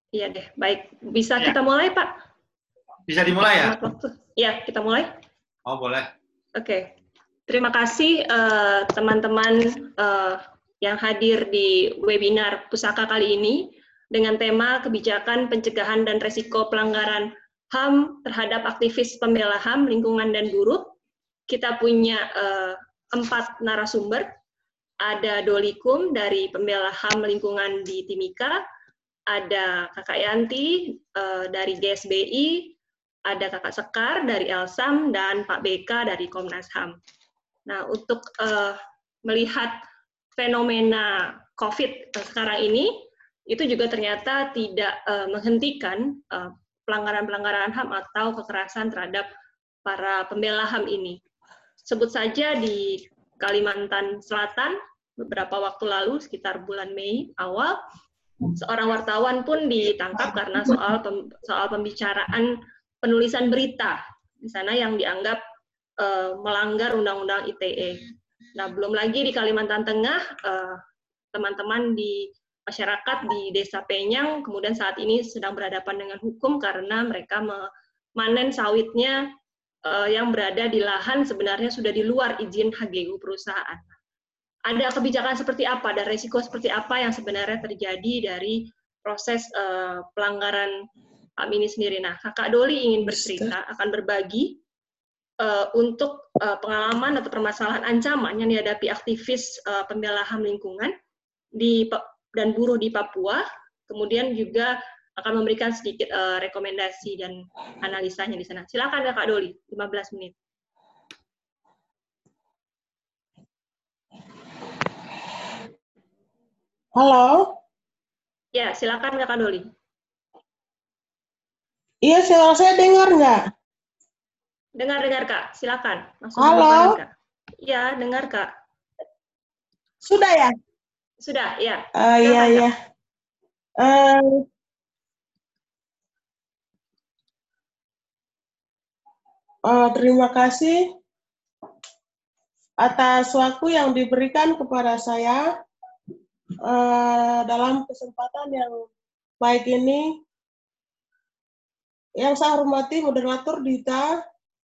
Iya deh, baik. Bisa Ya. kita mulai, Pak? Bisa dimulai ya? Selamat waktu. Ya, kita mulai. Oh, boleh. Oke. Terima kasih teman-teman yang hadir di webinar Pusaka kali ini dengan tema kebijakan pencegahan dan resiko pelanggaran HAM terhadap aktivis pembela HAM, lingkungan, dan buruh. Kita punya 4 narasumber. Ada Dolikum dari pembela HAM lingkungan di Timika, ada Kakak Yanti dari GSBI, ada Kakak Sekar dari Elsam, dan Pak BK dari Komnas HAM. Nah, untuk melihat fenomena COVID sekarang ini, itu juga ternyata tidak menghentikan pelanggaran-pelanggaran HAM atau kekerasan terhadap para pembela HAM ini. Sebut saja di Kalimantan Selatan, beberapa waktu lalu, sekitar bulan Mei awal, seorang wartawan pun ditangkap karena soal pembicaraan penulisan berita di sana yang dianggap melanggar Undang-Undang ITE. Nah, belum lagi di Kalimantan Tengah, teman-teman di masyarakat di Desa Penyang kemudian saat ini sedang berhadapan dengan hukum karena mereka memanen sawitnya yang berada di lahan sebenarnya sudah di luar izin HGU perusahaan. Ada kebijakan seperti apa dan resiko seperti apa yang sebenarnya terjadi dari proses pelanggaran HAM ini sendiri. Nah, Kakak Doli ingin bercerita, akan berbagi untuk pengalaman atau permasalahan ancaman yang dihadapi aktivis pembela HAM lingkungan dan buruh di Papua, kemudian juga akan memberikan sedikit rekomendasi dan analisanya di sana. Silakan Kakak Doli, 15 menit. Halo? Ya, silakan Kakak Doli. Iya, saya dengar nggak? Dengar, Kak. Silakan. Langsung Halo? Kak. Ya, dengar, Kak. Sudah ya? Sudah, ya. Iya, iya. Terima kasih atas waktu yang diberikan kepada saya dalam kesempatan yang baik ini. Yang saya hormati moderator Dita,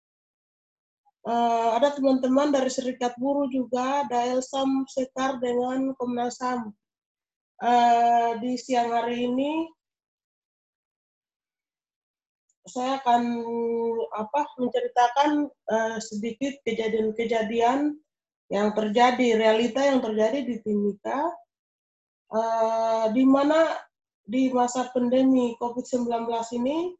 ada teman-teman dari Serikat Buruh juga, ada Elsam, Sekar, dengan Komnas HAM. Di siang hari ini saya akan menceritakan sedikit kejadian-kejadian yang terjadi, realita yang terjadi di Timika, di mana di masa pandemi COVID-19 ini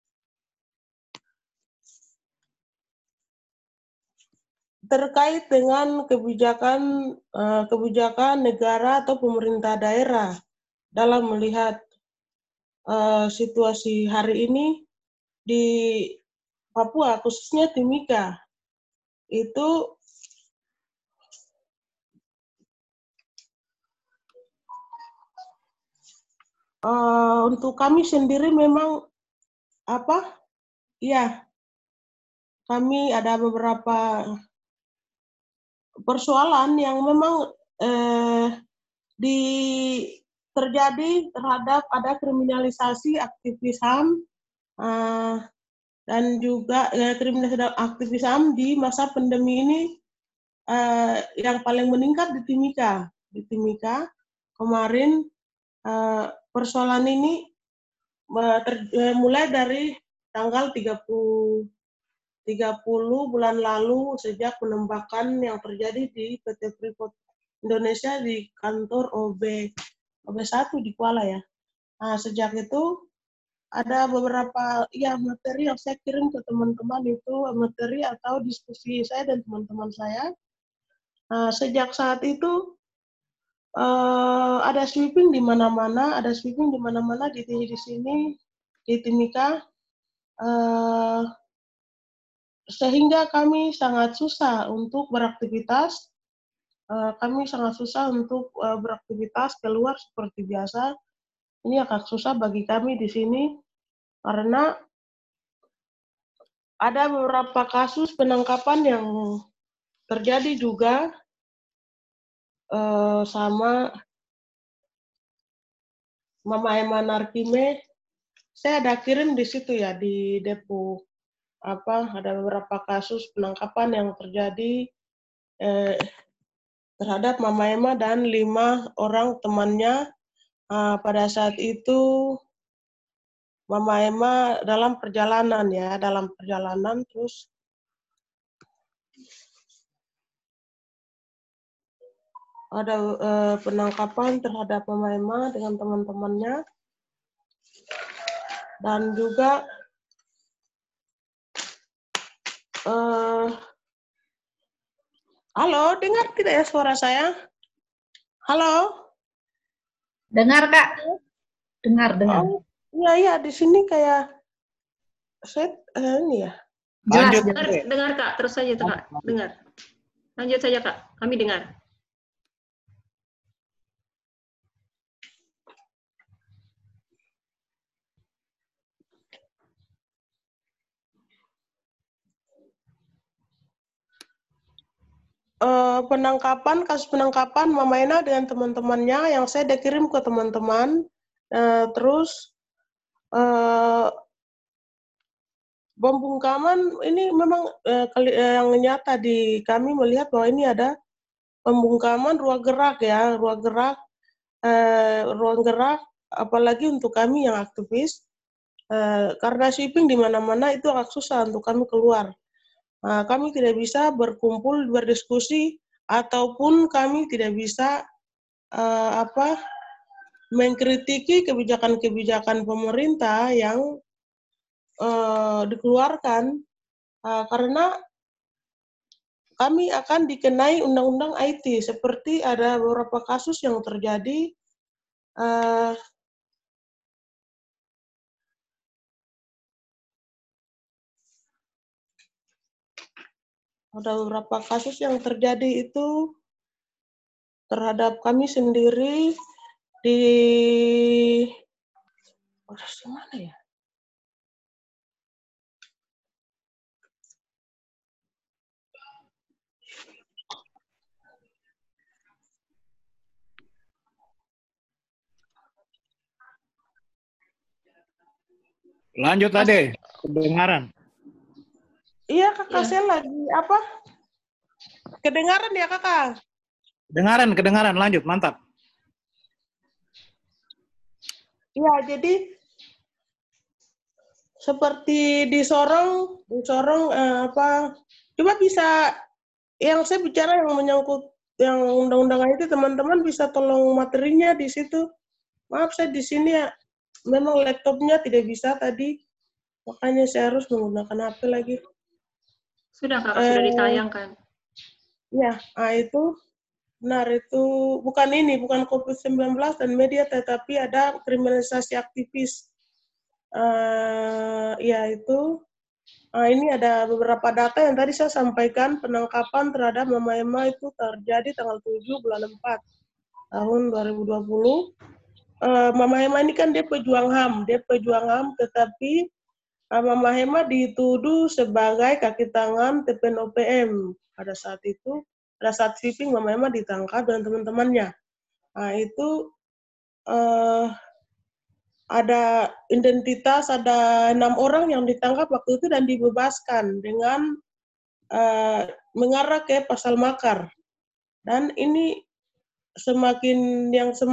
terkait dengan kebijakan negara atau pemerintah daerah dalam melihat situasi hari ini di Papua, khususnya Timika. Itu untuk kami sendiri memang kami ada beberapa persoalan yang memang terjadi terhadap ada kriminalisasi aktivis HAM dan juga kriminalisasi aktivis HAM di masa pandemi ini yang paling meningkat di Timika. Di Timika kemarin persoalan ini mulai dari tanggal 30 bulan lalu sejak penembakan yang terjadi di PT Freeport Indonesia di kantor OB1 di Kuala ya. Nah, sejak itu ada beberapa materi yang saya kirim ke teman-teman, itu materi atau diskusi saya dan teman-teman saya. Nah, sejak saat itu ada sweeping di mana-mana, di sini di Timika, sehingga kami sangat susah untuk beraktivitas. Beraktivitas keluar seperti biasa. Ini agak susah bagi kami di sini karena ada beberapa kasus penangkapan yang terjadi juga sama Mama Ema Narkime saya ada kirim di situ ya, di Depo. Ada beberapa kasus penangkapan yang terjadi terhadap Mama Emma dan 5 orang temannya. Pada saat itu Mama Emma dalam perjalanan terus ada penangkapan terhadap Mama Emma dengan teman-temannya, dan juga halo, dengar tidak ya suara saya? Halo? Dengar, Kak. Dengar. Oh, iya, di sini kayak ini ya. Jelas. Dengar Kak, terus saja Kak, dengar. Lanjut saja Kak, kami dengar. Kasus penangkapan Mama Ena dengan teman-temannya yang saya udah kirim ke teman-teman. Terus pembungkaman ini memang yang nyata di kami melihat bahwa ini ada pembungkaman ruang gerak ya, ruang gerak apalagi untuk kami yang aktivis, karena sweeping di mana-mana itu agak susah untuk kami keluar. Kami tidak bisa berkumpul berdiskusi ataupun kami tidak bisa mengkritiki kebijakan-kebijakan pemerintah yang dikeluarkan, karena kami akan dikenai undang-undang IT seperti ada beberapa kasus yang terjadi. Ada beberapa kasus yang terjadi itu terhadap kami sendiri di mana ya? Lanjut Ade, kedengaran. Iya kakak, saya lagi kedengaran ya kakak? Kedengaran, lanjut, mantap. Iya, jadi seperti di Sorong coba bisa yang saya bicara yang menyangkut yang undang-undang itu, teman-teman bisa tolong materinya di situ. Maaf saya di sini ya, memang laptopnya tidak bisa tadi, makanya saya harus menggunakan HP lagi. Sudah Kakak, sudah ditayangkan. Ya, itu benar, itu bukan COVID-19 dan media, tetapi ada kriminalisasi aktivis. Ini ada beberapa data yang tadi saya sampaikan. Penangkapan terhadap Mama Emma itu terjadi tanggal 7 bulan 4 tahun 2020. Mama Emma ini kan dia pejuang HAM, tetapi Mama Emma dituduh sebagai kaki tangan TPNOPM. Pada saat sweeping Mama Emma ditangkap dengan teman-temannya. Itu ada identitas, ada 6 orang yang ditangkap waktu itu dan dibebaskan dengan mengarah ke pasal makar. Dan ini semakin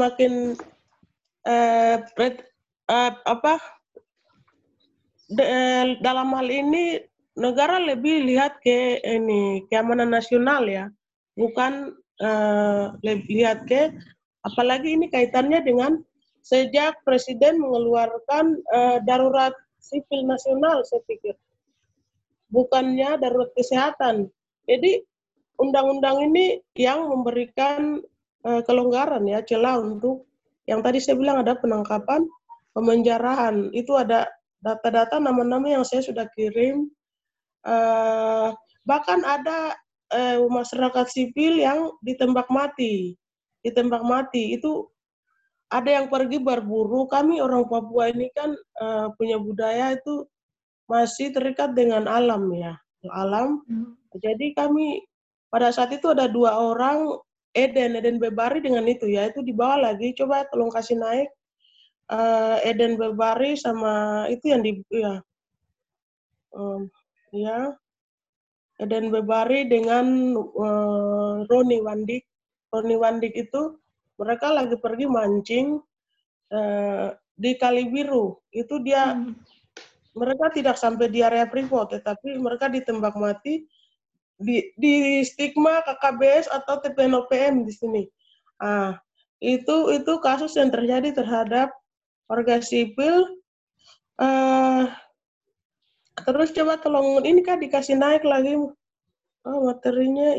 dalam hal ini negara lebih lihat ke keamanan nasional ya, bukan lihat ke, apalagi ini kaitannya dengan sejak Presiden mengeluarkan darurat sipil nasional, saya pikir. Bukannya darurat kesehatan. Jadi undang-undang ini yang memberikan kelonggaran ya, celah untuk yang tadi saya bilang ada penangkapan, pemenjaraan. Itu ada data-data nama-nama yang saya sudah kirim. Bahkan ada masyarakat sipil yang ditembak mati. Itu ada yang pergi berburu. Kami orang Papua ini kan punya budaya itu masih terikat dengan alam ya, alam. Jadi kami pada saat itu ada 2 orang, Eden Bebari dengan itu ya, itu dibawa lagi, coba tolong kasih naik. Eden Bebari sama itu yang di Eden Bebari dengan Roni Wandik. Roni Wandik itu mereka lagi pergi mancing di Kali Biru. Itu dia mereka tidak sampai di area Freeport, tetapi mereka ditembak mati di stigma KKBS atau TPNOPM di sini. Itu kasus yang terjadi terhadap warga sipil. Terus coba tolong ini Kak dikasih naik lagi materinya.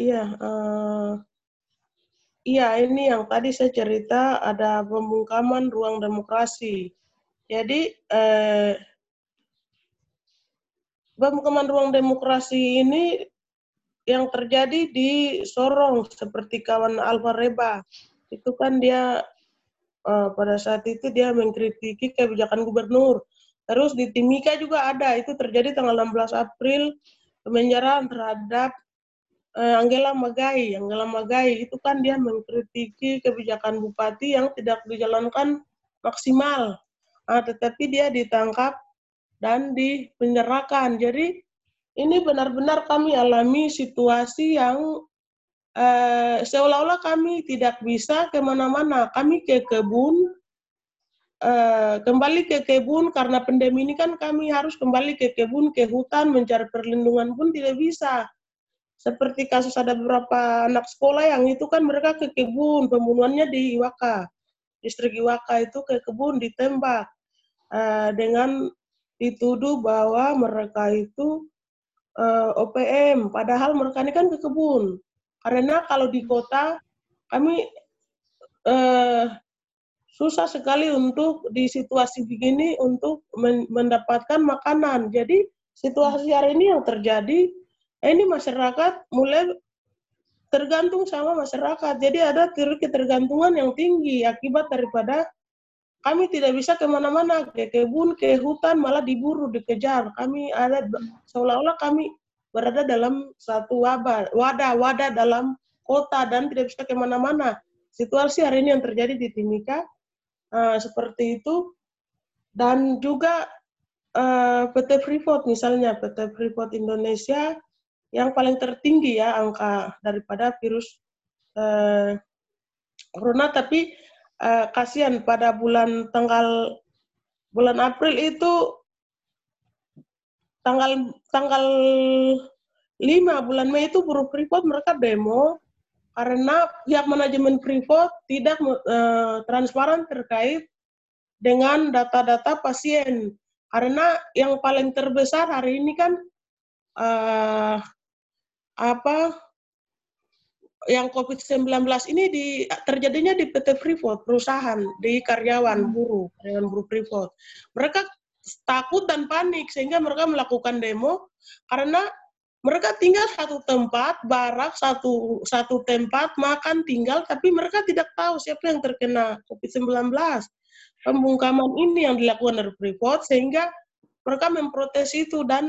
Iya ini yang tadi saya cerita ada pembungkaman ruang demokrasi. Jadi pembungkaman ruang demokrasi ini yang terjadi di Sorong seperti kawan Alfa Reba. Itu kan dia pada saat itu dia mengkritiki kebijakan gubernur. Terus di Timika juga ada, itu terjadi tanggal 16 April, penjarahan terhadap Angela Magai. Angela Magai itu kan dia mengkritiki kebijakan bupati yang tidak dijalankan maksimal. Tetapi dia ditangkap dan dipenjarakan. Jadi ini benar-benar kami alami situasi yang seolah-olah kami tidak bisa kemana-mana. Kami ke kebun, kembali ke kebun karena pandemi ini kan kami harus kembali ke kebun, ke hutan, mencari perlindungan pun tidak bisa. Seperti kasus ada beberapa anak sekolah yang itu kan mereka ke kebun, pembunuhannya di Iwaka. Distrik Iwaka itu ke kebun ditembak dengan dituduh bahwa mereka itu OPM, padahal mereka ini kan ke kebun. Karena kalau di kota kami susah sekali untuk di situasi begini untuk mendapatkan makanan. Jadi situasi hari ini yang terjadi, ini masyarakat mulai tergantung sama masyarakat. Jadi ada ketergantungan yang tinggi akibat daripada kami tidak bisa kemana-mana, ke kebun, ke hutan, malah diburu, dikejar. Kami ada seolah-olah kami berada dalam satu wadah dalam kota dan tidak bisa kemana-mana. Situasi hari ini yang terjadi di Timika seperti itu. Dan juga PT Freeport misalnya, PT Freeport Indonesia yang paling tertinggi ya angka daripada virus corona, tapi kasihan pada bulan April itu tanggal 5 bulan Mei itu buruh Freeport mereka demo karena pihak manajemen Freeport tidak transparan terkait dengan data-data pasien. Karena yang paling terbesar hari ini kan yang COVID-19 ini terjadinya di PT Freeport, perusahaan, di karyawan buruh Freeport. Mereka takut dan panik sehingga mereka melakukan demo karena mereka tinggal satu tempat, barak satu tempat, makan tinggal, tapi mereka tidak tahu siapa yang terkena COVID-19. Pembungkaman ini yang dilakukan dari Freeport sehingga mereka memprotes itu dan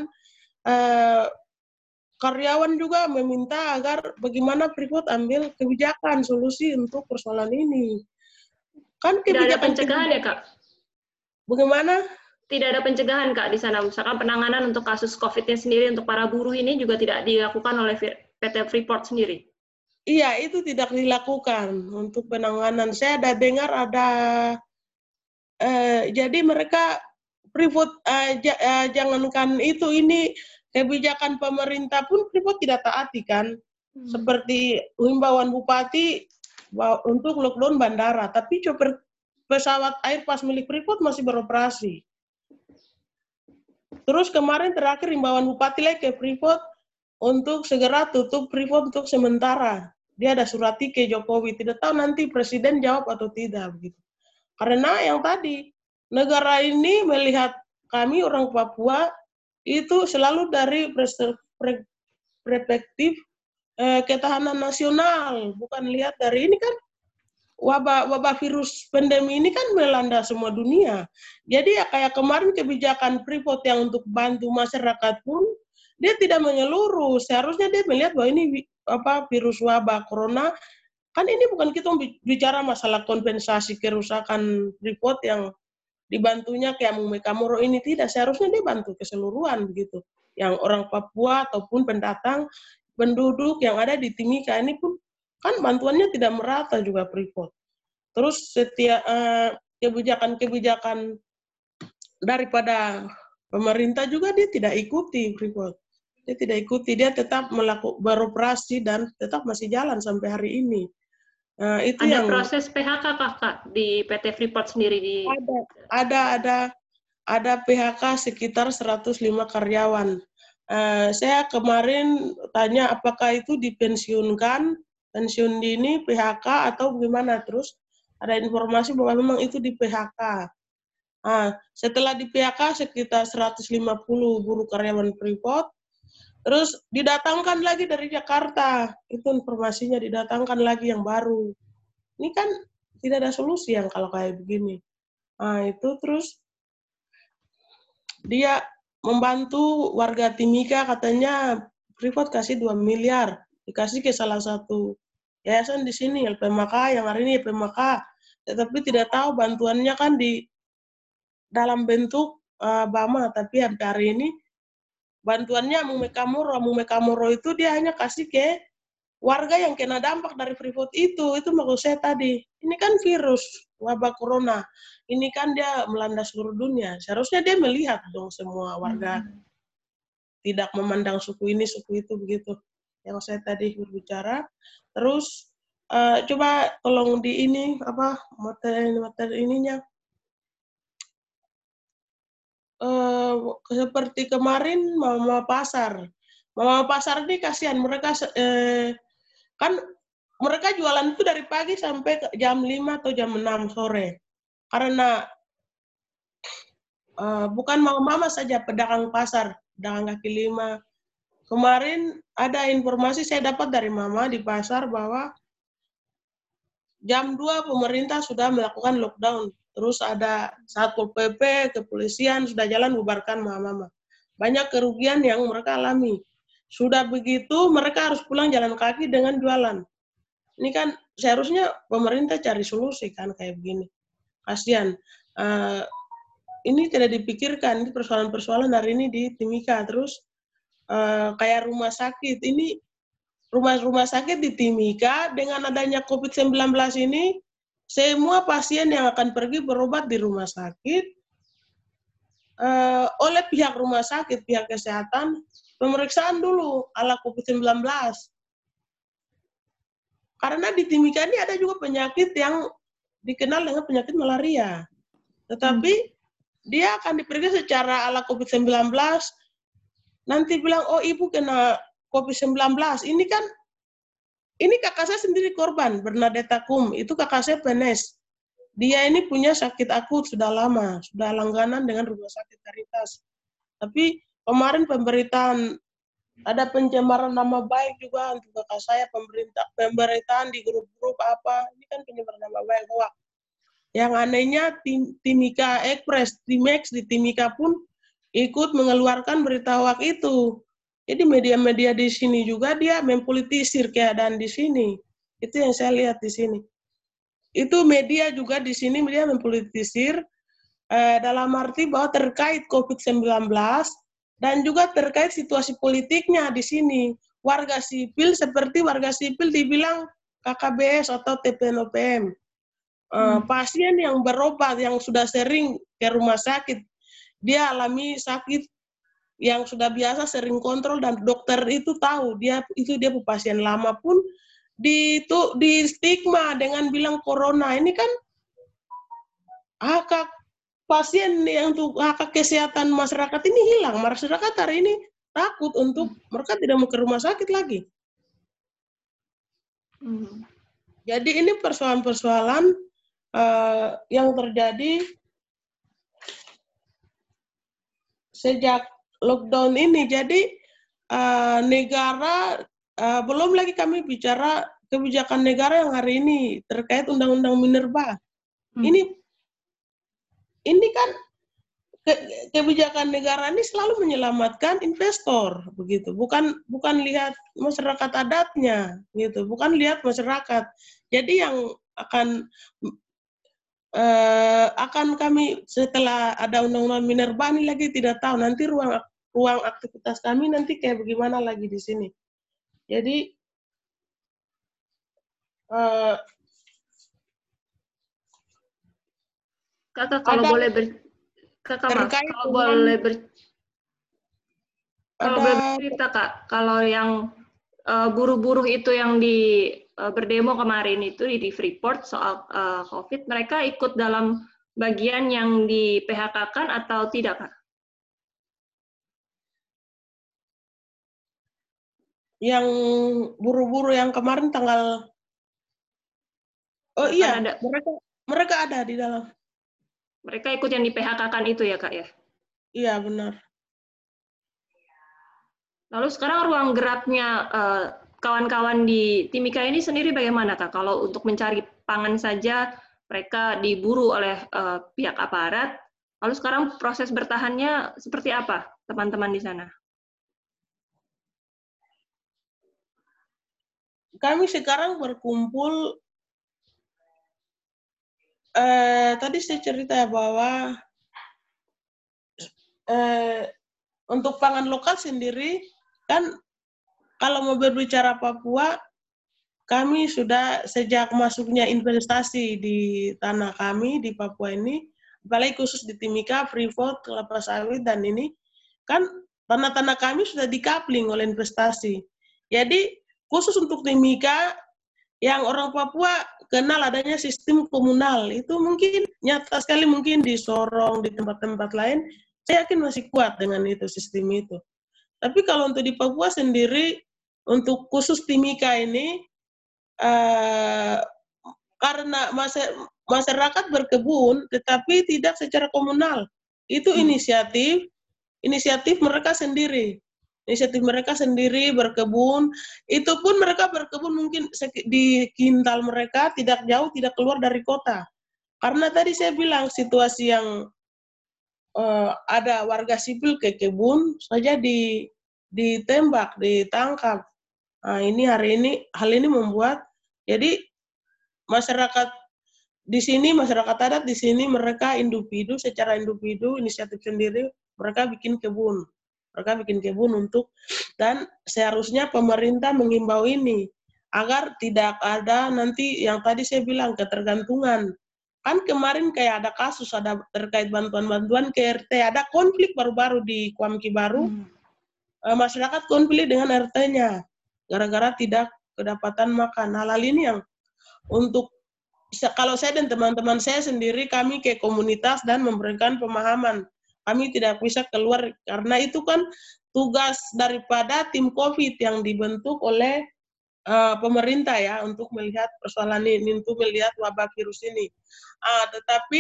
karyawan juga meminta agar bagaimana Freeport ambil kebijakan solusi untuk persoalan ini. Kan tidak ada pencegahan ya Kak? Bagaimana? Tidak ada pencegahan Kak di sana, misalkan penanganan untuk kasus COVID-nya sendiri untuk para buruh ini juga tidak dilakukan oleh PT Freeport sendiri? Iya, itu tidak dilakukan untuk penanganan. Saya ada dengar jadi mereka Freeport jangankan itu, ini kebijakan pemerintah pun Freeport tidak taati kan. Seperti himbauan bupati untuk lockdown bandara, tapi pesawat Airbus milik Freeport masih beroperasi. Terus kemarin terakhir himbauan bupati lagi ke Freeport untuk segera tutup Freeport untuk sementara. Dia ada surati ke Jokowi, tidak tahu nanti presiden jawab atau tidak begitu. Karena yang tadi negara ini melihat kami orang Papua itu selalu dari perspektif ketahanan nasional, bukan lihat dari ini kan wabah virus pandemi ini kan melanda semua dunia. Jadi ya kayak kemarin kebijakan Freeport yang untuk bantu masyarakat pun dia tidak menyeluruh. Seharusnya dia melihat bahwa ini virus wabah corona. Kan ini bukan kita bicara masalah kompensasi kerusakan Freeport yang dibantunya kayak Mumekamoro ini, tidak, seharusnya dia bantu keseluruhan begitu. Yang orang Papua ataupun pendatang penduduk yang ada di Timika ini pun kan bantuannya tidak merata juga Freeport. Terus setiap kebijakan-kebijakan daripada pemerintah juga dia tidak ikuti Freeport. Dia tidak ikuti, dia tetap beroperasi dan tetap masih jalan sampai hari ini. Itu ada yang proses PHK Kak di PT Freeport sendiri di ada PHK sekitar 105 karyawan. Saya kemarin tanya apakah itu dipensiunkan, pensiun dini, PHK atau gimana, terus ada informasi bahwa memang itu di PHK. Setelah di PHK sekitar 150 buruh karyawan Freeport, terus didatangkan lagi dari Jakarta, itu informasinya didatangkan lagi yang baru. Ini kan tidak ada solusi yang kalau kayak begini. Itu terus dia membantu warga Timika, katanya Freeport kasih 2 miliar, dikasih ke salah satu yayasan di sini, LPMK, yang hari ini LPMK, tetapi tidak tahu bantuannya kan di dalam bentuk BAMA, tapi hari ini bantuannya Mumekamoro itu dia hanya kasih ke warga yang kena dampak dari Freeport itu maksud saya tadi. Ini kan virus, wabah corona. Ini kan dia melanda seluruh dunia. Seharusnya dia melihat dong semua warga. Tidak memandang suku ini, suku itu, begitu. Yang saya tadi berbicara. Terus, coba tolong di ini, materi ininya. Seperti kemarin Mama Pasar. Mama Pasar ini kasihan, mereka kan mereka jualan itu dari pagi sampai jam 5 atau jam 6 sore. Karena bukan mama-mama saja, pedagang pasar, pedagang kaki lima. Kemarin ada informasi saya dapat dari mama di pasar bahwa jam 2 pemerintah sudah melakukan lockdown. Terus ada Satpol PP, kepolisian sudah jalan bubarkan mama-mama. Banyak kerugian yang mereka alami. Sudah begitu mereka harus pulang jalan kaki dengan jualan. Ini kan seharusnya pemerintah cari solusi kan kayak begini. Kasihan. Ini tidak dipikirkan, ini persoalan-persoalan hari ini di Timika. Terus kayak rumah sakit, ini rumah sakit di Timika dengan adanya COVID-19 ini, semua pasien yang akan pergi berobat di rumah sakit, oleh pihak rumah sakit, pihak kesehatan, pemeriksaan dulu ala COVID-19. Karena di Timika ini ada juga penyakit yang dikenal dengan penyakit malaria. Tetapi dia akan diperiksa secara ala COVID-19, nanti bilang, oh ibu kena COVID-19. Ini kan, ini kakak saya sendiri korban, Bernadetta Kum, itu kakak saya PNS. Dia ini punya sakit akut sudah lama, sudah langganan dengan rumah sakit Caritas. Tapi kemarin pemberitaan, ada pencemaran nama baik juga untuk kakak saya, pemberitaan di grup-grup apa, ini kan pencemaran nama baik hoax. Yang anehnya Timika Express, Timex di Timika pun ikut mengeluarkan berita hoax itu. Jadi media-media di sini juga dia mempolitisir keadaan di sini. Itu yang saya lihat di sini. Itu media juga di sini media mempolitisir dalam arti bahwa terkait COVID-19 dan juga terkait situasi politiknya di sini. Warga sipil seperti warga sipil dibilang KKBS atau TPNOPM. Pasien yang berobat, yang sudah sering ke rumah sakit, dia alami sakit yang sudah biasa sering kontrol dan dokter itu tahu dia pasien lama pun di stigma dengan bilang corona. Ini kan hak pasien yang untuk hak kesehatan masyarakat ini hilang. Masyarakat hari ini takut untuk mereka tidak mau ke rumah sakit lagi. Jadi ini persoalan-persoalan yang terjadi sejak lockdown ini. Jadi negara, belum lagi kami bicara kebijakan negara yang hari ini terkait Undang-Undang Minerba. Ini kan kebijakan negara ini selalu menyelamatkan investor, begitu. Bukan lihat masyarakat adatnya, gitu. Bukan lihat masyarakat. Jadi yang akan akan kami setelah ada undang-undang Minerba ini lagi tidak tahu nanti ruang aktivitas kami nanti kayak bagaimana lagi di sini. Jadi Kakak kalau ada boleh Kakak maaf, terkait kalau dengan boleh ada bercerita Kak, kalau yang buruh-buruh itu yang di berdemo kemarin itu di Freeport soal COVID, mereka ikut dalam bagian yang di PHK-kan atau tidak Kak? yang buru-buru yang kemarin tanggal iya Kan ada, mereka ada di dalam. mereka ikut yang di PHK-kan itu ya Kak ya? Iya benar. Lalu sekarang ruang geraknya kawan-kawan di Timika ini sendiri bagaimana Kak? Kalau untuk mencari pangan saja mereka diburu oleh pihak aparat, lalu sekarang proses bertahannya seperti apa teman-teman di sana? Kami sekarang berkumpul, tadi saya cerita bahwa untuk pangan lokal sendiri, kan kalau mau berbicara Papua, kami sudah sejak masuknya investasi di tanah kami di Papua ini, apalagi khusus di Timika, Freeport, kelapa sawit, dan ini, kan tanah-tanah kami sudah dikapling oleh investasi. Jadi khusus untuk Timika, yang orang Papua kenal adanya sistem komunal, itu mungkin nyata sekali mungkin di Sorong, di tempat-tempat lain, saya yakin masih kuat dengan itu, sistem itu. Tapi kalau untuk di Papua sendiri, untuk khusus Timika ini, karena masyarakat berkebun, tetapi tidak secara komunal. Itu inisiatif mereka sendiri. Inisiatif mereka sendiri berkebun, itu pun mereka berkebun mungkin di kintal mereka, tidak jauh, tidak keluar dari kota. Karena tadi saya bilang situasi yang ada warga sipil ke kebun saja ditembak, ditangkap. Nah, hal ini membuat jadi masyarakat di sini, masyarakat adat di sini mereka secara individu inisiatif sendiri mereka bikin kebun. Mereka bikin kebun dan seharusnya pemerintah menghimbau ini agar tidak ada nanti yang tadi saya bilang ketergantungan. Kan kemarin kayak ada kasus ada terkait bantuan-bantuan ke RT, ada konflik baru-baru di Kuamki Baru. Masyarakat konflik dengan RT-nya gara-gara tidak kedapatan makan. Hal ini yang untuk kalau saya dan teman-teman saya sendiri kami ke komunitas dan memberikan pemahaman. Kami tidak bisa keluar karena itu kan tugas daripada tim COVID yang dibentuk oleh pemerintah ya untuk melihat persoalan ini, untuk melihat wabah virus ini. Tetapi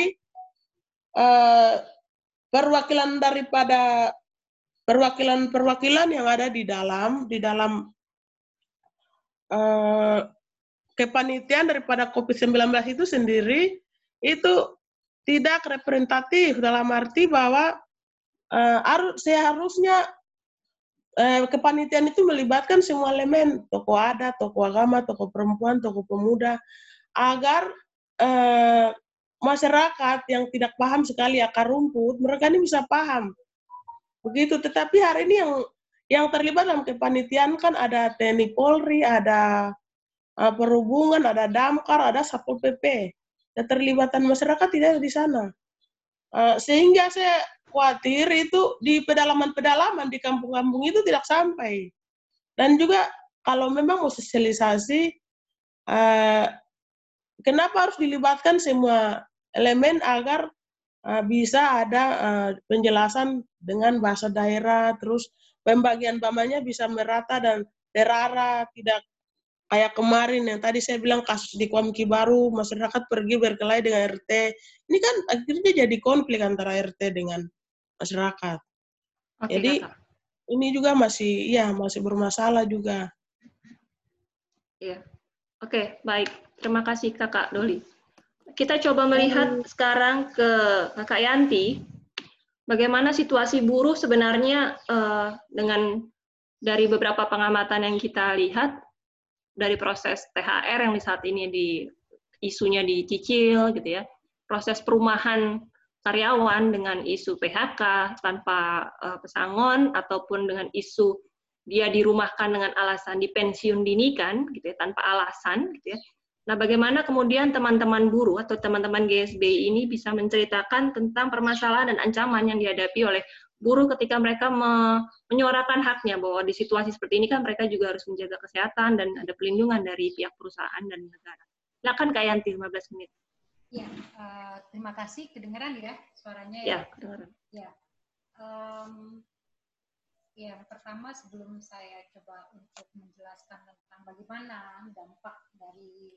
perwakilan daripada perwakilan yang ada di dalam kepanitiaan daripada COVID-19 itu sendiri itu tidak representatif dalam arti bahwa seharusnya kepanitiaan itu melibatkan semua elemen, tokoh adat, tokoh agama, tokoh perempuan, tokoh pemuda, agar masyarakat yang tidak paham sekali akar rumput, mereka ini bisa paham. Begitu, tetapi hari ini yang terlibat dalam kepanitiaan kan ada TNI Polri, ada perhubungan, ada damkar, ada Satpol PP. Keterlibatan masyarakat tidak ada di sana. Sehingga saya khawatir itu di pedalaman-pedalaman, di kampung-kampung itu tidak sampai. Dan juga kalau memang mau sosialisasi, kenapa harus dilibatkan semua elemen agar bisa ada penjelasan dengan bahasa daerah, terus pembagian bamanya bisa merata dan terarah, tidak kayak kemarin yang tadi saya bilang kasus di Kuamki Baru, masyarakat pergi berkelahi dengan RT. Ini kan akhirnya jadi konflik antara RT dengan masyarakat. Jadi ini juga masih bermasalah juga. Iya. Oke, baik. Terima kasih Kakak Doli. Kita coba melihat sekarang ke Kakak Yanti. Bagaimana situasi buruh sebenarnya dengan dari beberapa pengamatan yang kita lihat dari proses THR yang saat ini isunya dicicil gitu ya. proses perumahan karyawan dengan isu PHK tanpa pesangon ataupun dengan isu dia dirumahkan dengan alasan dipensiun dinikan gitu ya, tanpa alasan gitu ya. Nah, bagaimana kemudian teman-teman buruh atau teman-teman GSBI ini bisa menceritakan tentang permasalahan dan ancaman yang dihadapi oleh buruh ketika mereka menyuarakan haknya, bahwa di situasi seperti ini kan mereka juga harus menjaga kesehatan dan ada pelindungan dari pihak perusahaan dan negara. Silakan Kak Yanti, 15 menit. Ya, terima kasih. Kedengaran ya suaranya? Ya, kedengaran. Ya, yang pertama sebelum saya coba untuk menjelaskan tentang bagaimana dampak dari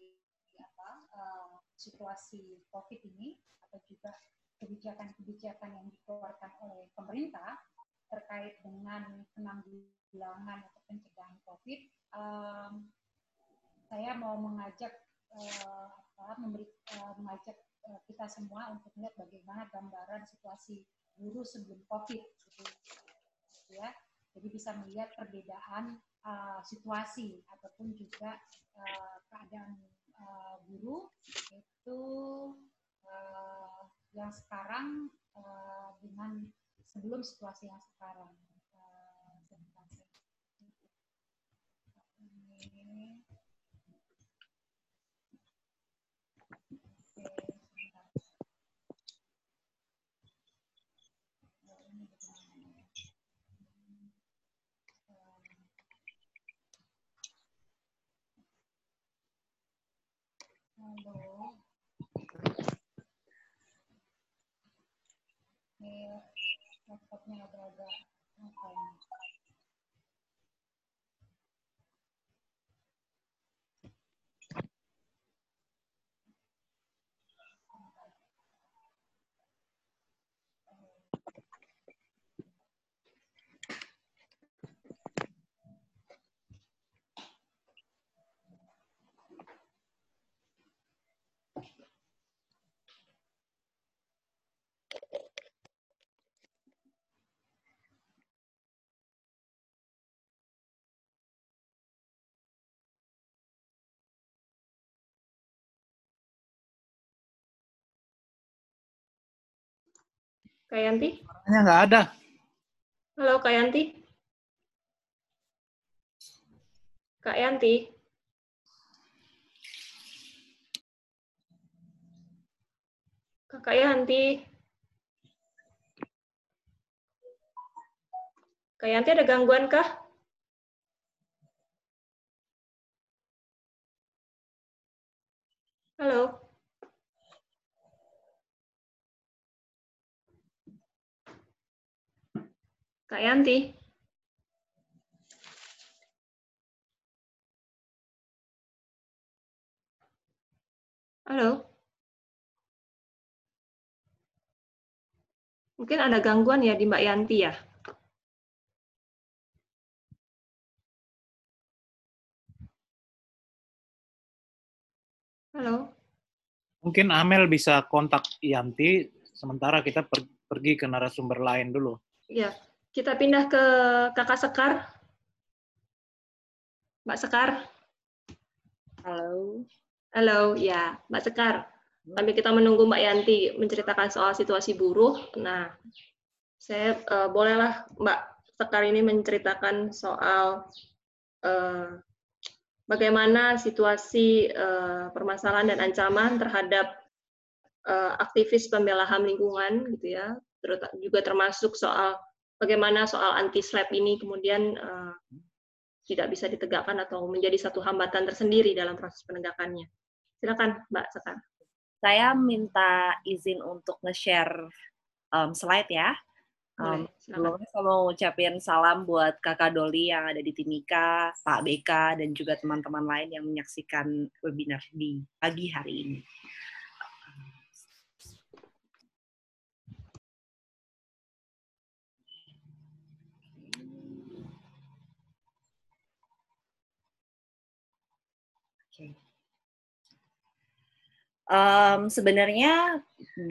situasi COVID ini atau juga kebijakan-kebijakan yang dikeluarkan oleh pemerintah terkait dengan penanggulangan atau pencegahan COVID, saya mau mengajak mengajak kita semua untuk melihat bagaimana gambaran situasi buruh sebelum COVID, gitu ya. Jadi bisa melihat perbedaan situasi ataupun juga keadaan buruh itu yang sekarang dengan sebelum situasi yang sekarang. Halo. Ini laptopnya agak-agak apa ini? Kak Yanti? Suaranya nggak ada. Halo Kak Yanti? Kak Yanti? Kak Yanti? Kak Yanti ada gangguan kah? Halo? Kak Yanti? Halo? Mungkin ada gangguan ya di Mbak Yanti ya? Halo? Mungkin Amel bisa kontak Yanti, sementara kita pergi ke narasumber lain dulu. Ya, kita pindah ke Kakak Sekar. Mbak Sekar. Halo. Halo, ya, Mbak Sekar. Sambil kita menunggu Mbak Yanti menceritakan soal situasi buruh, nah, saya bolehlah Mbak Sekar ini menceritakan soal bagaimana situasi permasalahan dan ancaman terhadap aktivis pembela HAM lingkungan, gitu ya, juga termasuk soal bagaimana soal anti-SLAPP ini kemudian tidak bisa ditegakkan atau menjadi satu hambatan tersendiri dalam proses penegakannya. Silakan Mbak Sekar. Saya minta izin untuk nge-share slide ya. Sebelumnya saya mau ngucapin salam buat Kakak Doli yang ada di Timika, Pak BK, dan juga teman-teman lain yang menyaksikan webinar di pagi hari ini. Sebenarnya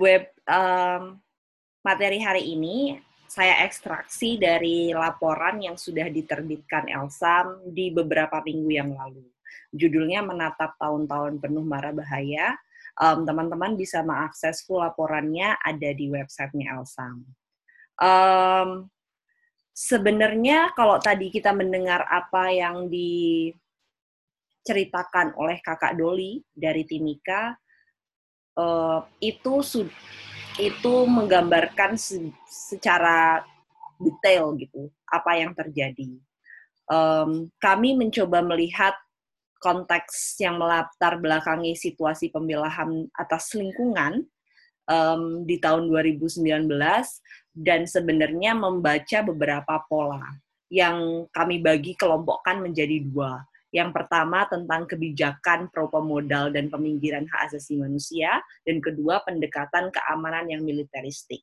materi hari ini saya ekstraksi dari laporan yang sudah diterbitkan Elsam di beberapa minggu yang lalu. Judulnya Menatap Tahun-Tahun Penuh Mara Bahaya, teman-teman bisa mengakses full laporannya ada di websitenya Elsam. Sebenarnya kalau tadi kita mendengar apa yang diceritakan oleh Kakak Doli dari Timika, itu menggambarkan secara detail gitu apa yang terjadi. Kami mencoba melihat konteks yang melatar belakangi situasi pembelahan atas lingkungan di tahun 2019 dan sebenarnya membaca beberapa pola yang kami kelompokkan menjadi 2. Yang pertama tentang kebijakan pro pemodal dan peminggiran hak asasi manusia, dan kedua pendekatan keamanan yang militeristik.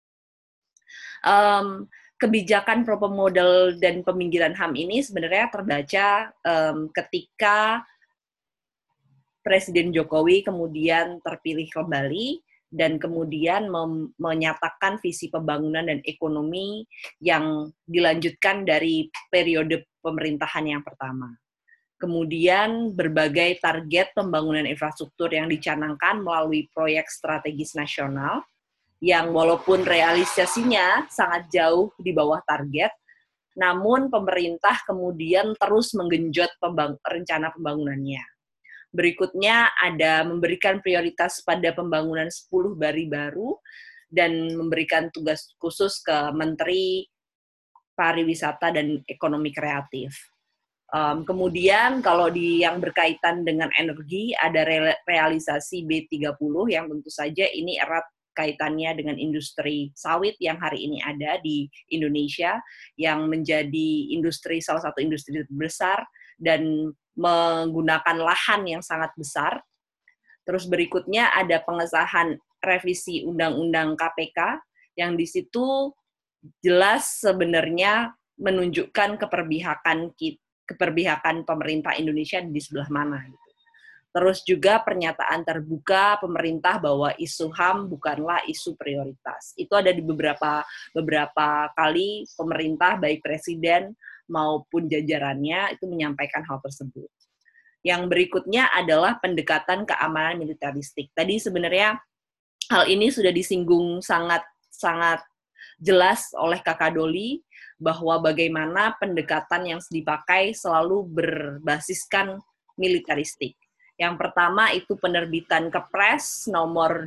Kebijakan pro pemodal dan peminggiran HAM ini sebenarnya terbaca ketika Presiden Jokowi kemudian terpilih kembali dan kemudian menyatakan visi pembangunan dan ekonomi yang dilanjutkan dari periode pemerintahan yang pertama. Kemudian berbagai target pembangunan infrastruktur yang dicanangkan melalui proyek strategis nasional yang walaupun realisasinya sangat jauh di bawah target, namun pemerintah kemudian terus menggenjot rencana pembangunannya. Berikutnya ada memberikan prioritas pada pembangunan 10 bari baru dan memberikan tugas khusus ke Menteri Pariwisata dan Ekonomi Kreatif. Kemudian kalau yang berkaitan dengan energi ada realisasi B30 yang tentu saja ini erat kaitannya dengan industri sawit yang hari ini ada di Indonesia yang menjadi salah satu industri terbesar dan menggunakan lahan yang sangat besar. Terus berikutnya ada pengesahan revisi Undang-Undang KPK yang di situ jelas sebenarnya menunjukkan keperbihakan pemerintah Indonesia di sebelah mana. Terus juga pernyataan terbuka pemerintah bahwa isu HAM bukanlah isu prioritas. Itu ada di beberapa kali pemerintah baik presiden maupun jajarannya itu menyampaikan hal tersebut. Yang berikutnya adalah pendekatan keamanan militeristik. Tadi sebenarnya hal ini sudah disinggung sangat jelas oleh Kakak Doli bahwa bagaimana pendekatan yang dipakai selalu berbasiskan militeristik. Yang pertama itu penerbitan Kepres nomor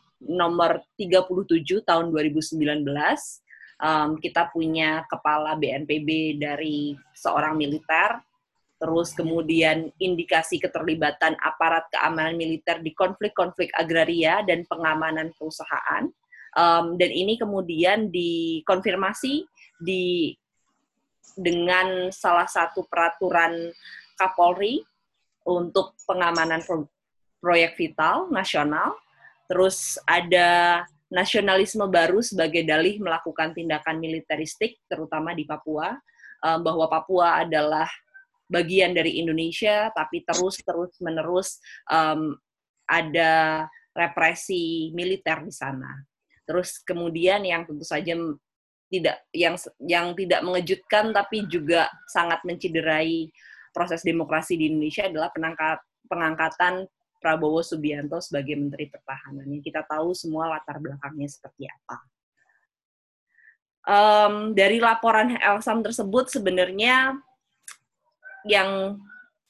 37 tahun 2019. Kita punya kepala BNPB dari seorang militer, terus kemudian indikasi keterlibatan aparat keamanan militer di konflik-konflik agraria dan pengamanan perusahaan, dan ini kemudian dikonfirmasi dengan salah satu peraturan Kapolri untuk pengamanan proyek vital nasional, terus ada nasionalisme baru sebagai dalih melakukan tindakan militeristik, terutama di Papua, bahwa Papua adalah bagian dari Indonesia, tapi terus-menerus ada represi militer di sana. Terus kemudian yang tentu saja tidak mengejutkan, tapi juga sangat menciderai proses demokrasi di Indonesia adalah pengangkatan Prabowo Subianto sebagai Menteri Pertahanan. Kita tahu semua latar belakangnya seperti apa. Dari laporan Elsam tersebut sebenarnya yang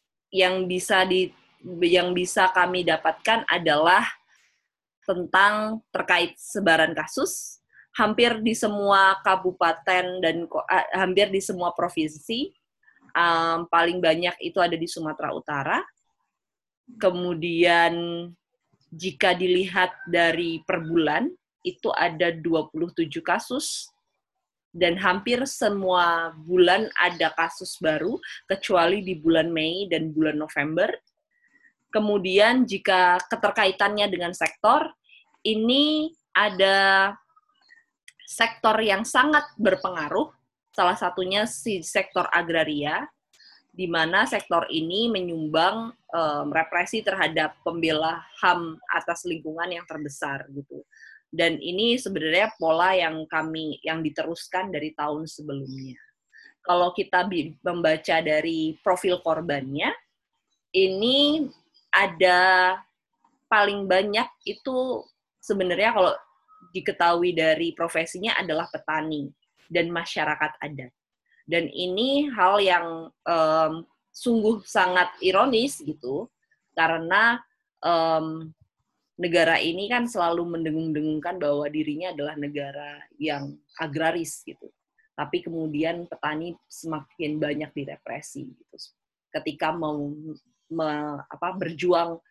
bisa kami dapatkan adalah tentang terkait sebaran kasus hampir di semua kabupaten dan hampir di semua provinsi. Paling banyak itu ada di Sumatera Utara. Kemudian jika dilihat dari per bulan, itu ada 27 kasus, dan hampir semua bulan ada kasus baru, kecuali di bulan Mei dan bulan November. Kemudian jika keterkaitannya dengan sektor, ini ada sektor yang sangat berpengaruh, salah satunya si sektor agraria, di mana sektor ini menyumbang represi terhadap pembela HAM atas lingkungan yang terbesar gitu. Dan ini sebenarnya pola yang diteruskan dari tahun sebelumnya. Kalau kita membaca dari profil korbannya, ini ada paling banyak itu sebenarnya kalau diketahui dari profesinya adalah petani dan masyarakat adat. Dan ini hal yang sungguh sangat ironis gitu, karena negara ini kan selalu mendengung-dengungkan bahwa dirinya adalah negara yang agraris gitu. Tapi kemudian petani semakin banyak direpresi gitu. Ketika mau berjuang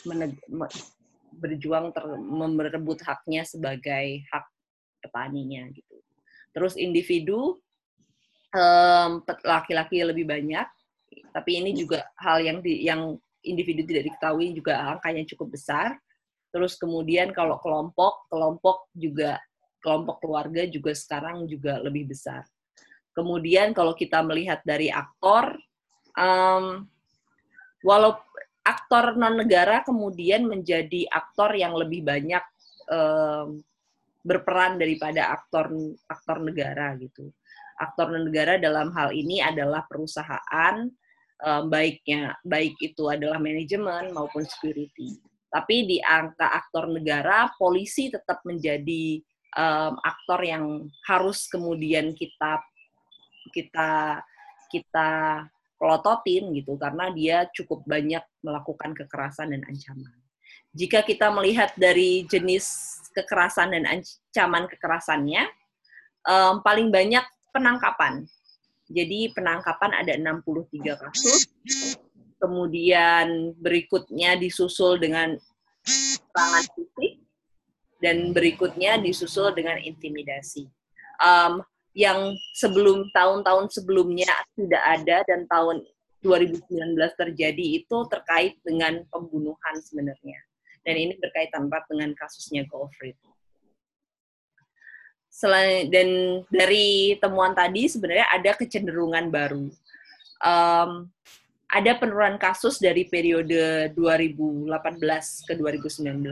merebut haknya sebagai hak petaninya gitu. Terus individu laki-laki lebih banyak, tapi ini juga hal yang individu tidak diketahui juga angkanya cukup besar. Terus kemudian kalau kelompok keluarga juga sekarang juga lebih besar. Kemudian kalau kita melihat dari aktor, walau aktor non-negara kemudian menjadi aktor yang lebih banyak berperan daripada aktor negara gitu. Aktor non-negara dalam hal ini adalah perusahaan, baik itu adalah manajemen maupun security. Tapi di angka aktor negara, polisi tetap menjadi aktor yang harus kemudian kita pelototin gitu, karena dia cukup banyak melakukan kekerasan dan ancaman. Jika kita melihat dari jenis kekerasan dan ancaman kekerasannya, paling banyak penangkapan. Jadi penangkapan ada 63 kasus, kemudian berikutnya disusul dengan serangan fisik, dan berikutnya disusul dengan intimidasi. Yang tahun-tahun sebelumnya tidak ada dan tahun 2019 terjadi itu terkait dengan pembunuhan sebenarnya. Dan ini berkaitan erat dengan kasusnya Goldfried. Dan dari temuan tadi sebenarnya ada kecenderungan baru. Ada penurunan kasus dari periode 2018 ke 2019.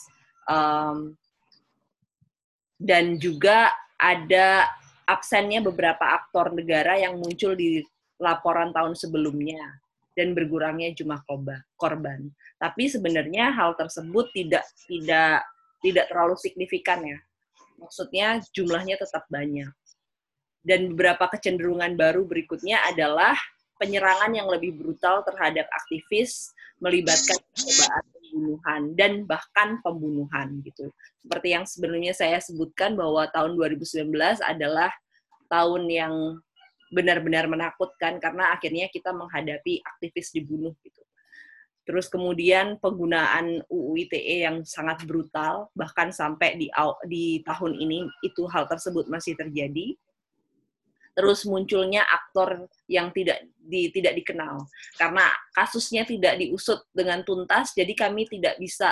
Dan juga ada absennya beberapa aktor negara yang muncul di laporan tahun sebelumnya dan berkurangnya jumlah korban. Tapi sebenarnya hal tersebut tidak terlalu signifikan ya. Maksudnya jumlahnya tetap banyak. Dan beberapa kecenderungan baru berikutnya adalah penyerangan yang lebih brutal terhadap aktivis, melibatkan percobaan pembunuhan dan bahkan pembunuhan gitu. Seperti yang sebelumnya saya sebutkan bahwa tahun 2019 adalah tahun yang benar-benar menakutkan karena akhirnya kita menghadapi aktivis dibunuh gitu. Terus kemudian penggunaan UU ITE yang sangat brutal, bahkan sampai di tahun ini itu hal tersebut masih terjadi. Terus munculnya aktor yang tidak dikenal karena kasusnya tidak diusut dengan tuntas, jadi kami tidak bisa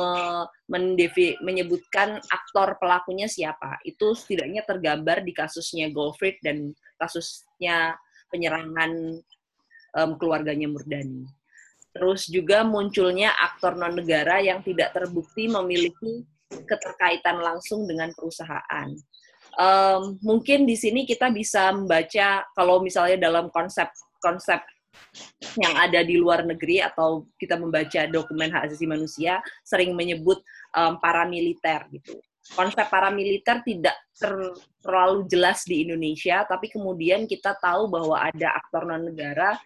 menyebutkan aktor pelakunya siapa. Itu setidaknya tergambar di kasusnya Goldfried dan kasusnya penyerangan keluarganya Murdani. Terus juga munculnya aktor non-negara yang tidak terbukti memiliki keterkaitan langsung dengan perusahaan. Mungkin di sini kita bisa membaca, kalau misalnya dalam konsep yang ada di luar negeri atau kita membaca dokumen hak asasi manusia, sering menyebut paramiliter gitu. Konsep paramiliter tidak terlalu jelas di Indonesia, tapi kemudian kita tahu bahwa ada aktor non-negara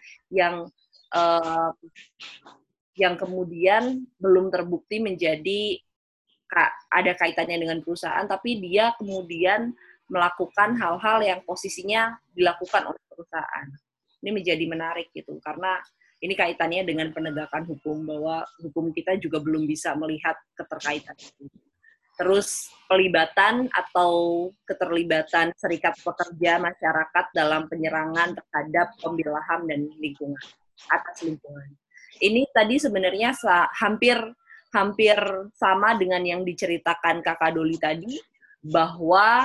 yang kemudian belum terbukti menjadi ada kaitannya dengan perusahaan, tapi dia kemudian melakukan hal-hal yang posisinya dilakukan oleh perusahaan. Ini menjadi menarik gitu, karena ini kaitannya dengan penegakan hukum, bahwa hukum kita juga belum bisa melihat keterkaitan itu. Terus pelibatan atau keterlibatan serikat pekerja masyarakat dalam penyerangan terhadap pembelahan dan lingkungan, atas lingkungan. Ini tadi sebenarnya hampir sama dengan yang diceritakan Kakak Doli tadi, bahwa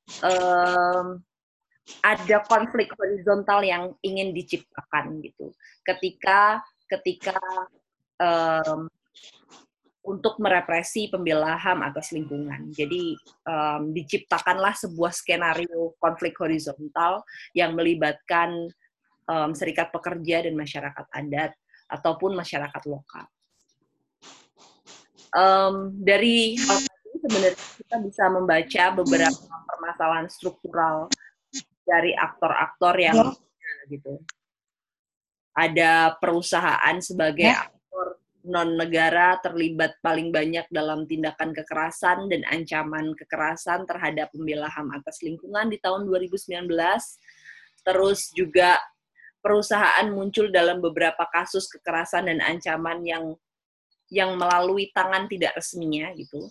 ada konflik horizontal yang ingin diciptakan gitu. Ketika untuk merepresi pembela HAM atas lingkungan. Jadi diciptakanlah sebuah skenario konflik horizontal yang melibatkan serikat pekerja dan masyarakat adat ataupun masyarakat lokal. Dari hal ini sebenarnya kita bisa membaca beberapa permasalahan struktural dari aktor-aktor yang gitu. Ada perusahaan sebagai aktor non-negara terlibat paling banyak dalam tindakan kekerasan dan ancaman kekerasan terhadap pembela HAM atas lingkungan di tahun 2019. Terus juga perusahaan muncul dalam beberapa kasus kekerasan dan ancaman yang melalui tangan tidak resminya gitu.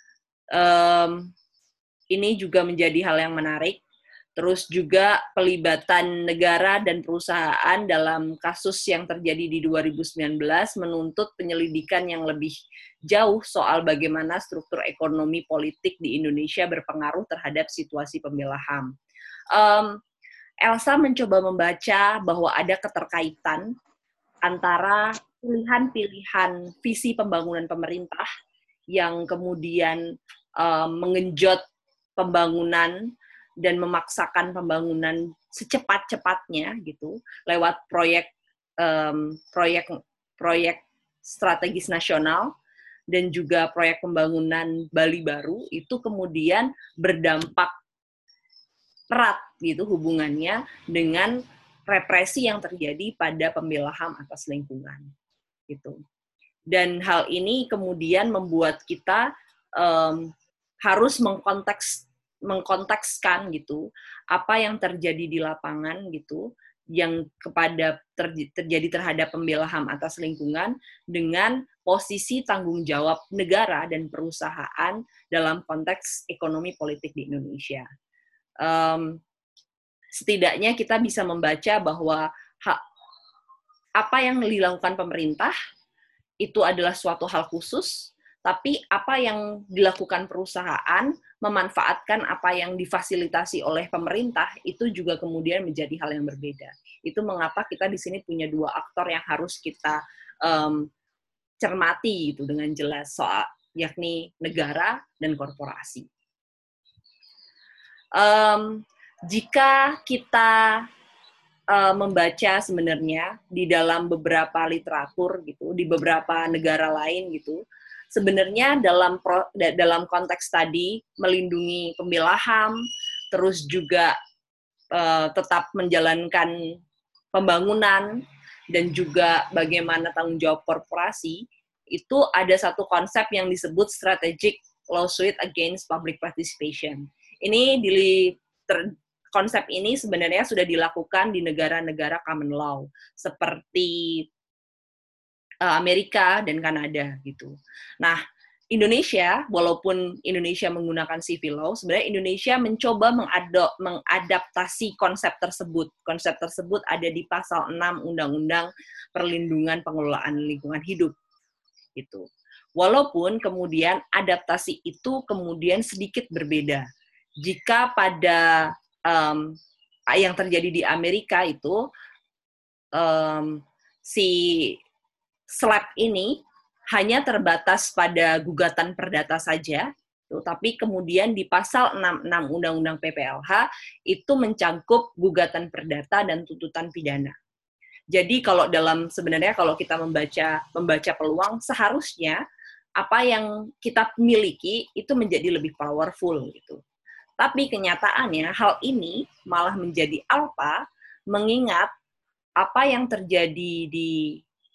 Ini juga menjadi hal yang menarik. Terus juga pelibatan negara dan perusahaan dalam kasus yang terjadi di 2019 menuntut penyelidikan yang lebih jauh soal bagaimana struktur ekonomi politik di Indonesia berpengaruh terhadap situasi pembela HAM. Elsa mencoba membaca bahwa ada keterkaitan antara pilihan-pilihan visi pembangunan pemerintah yang kemudian mengenjot pembangunan dan memaksakan pembangunan secepat-cepatnya gitu lewat proyek strategis nasional dan juga proyek pembangunan Bali Baru itu kemudian berdampak erat gitu hubungannya dengan represi yang terjadi pada pembela HAM atas lingkungan gitu. Dan hal ini kemudian membuat kita harus mengkontekskan gitu apa yang terjadi di lapangan gitu yang terjadi terhadap pembela HAM atas lingkungan dengan posisi tanggung jawab negara dan perusahaan dalam konteks ekonomi politik di Indonesia. Setidaknya kita bisa membaca bahwa apa yang dilakukan pemerintah itu adalah suatu hal khusus, tapi apa yang dilakukan perusahaan memanfaatkan apa yang difasilitasi oleh pemerintah itu juga kemudian menjadi hal yang berbeda. Itu mengapa kita di sini punya dua aktor yang harus kita cermati gitu dengan jelas soal yakni negara dan korporasi. Jika kita membaca sebenarnya di dalam beberapa literatur gitu di beberapa negara lain gitu sebenarnya dalam konteks tadi melindungi pembela HAM terus juga tetap menjalankan pembangunan dan juga bagaimana tanggung jawab korporasi itu ada satu konsep yang disebut strategic lawsuit against public participation. Ini konsep ini sebenarnya sudah dilakukan di negara-negara common law seperti Amerika dan Kanada gitu. Nah, Indonesia walaupun Indonesia menggunakan civil law, sebenarnya Indonesia mencoba mengadaptasi konsep tersebut. Konsep tersebut ada di pasal 6 Undang-Undang Perlindungan Pengelolaan Lingkungan Hidup gitu. Walaupun kemudian adaptasi itu kemudian sedikit berbeda. Jika pada yang terjadi di Amerika itu si SLAPP ini hanya terbatas pada gugatan perdata saja, tapi kemudian di pasal 66 Undang-Undang PPLH itu mencangkup gugatan perdata dan tuntutan pidana. Jadi sebenarnya kalau kita membaca peluang seharusnya apa yang kita miliki itu menjadi lebih powerful gitu. Tapi kenyataannya hal ini malah menjadi alfa mengingat apa yang terjadi di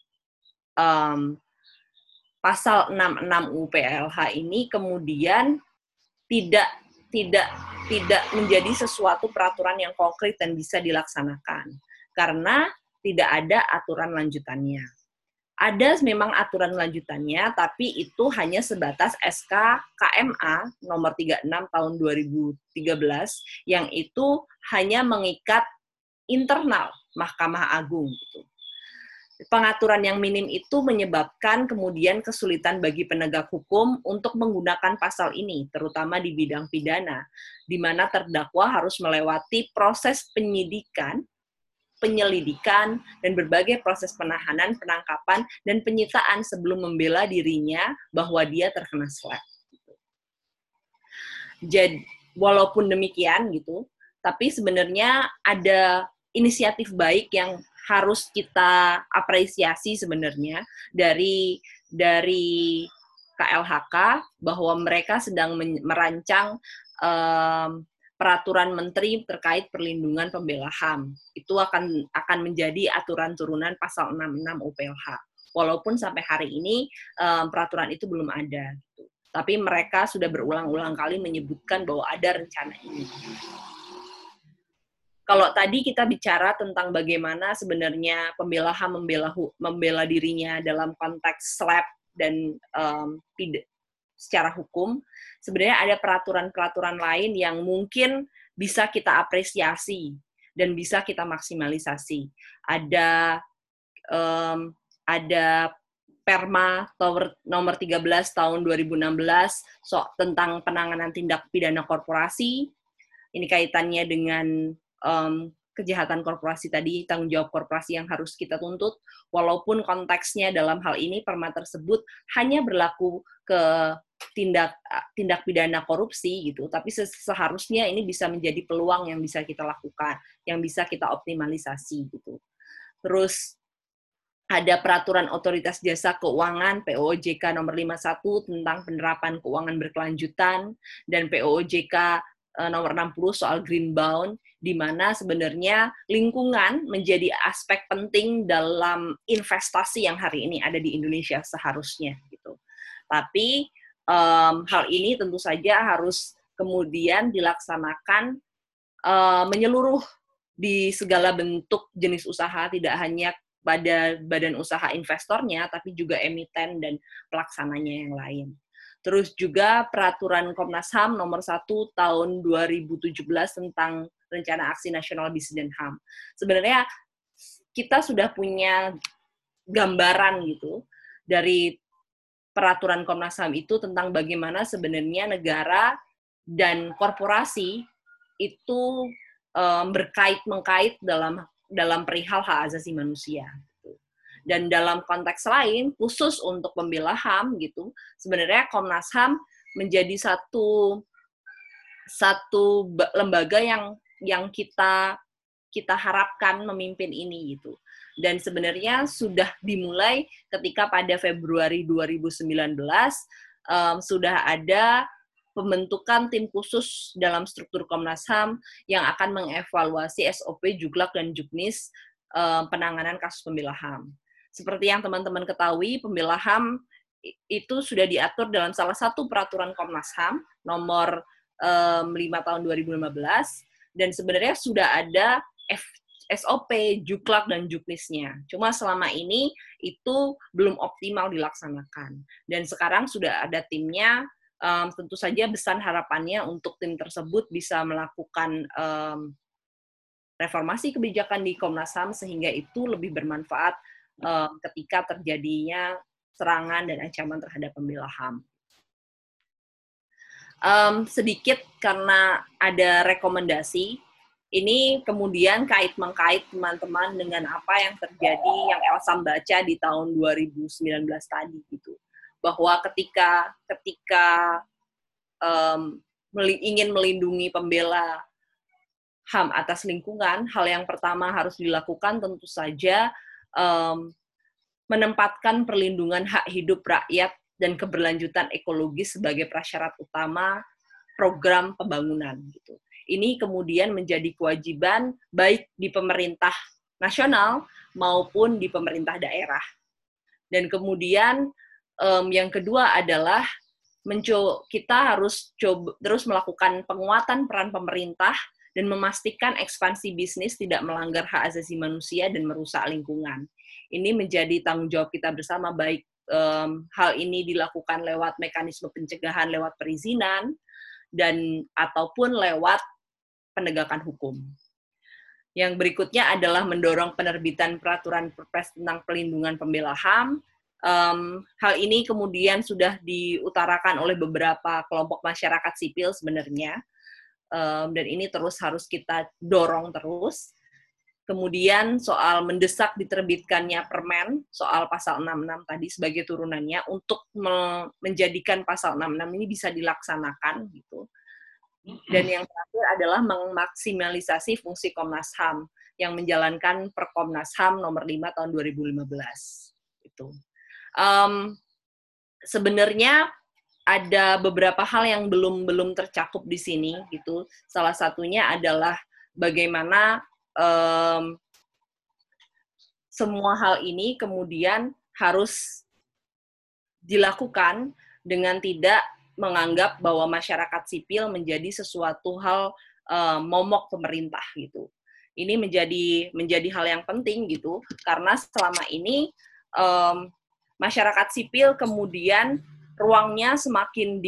pasal 66 UPLH ini kemudian tidak menjadi sesuatu peraturan yang konkret dan bisa dilaksanakan karena tidak ada aturan lanjutannya. Ada memang aturan lanjutannya, tapi itu hanya sebatas SK KMA nomor 36 tahun 2013 yang itu hanya mengikat internal Mahkamah Agung gitu. Pengaturan yang minim itu menyebabkan kemudian kesulitan bagi penegak hukum untuk menggunakan pasal ini, terutama di bidang pidana, di mana terdakwa harus melewati proses penyidikan, penyelidikan, dan berbagai proses penahanan, penangkapan, dan penyitaan sebelum membela dirinya bahwa dia terkena SLAPP. Jadi, walaupun demikian gitu, tapi sebenarnya ada inisiatif baik yang harus kita apresiasi sebenarnya dari KLHK bahwa mereka sedang merancang peraturan menteri terkait perlindungan pembela HAM. Itu akan menjadi aturan turunan pasal 66 UPLH. Walaupun sampai hari ini peraturan itu belum ada. Gitu. Tapi mereka sudah berulang-ulang kali menyebutkan bahwa ada rencana ini. Kalau tadi kita bicara tentang bagaimana sebenarnya pembela HAM membela dirinya dalam konteks SLAPP dan secara hukum, sebenarnya ada peraturan-peraturan lain yang mungkin bisa kita apresiasi dan bisa kita maksimalisasi. Ada Perma nomor 13 tahun 2016 tentang penanganan tindak pidana korporasi. Ini kaitannya dengan kejahatan korporasi tadi, tanggung jawab korporasi yang harus kita tuntut, walaupun konteksnya dalam hal ini Perma tersebut hanya berlaku ke tindak pidana korupsi gitu, tapi seharusnya ini bisa menjadi peluang yang bisa kita lakukan, yang bisa kita optimalisasi gitu. Terus ada peraturan Otoritas Jasa Keuangan POOJK nomor 51 tentang penerapan keuangan berkelanjutan dan POOJK nomor 60 soal green bond, di mana sebenarnya lingkungan menjadi aspek penting dalam investasi yang hari ini ada di Indonesia seharusnya gitu. Tapi hal ini tentu saja harus kemudian dilaksanakan menyeluruh di segala bentuk jenis usaha, tidak hanya pada badan usaha investornya, tapi juga emiten dan pelaksananya yang lain. Terus juga peraturan Komnas HAM nomor 1 tahun 2017 tentang Rencana Aksi Nasional BIS dan HAM. Sebenarnya kita sudah punya gambaran gitu dari peraturan Komnas HAM itu tentang bagaimana sebenarnya negara dan korporasi itu berkait-mengkait dalam perihal hak asasi manusia. Dan dalam konteks lain, khusus untuk pembela HAM gitu, sebenarnya Komnas HAM menjadi satu lembaga yang kita harapkan memimpin ini gitu. Dan sebenarnya sudah dimulai ketika pada Februari 2019 sudah ada pembentukan tim khusus dalam struktur Komnas HAM yang akan mengevaluasi SOP, Juklak, dan Juknis penanganan kasus pembela HAM. Seperti yang teman-teman ketahui, pembela HAM itu sudah diatur dalam salah satu peraturan Komnas HAM nomor 5 tahun 2015, dan sebenarnya sudah ada SOP, Juklak, dan Juknisnya. Cuma selama ini itu belum optimal dilaksanakan. Dan sekarang sudah ada timnya, tentu saja besar harapannya untuk tim tersebut bisa melakukan reformasi kebijakan di Komnas HAM sehingga itu lebih bermanfaat ketika terjadinya serangan dan ancaman terhadap pembela HAM. Sedikit karena ada rekomendasi, ini kemudian kait-mengkait teman-teman dengan apa yang terjadi yang Elsa baca di tahun 2019 tadi gitu. Bahwa ketika ingin melindungi pembela HAM atas lingkungan, hal yang pertama harus dilakukan tentu saja menempatkan perlindungan hak hidup rakyat dan keberlanjutan ekologis sebagai prasyarat utama program pembangunan gitu. Ini kemudian menjadi kewajiban baik di pemerintah nasional maupun di pemerintah daerah. Dan kemudian yang kedua adalah kita harus terus melakukan penguatan peran pemerintah dan memastikan ekspansi bisnis tidak melanggar hak asasi manusia dan merusak lingkungan. Ini menjadi tanggung jawab kita bersama, baik hal ini dilakukan lewat mekanisme pencegahan lewat perizinan dan ataupun lewat penegakan hukum. Yang berikutnya adalah mendorong penerbitan peraturan Perpres tentang pelindungan pembela HAM. Hal ini kemudian sudah diutarakan oleh beberapa kelompok masyarakat sipil sebenarnya, dan ini terus harus kita dorong terus. Kemudian soal mendesak diterbitkannya permen soal pasal 66 tadi sebagai turunannya untuk menjadikan pasal 66 ini bisa dilaksanakan gitu. Dan yang terakhir adalah memaksimalisasi fungsi Komnas HAM yang menjalankan Perkomnas HAM nomor 5 tahun 2015 itu. sebenarnya ada beberapa hal yang belum tercakup di sini gitu. Salah satunya adalah bagaimana semua hal ini kemudian harus dilakukan dengan tidak menganggap bahwa masyarakat sipil menjadi sesuatu hal momok pemerintah gitu. Ini menjadi hal yang penting gitu, karena selama ini masyarakat sipil kemudian ruangnya semakin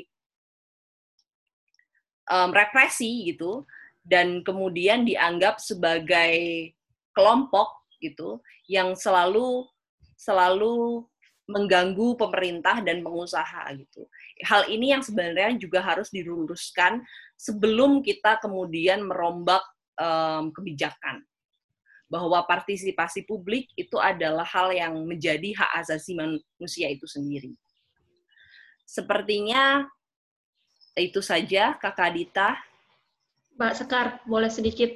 represi gitu, dan kemudian dianggap sebagai kelompok gitu yang selalu mengganggu pemerintah dan pengusaha gitu. Hal ini yang sebenarnya juga harus diluruskan sebelum kita kemudian merombak kebijakan. Bahwa partisipasi publik itu adalah hal yang menjadi hak asasi manusia itu sendiri. Sepertinya itu saja, Kakak Dita. Mbak Sekar, boleh sedikit,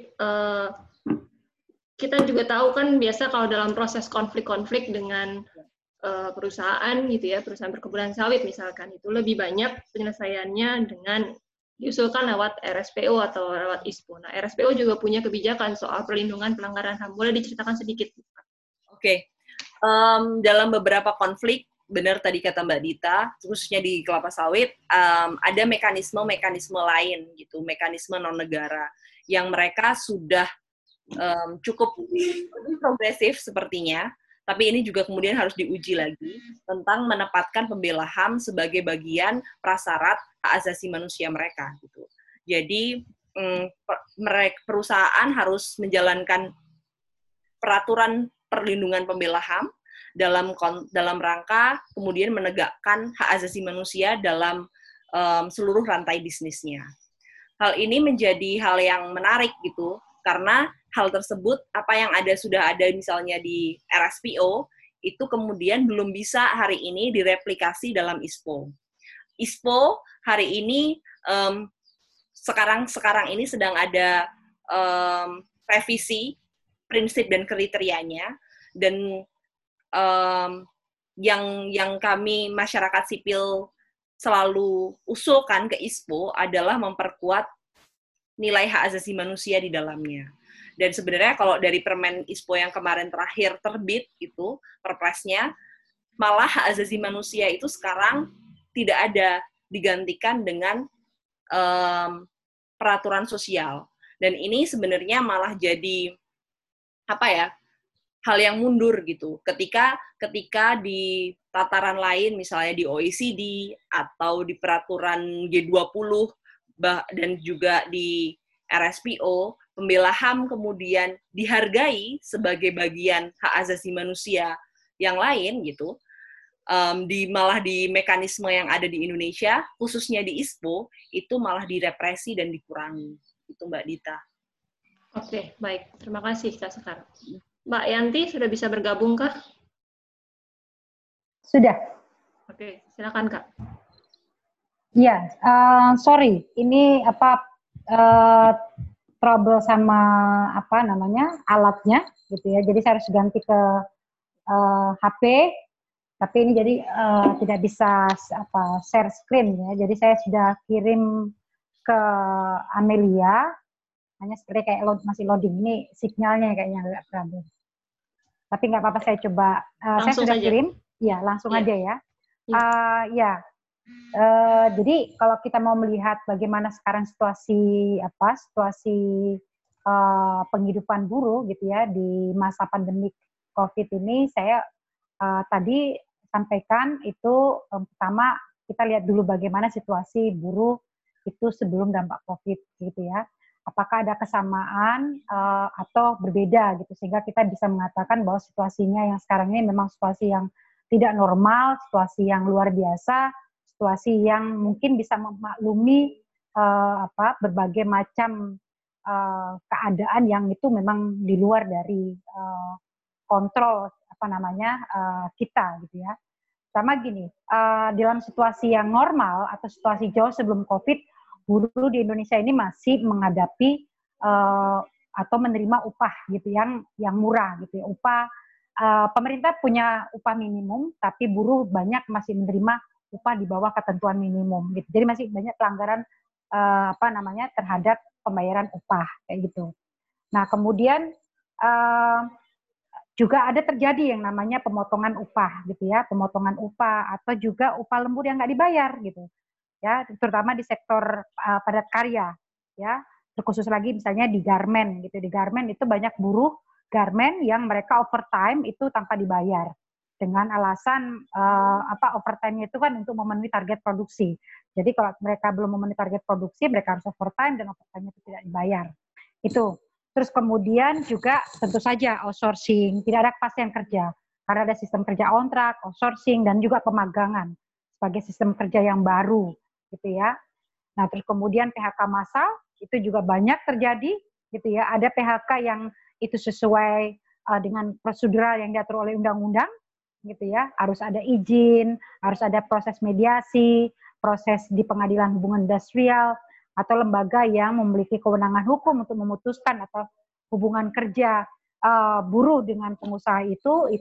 kita juga tahu kan biasa kalau dalam proses konflik-konflik dengan perusahaan gitu ya, perusahaan perkebunan sawit misalkan, itu lebih banyak penyelesaiannya dengan diusulkan lewat RSPO atau lewat ISPO. Nah, RSPO juga punya kebijakan soal perlindungan pelanggaran HAM. Boleh diceritakan sedikit? Oke. Dalam beberapa konflik, benar tadi kata Mbak Dita, khususnya di kelapa sawit, ada mekanisme lain gitu, mekanisme non negara yang mereka sudah cukup lebih progresif sepertinya, tapi ini juga kemudian harus diuji lagi tentang menempatkan pembela HAM sebagai bagian prasyarat hak asasi manusia mereka gitu. Jadi perusahaan harus menjalankan peraturan perlindungan pembela HAM dalam rangka kemudian menegakkan hak asasi manusia dalam seluruh rantai bisnisnya. Hal ini menjadi hal yang menarik gitu, karena hal tersebut, apa yang sudah ada misalnya di RSPO, itu kemudian belum bisa hari ini direplikasi dalam ISPO. ISPO hari ini, sekarang ini sedang ada revisi prinsip dan kriterianya, dan yang kami masyarakat sipil selalu usulkan ke ISPO adalah memperkuat nilai hak asasi manusia di dalamnya. Dan sebenarnya kalau dari Permen ISPO yang kemarin terakhir terbit itu, Perpresnya, malah hak asasi manusia itu sekarang tidak ada, digantikan dengan peraturan sosial. Dan ini sebenarnya malah jadi hal yang mundur gitu. Ketika di tataran lain, misalnya di OECD atau di peraturan G20 dan juga di RSPO, pembela HAM kemudian dihargai sebagai bagian hak asasi manusia yang lain gitu. Malah di mekanisme yang ada di Indonesia, khususnya di ISPO, itu malah direpresi dan dikurangi. Itu Mbak Dita. Oke, baik. Terima kasih, Kak Sekar. Mbak Yanti, sudah bisa bergabung, Kak? Sudah. Oke, silakan, Kak. Iya, sorry, ini trouble sama alatnya, gitu ya. Jadi saya harus ganti ke HP, tapi ini jadi tidak bisa share screen ya. Jadi saya sudah kirim ke Amelia, hanya seperti kayak masih loading, ini sinyalnya kayaknya agak trouble. Tapi nggak apa-apa, saya coba. Saya sudah kirim, ya langsung aja ya. Jadi kalau kita mau melihat bagaimana sekarang situasi penghidupan buruh gitu ya di masa pandemik COVID ini, saya tadi sampaikan itu pertama kita lihat dulu bagaimana situasi buruh itu sebelum dampak COVID gitu ya. Apakah ada kesamaan atau berbeda gitu, sehingga kita bisa mengatakan bahwa situasinya yang sekarang ini memang situasi yang tidak normal, situasi yang luar biasa, situasi yang mungkin bisa memaklumi berbagai macam keadaan yang itu memang di luar dari kontrol kita gitu ya. Sama gini, dalam situasi yang normal atau situasi jauh sebelum COVID, buruh di Indonesia ini masih menghadapi atau menerima upah gitu yang murah gitu ya, upah pemerintah punya upah minimum, tapi buruh banyak masih menerima upah di bawah ketentuan minimum. Gitu. Jadi masih banyak pelanggaran terhadap pembayaran upah kayak gitu. Nah kemudian juga ada terjadi yang namanya pemotongan upah gitu ya, pemotongan upah atau juga upah lembur yang nggak dibayar gitu ya, terutama di sektor padat karya ya, terkhusus lagi misalnya di garmen gitu. Di garmen itu banyak buruh garmen yang mereka overtime itu tanpa dibayar dengan alasan overtime itu kan untuk memenuhi target produksi. Jadi kalau mereka belum memenuhi target produksi, mereka harus overtime dan overtime itu tidak dibayar. Itu. Terus kemudian juga tentu saja outsourcing, tidak ada kepastian kerja karena ada sistem kerja kontrak, outsourcing dan juga pemagangan sebagai sistem kerja yang baru gitu ya. Nah, terus kemudian PHK massal itu juga banyak terjadi gitu ya. Ada PHK yang itu sesuai dengan prosedural yang diatur oleh undang-undang gitu ya. Harus ada izin, harus ada proses mediasi, proses di pengadilan hubungan industrial atau lembaga yang memiliki kewenangan hukum untuk memutuskan atau hubungan kerja buruh dengan pengusaha itu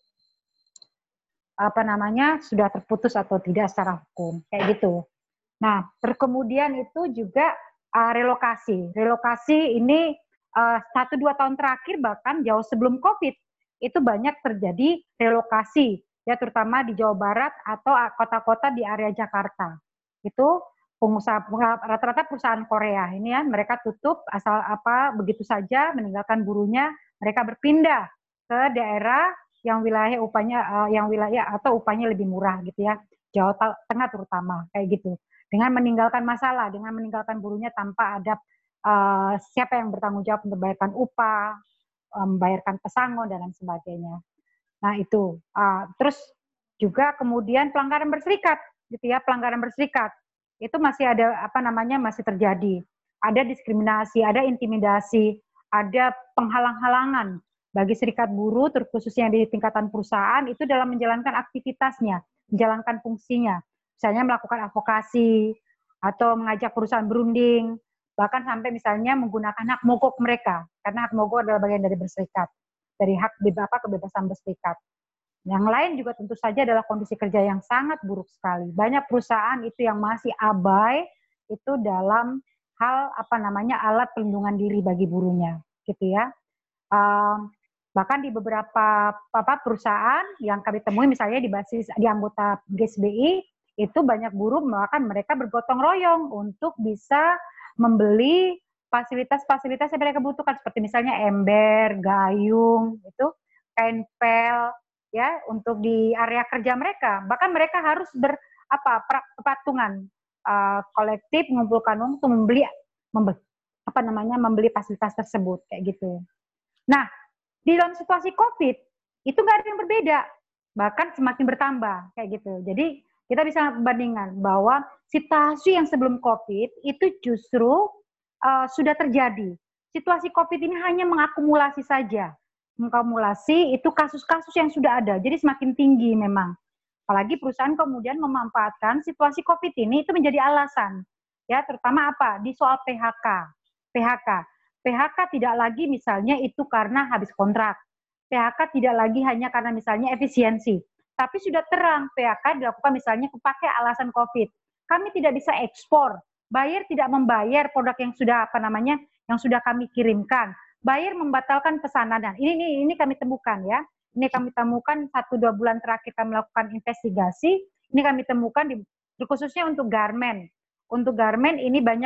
sudah terputus atau tidak secara hukum kayak gitu. Nah, kemudian itu juga relokasi. Relokasi ini 1-2 tahun terakhir bahkan jauh sebelum COVID itu banyak terjadi relokasi ya, terutama di Jawa Barat atau kota-kota di area Jakarta. Itu pengusaha rata-rata perusahaan Korea ini ya, mereka tutup asal begitu saja meninggalkan buruhnya, mereka berpindah ke daerah yang wilayah upahnya lebih murah gitu ya, Jawa Tengah terutama kayak gitu, dengan meninggalkan masalah, dengan meninggalkan buruhnya tanpa ada siapa yang bertanggung jawab untuk membayarkan upah, membayarkan pesangon dan lain sebagainya. Nah itu terus juga kemudian pelanggaran berserikat gitu ya, pelanggaran berserikat itu masih ada masih terjadi, ada diskriminasi, ada intimidasi, ada penghalang-halangan bagi serikat buruh terkhususnya di tingkatan perusahaan itu dalam menjalankan aktivitasnya, menjalankan fungsinya, misalnya melakukan advokasi atau mengajak perusahaan berunding, bahkan sampai misalnya menggunakan hak mogok mereka, karena hak mogok adalah bagian dari berserikat, dari hak kebebasan berserikat. Yang lain juga tentu saja adalah kondisi kerja yang sangat buruk sekali. Banyak perusahaan itu yang masih abai itu dalam hal alat pelindungan diri bagi buruhnya, gitu ya. Bahkan di beberapa perusahaan yang kami temui misalnya di anggota GSBI itu banyak buruh bahkan mereka bergotong royong untuk bisa membeli fasilitas-fasilitas yang mereka butuhkan seperti misalnya ember, gayung, itu kain pel ya untuk di area kerja mereka. Bahkan mereka harus patungan kolektif mengumpulkan uang untuk membeli fasilitas tersebut kayak gitu. Nah, di dalam situasi COVID itu nggak ada yang berbeda, bahkan semakin bertambah kayak gitu. Jadi kita bisa bandingkan bahwa situasi yang sebelum COVID itu justru sudah terjadi. Situasi COVID ini hanya mengakumulasi saja. Mengakumulasi itu kasus-kasus yang sudah ada, jadi semakin tinggi memang. Apalagi perusahaan kemudian memanfaatkan situasi COVID ini itu menjadi alasan, ya terutama di soal PHK tidak lagi misalnya itu karena habis kontrak, PHK tidak lagi hanya karena misalnya efisiensi, tapi sudah terang PHK dilakukan misalnya pakai alasan COVID. Kami tidak bisa ekspor, buyer tidak membayar produk yang sudah yang sudah kami kirimkan. Buyer membatalkan pesanan. Ini kami temukan ya. Ini kami temukan 1-2 bulan terakhir kami melakukan investigasi. Ini kami temukan khususnya untuk garmen. Untuk garmen ini banyak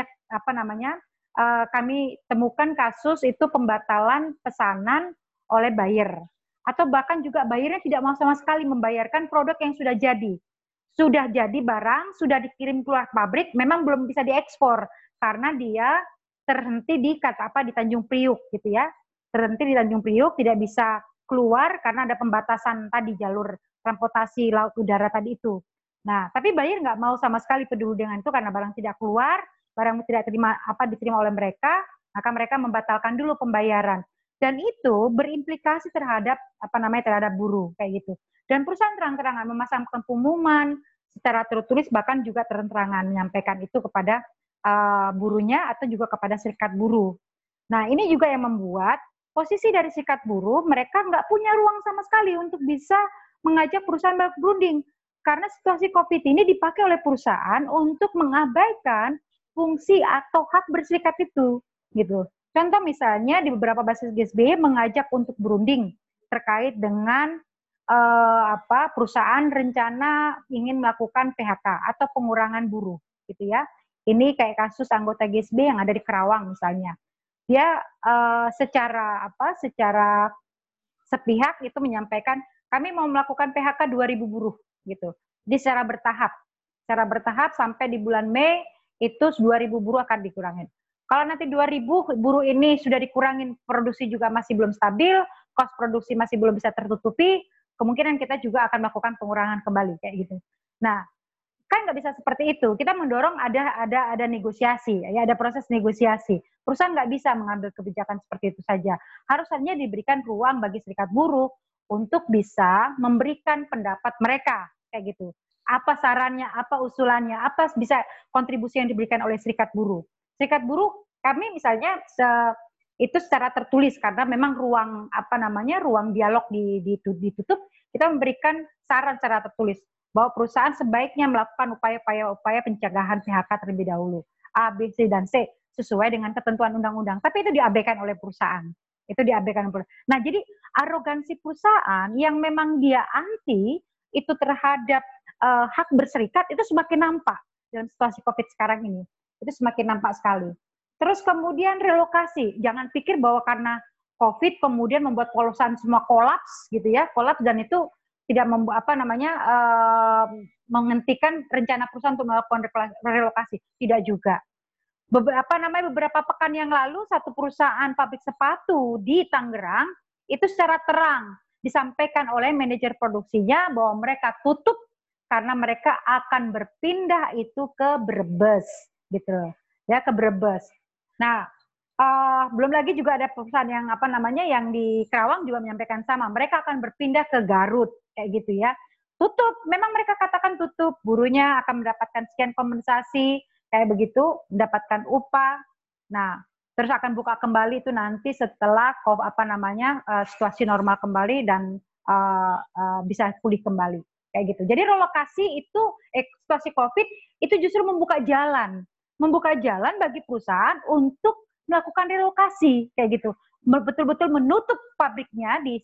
kami temukan kasus itu pembatalan pesanan oleh buyer. Atau bahkan juga buyernya tidak mau sama sekali membayarkan produk yang sudah jadi. Sudah jadi barang, sudah dikirim keluar pabrik, memang belum bisa diekspor karena dia terhenti di Tanjung Priuk gitu ya. Terhenti di Tanjung Priuk, tidak bisa keluar karena ada pembatasan tadi jalur transportasi laut udara tadi itu. Nah, tapi buyer nggak mau sama sekali peduli dengan itu karena barang tidak keluar, barang tidak diterima oleh mereka, maka mereka membatalkan dulu pembayaran. Dan itu berimplikasi terhadap terhadap buruh kayak gitu. Dan perusahaan terang-terangan memasangkan pengumuman secara tertulis, bahkan juga terang-terangan menyampaikan itu kepada buruhnya atau juga kepada serikat buruh. Nah, ini juga yang membuat posisi dari serikat buruh, mereka nggak punya ruang sama sekali untuk bisa mengajak perusahaan berunding. Karena situasi COVID ini dipakai oleh perusahaan untuk mengabaikan fungsi atau hak berserikat itu, gitu. Contoh misalnya di beberapa basis GSBY mengajak untuk berunding terkait dengan perusahaan rencana ingin melakukan PHK atau pengurangan buruh, gitu ya. Ini kayak kasus anggota GSBY yang ada di Kerawang misalnya. Dia secara sepihak itu menyampaikan kami mau melakukan PHK 2.000 buruh gitu. Jadi secara bertahap sampai di bulan Mei itu 2.000 buruh akan dikurangin. Kalau nanti 2.000 buruh ini sudah dikurangin, produksi juga masih belum stabil, kos produksi masih belum bisa tertutupi, kemungkinan kita juga akan melakukan pengurangan kembali kayak gitu. Nah, kan nggak bisa seperti itu. Kita mendorong ada negosiasi, ya ada proses negosiasi. Perusahaan nggak bisa mengambil kebijakan seperti itu saja. Harusnya diberikan ruang bagi serikat buruh untuk bisa memberikan pendapat mereka kayak gitu. Apa sarannya, apa usulannya, apa bisa kontribusi yang diberikan oleh serikat buruh. Serikat buruh kami misalnya itu secara tertulis karena memang ruang ruang dialog ditutup, kita memberikan saran secara tertulis bahwa perusahaan sebaiknya melakukan upaya pencegahan PHK terlebih dahulu. A, B, C, dan C sesuai dengan ketentuan undang-undang. Tapi itu diabaikan oleh perusahaan. Itu diabaikan oleh perusahaan. Nah, jadi arogansi perusahaan yang memang dia anti itu terhadap hak berserikat itu semakin nampak dalam situasi COVID sekarang ini. Itu semakin nampak sekali. Terus kemudian relokasi. Jangan pikir bahwa karena COVID kemudian membuat perusahaan semua kolaps gitu ya, kolaps dan itu tidak menghentikan rencana perusahaan untuk melakukan relokasi. Tidak juga. Beberapa pekan yang lalu satu perusahaan pabrik sepatu di Tangerang itu secara terang disampaikan oleh manajer produksinya bahwa mereka tutup karena mereka akan berpindah itu ke Brebes gitu ya, ke Brebes. Nah, belum lagi juga ada perusahaan yang yang di Kerawang juga menyampaikan sama, mereka akan berpindah ke Garut kayak gitu ya. Tutup, memang mereka katakan tutup, buruhnya akan mendapatkan sekian kompensasi kayak begitu, mendapatkan upah. Nah, terus akan buka kembali itu nanti setelah situasi normal kembali dan bisa pulih kembali kayak gitu. Jadi relokasi itu situasi COVID itu justru membuka jalan bagi perusahaan untuk melakukan relokasi kayak gitu. Betul-betul menutup pabriknya di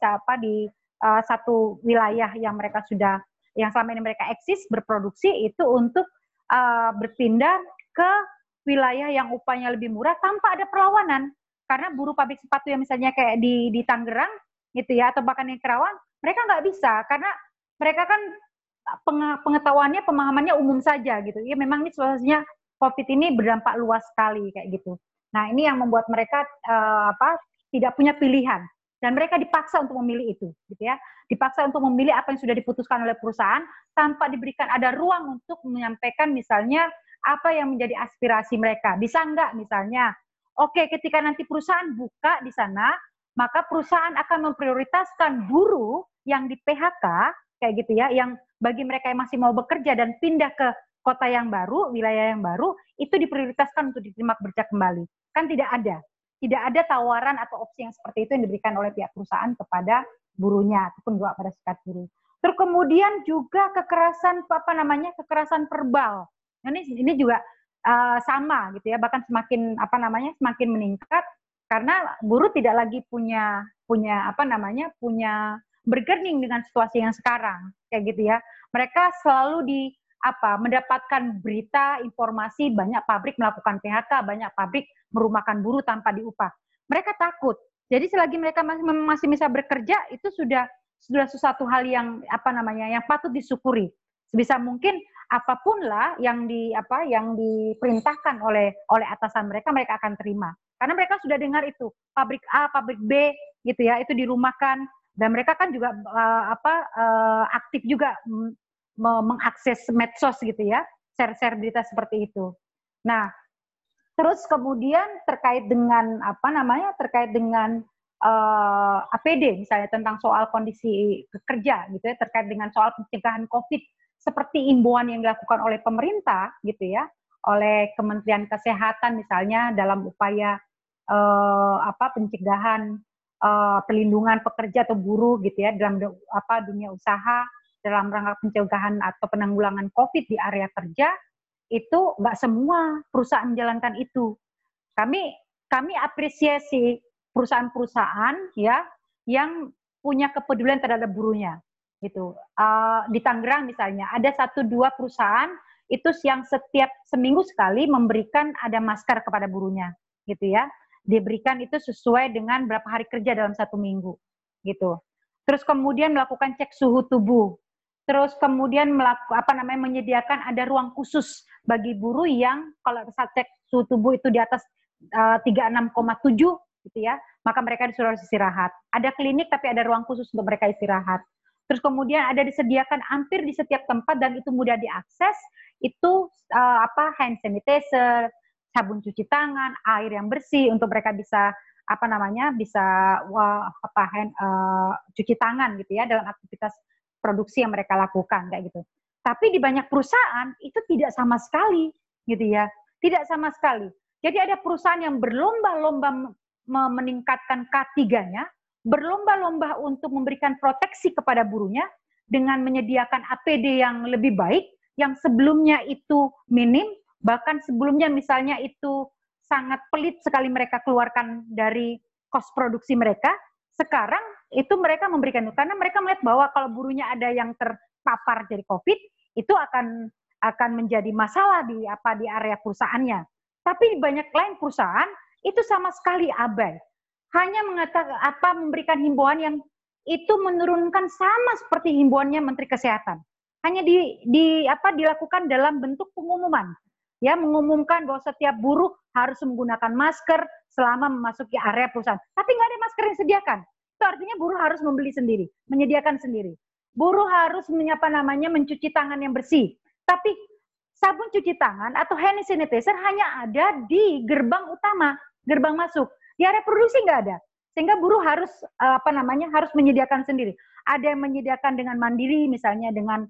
satu wilayah yang selama ini mereka eksis berproduksi itu untuk berpindah ke wilayah yang upahnya lebih murah tanpa ada perlawanan. Karena buruh pabrik sepatu yang misalnya kayak di Tangerang gitu ya, atau bahkan di Kerawang, mereka nggak bisa karena mereka kan pengetahuannya, pemahamannya umum saja gitu. Ya memang ini situasinya COVID ini berdampak luas sekali kayak gitu. Nah, ini yang membuat mereka tidak punya pilihan dan mereka dipaksa untuk memilih itu, gitu ya. Dipaksa untuk memilih apa yang sudah diputuskan oleh perusahaan tanpa diberikan ada ruang untuk menyampaikan misalnya apa yang menjadi aspirasi mereka. Bisa enggak misalnya, oke, ketika nanti perusahaan buka di sana, maka perusahaan akan memprioritaskan buruh yang di PHK kayak gitu ya, yang bagi mereka yang masih mau bekerja dan pindah ke kota yang baru, wilayah yang baru, itu diprioritaskan untuk diterima kerja kembali. Kan tidak ada tawaran atau opsi yang seperti itu yang diberikan oleh pihak perusahaan kepada buruhnya ataupun juga pada serikat buruh. Terus kemudian juga kekerasan verbal. Ini juga sama gitu ya, bahkan semakin meningkat karena buruh tidak lagi punya bergening dengan situasi yang sekarang kayak gitu ya. Mereka selalu mendapatkan berita, informasi banyak pabrik melakukan PHK, banyak pabrik merumahkan buruh tanpa diupah. Mereka takut. Jadi selagi mereka masih bisa bekerja, itu sudah sesuatu hal yang yang patut disyukuri. Sebisa mungkin apapun lah yang diperintahkan oleh atasan mereka akan terima. Karena mereka sudah dengar itu, pabrik A, pabrik B gitu ya, itu dirumahkan dan mereka kan juga aktif juga mengakses medsos gitu ya, share-share berita seperti itu. Nah, terus kemudian terkait dengan APD misalnya tentang soal kondisi kerja gitu ya, terkait dengan soal pencegahan COVID seperti imbauan yang dilakukan oleh pemerintah gitu ya, oleh Kementerian Kesehatan misalnya dalam upaya pencegahan pelindungan pekerja atau buruh gitu ya dalam dunia usaha dalam rangka pencegahan atau penanggulangan COVID di area kerja, itu nggak semua perusahaan menjalankan itu. Kami apresiasi perusahaan-perusahaan ya yang punya kepedulian terhadap buruhnya gitu. Di Tangerang misalnya ada 1-2 perusahaan itu yang setiap seminggu sekali memberikan ada masker kepada buruhnya gitu ya. Diberikan itu sesuai dengan berapa hari kerja dalam 1 minggu gitu. Terus kemudian melakukan cek suhu tubuh. Terus kemudian menyediakan ada ruang khusus bagi buruh yang kalau saat cek suhu tubuh itu di atas 36,7 gitu ya, maka mereka disuruh istirahat. Ada klinik tapi ada ruang khusus untuk mereka istirahat. Terus kemudian ada disediakan hampir di setiap tempat dan itu mudah diakses, itu hand sanitizer, sabun cuci tangan, air yang bersih untuk mereka bisa cuci tangan gitu ya dalam aktivitas produksi yang mereka lakukan kayak gitu. Tapi di banyak perusahaan itu tidak sama sekali gitu ya. Tidak sama sekali. Jadi ada perusahaan yang berlomba-lomba meningkatkan K3-nya, berlomba-lomba untuk memberikan proteksi kepada buruhnya dengan menyediakan APD yang lebih baik, yang sebelumnya itu minim, bahkan sebelumnya misalnya itu sangat pelit sekali mereka keluarkan dari kos produksi mereka, sekarang itu mereka memberikan itu karena mereka melihat bahwa kalau buruhnya ada yang terpapar dari COVID itu akan menjadi masalah di area perusahaannya. Tapi banyak lain perusahaan itu sama sekali abai, hanya memberikan himbauan yang itu menurunkan sama seperti himbauannya Menteri Kesehatan, hanya dilakukan dalam bentuk pengumuman, ya mengumumkan bahwa setiap buruh harus menggunakan masker selama memasuki area perusahaan. Tapi nggak ada masker yang disediakan. Itu artinya buruh harus membeli sendiri, menyediakan sendiri. Buruh harus mencuci tangan yang bersih. Tapi sabun cuci tangan atau hand sanitizer hanya ada di gerbang utama, gerbang masuk. Di area produksi nggak ada. Sehingga buruh harus harus menyediakan sendiri. Ada yang menyediakan dengan mandiri, misalnya dengan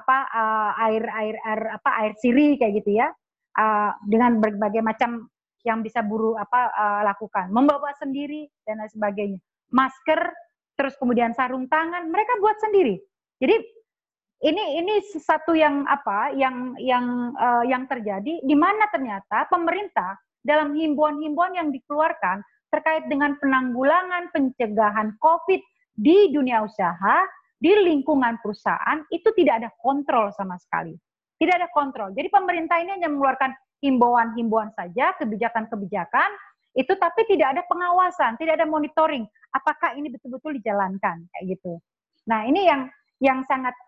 air siri kayak gitu ya. Dengan berbagai macam yang bisa buruh lakukan, membawa sendiri dan lain sebagainya. Masker, terus kemudian sarung tangan, mereka buat sendiri. Jadi ini sesuatu yang terjadi di mana ternyata pemerintah dalam himbauan-himbauan yang dikeluarkan terkait dengan penanggulangan pencegahan COVID di dunia usaha, di lingkungan perusahaan itu tidak ada kontrol sama sekali. Tidak ada kontrol. Jadi pemerintah ini hanya mengeluarkan himbauan-himbauan saja, kebijakan-kebijakan, itu tapi tidak ada pengawasan, tidak ada monitoring. Apakah ini betul-betul dijalankan kayak gitu. Nah ini yang sangat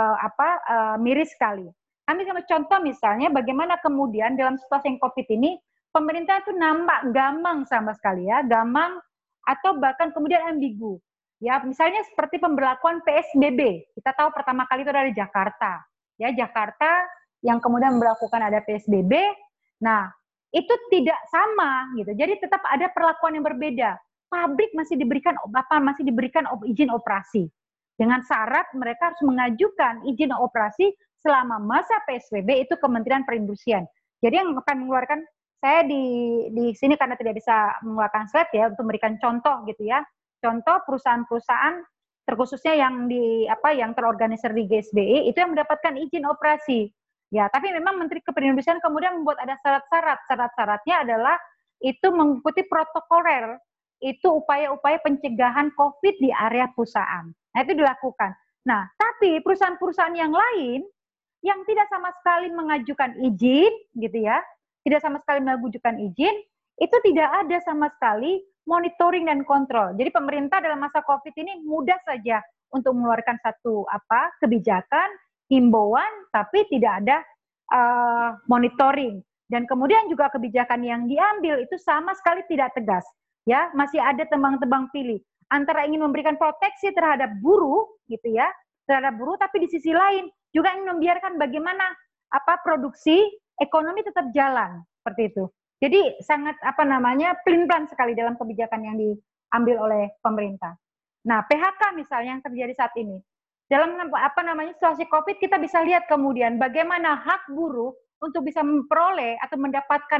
miris sekali. Kami sama contoh misalnya bagaimana kemudian dalam situasi yang COVID ini pemerintah itu nampak gamang sama sekali ya, gamang atau bahkan kemudian ambigu. Ya misalnya seperti pemberlakuan PSBB. Kita tahu pertama kali itu dari Jakarta. Ya, Jakarta yang kemudian melakukan ada PSBB, nah itu tidak sama gitu. Jadi tetap ada perlakuan yang berbeda. Pabrik masih diberikan izin operasi dengan syarat mereka harus mengajukan izin operasi selama masa PSBB itu Kementerian Perindustrian. Jadi yang akan mengeluarkan saya di sini karena tidak bisa mengeluarkan slide ya untuk memberikan contoh gitu ya. Contoh perusahaan-perusahaan terkhususnya yang terorganisir di GSBI itu yang mendapatkan izin operasi. Ya, tapi memang Menteri Perindustrian kemudian membuat ada syarat-syarat. Syarat-syaratnya adalah itu mengikuti protokoler, itu upaya-upaya pencegahan COVID di area perusahaan. Nah, itu dilakukan. Nah, tapi perusahaan-perusahaan yang lain yang tidak sama sekali mengajukan izin, gitu ya, tidak sama sekali mengajukan izin, itu tidak ada sama sekali monitoring dan kontrol. Jadi pemerintah dalam masa COVID ini mudah saja untuk mengeluarkan satu kebijakan, himbauan, tapi tidak ada monitoring. Dan kemudian juga kebijakan yang diambil itu sama sekali tidak tegas. Ya, masih ada tebang-tebang pilih antara ingin memberikan proteksi terhadap buruh, gitu ya, terhadap buruh, tapi di sisi lain juga ingin membiarkan bagaimana produksi ekonomi tetap jalan seperti itu. Jadi sangat pelin-pelan sekali dalam kebijakan yang diambil oleh pemerintah. Nah, PHK misalnya yang terjadi saat ini. Dalam situasi COVID kita bisa lihat kemudian bagaimana hak buruh untuk bisa memperoleh atau mendapatkan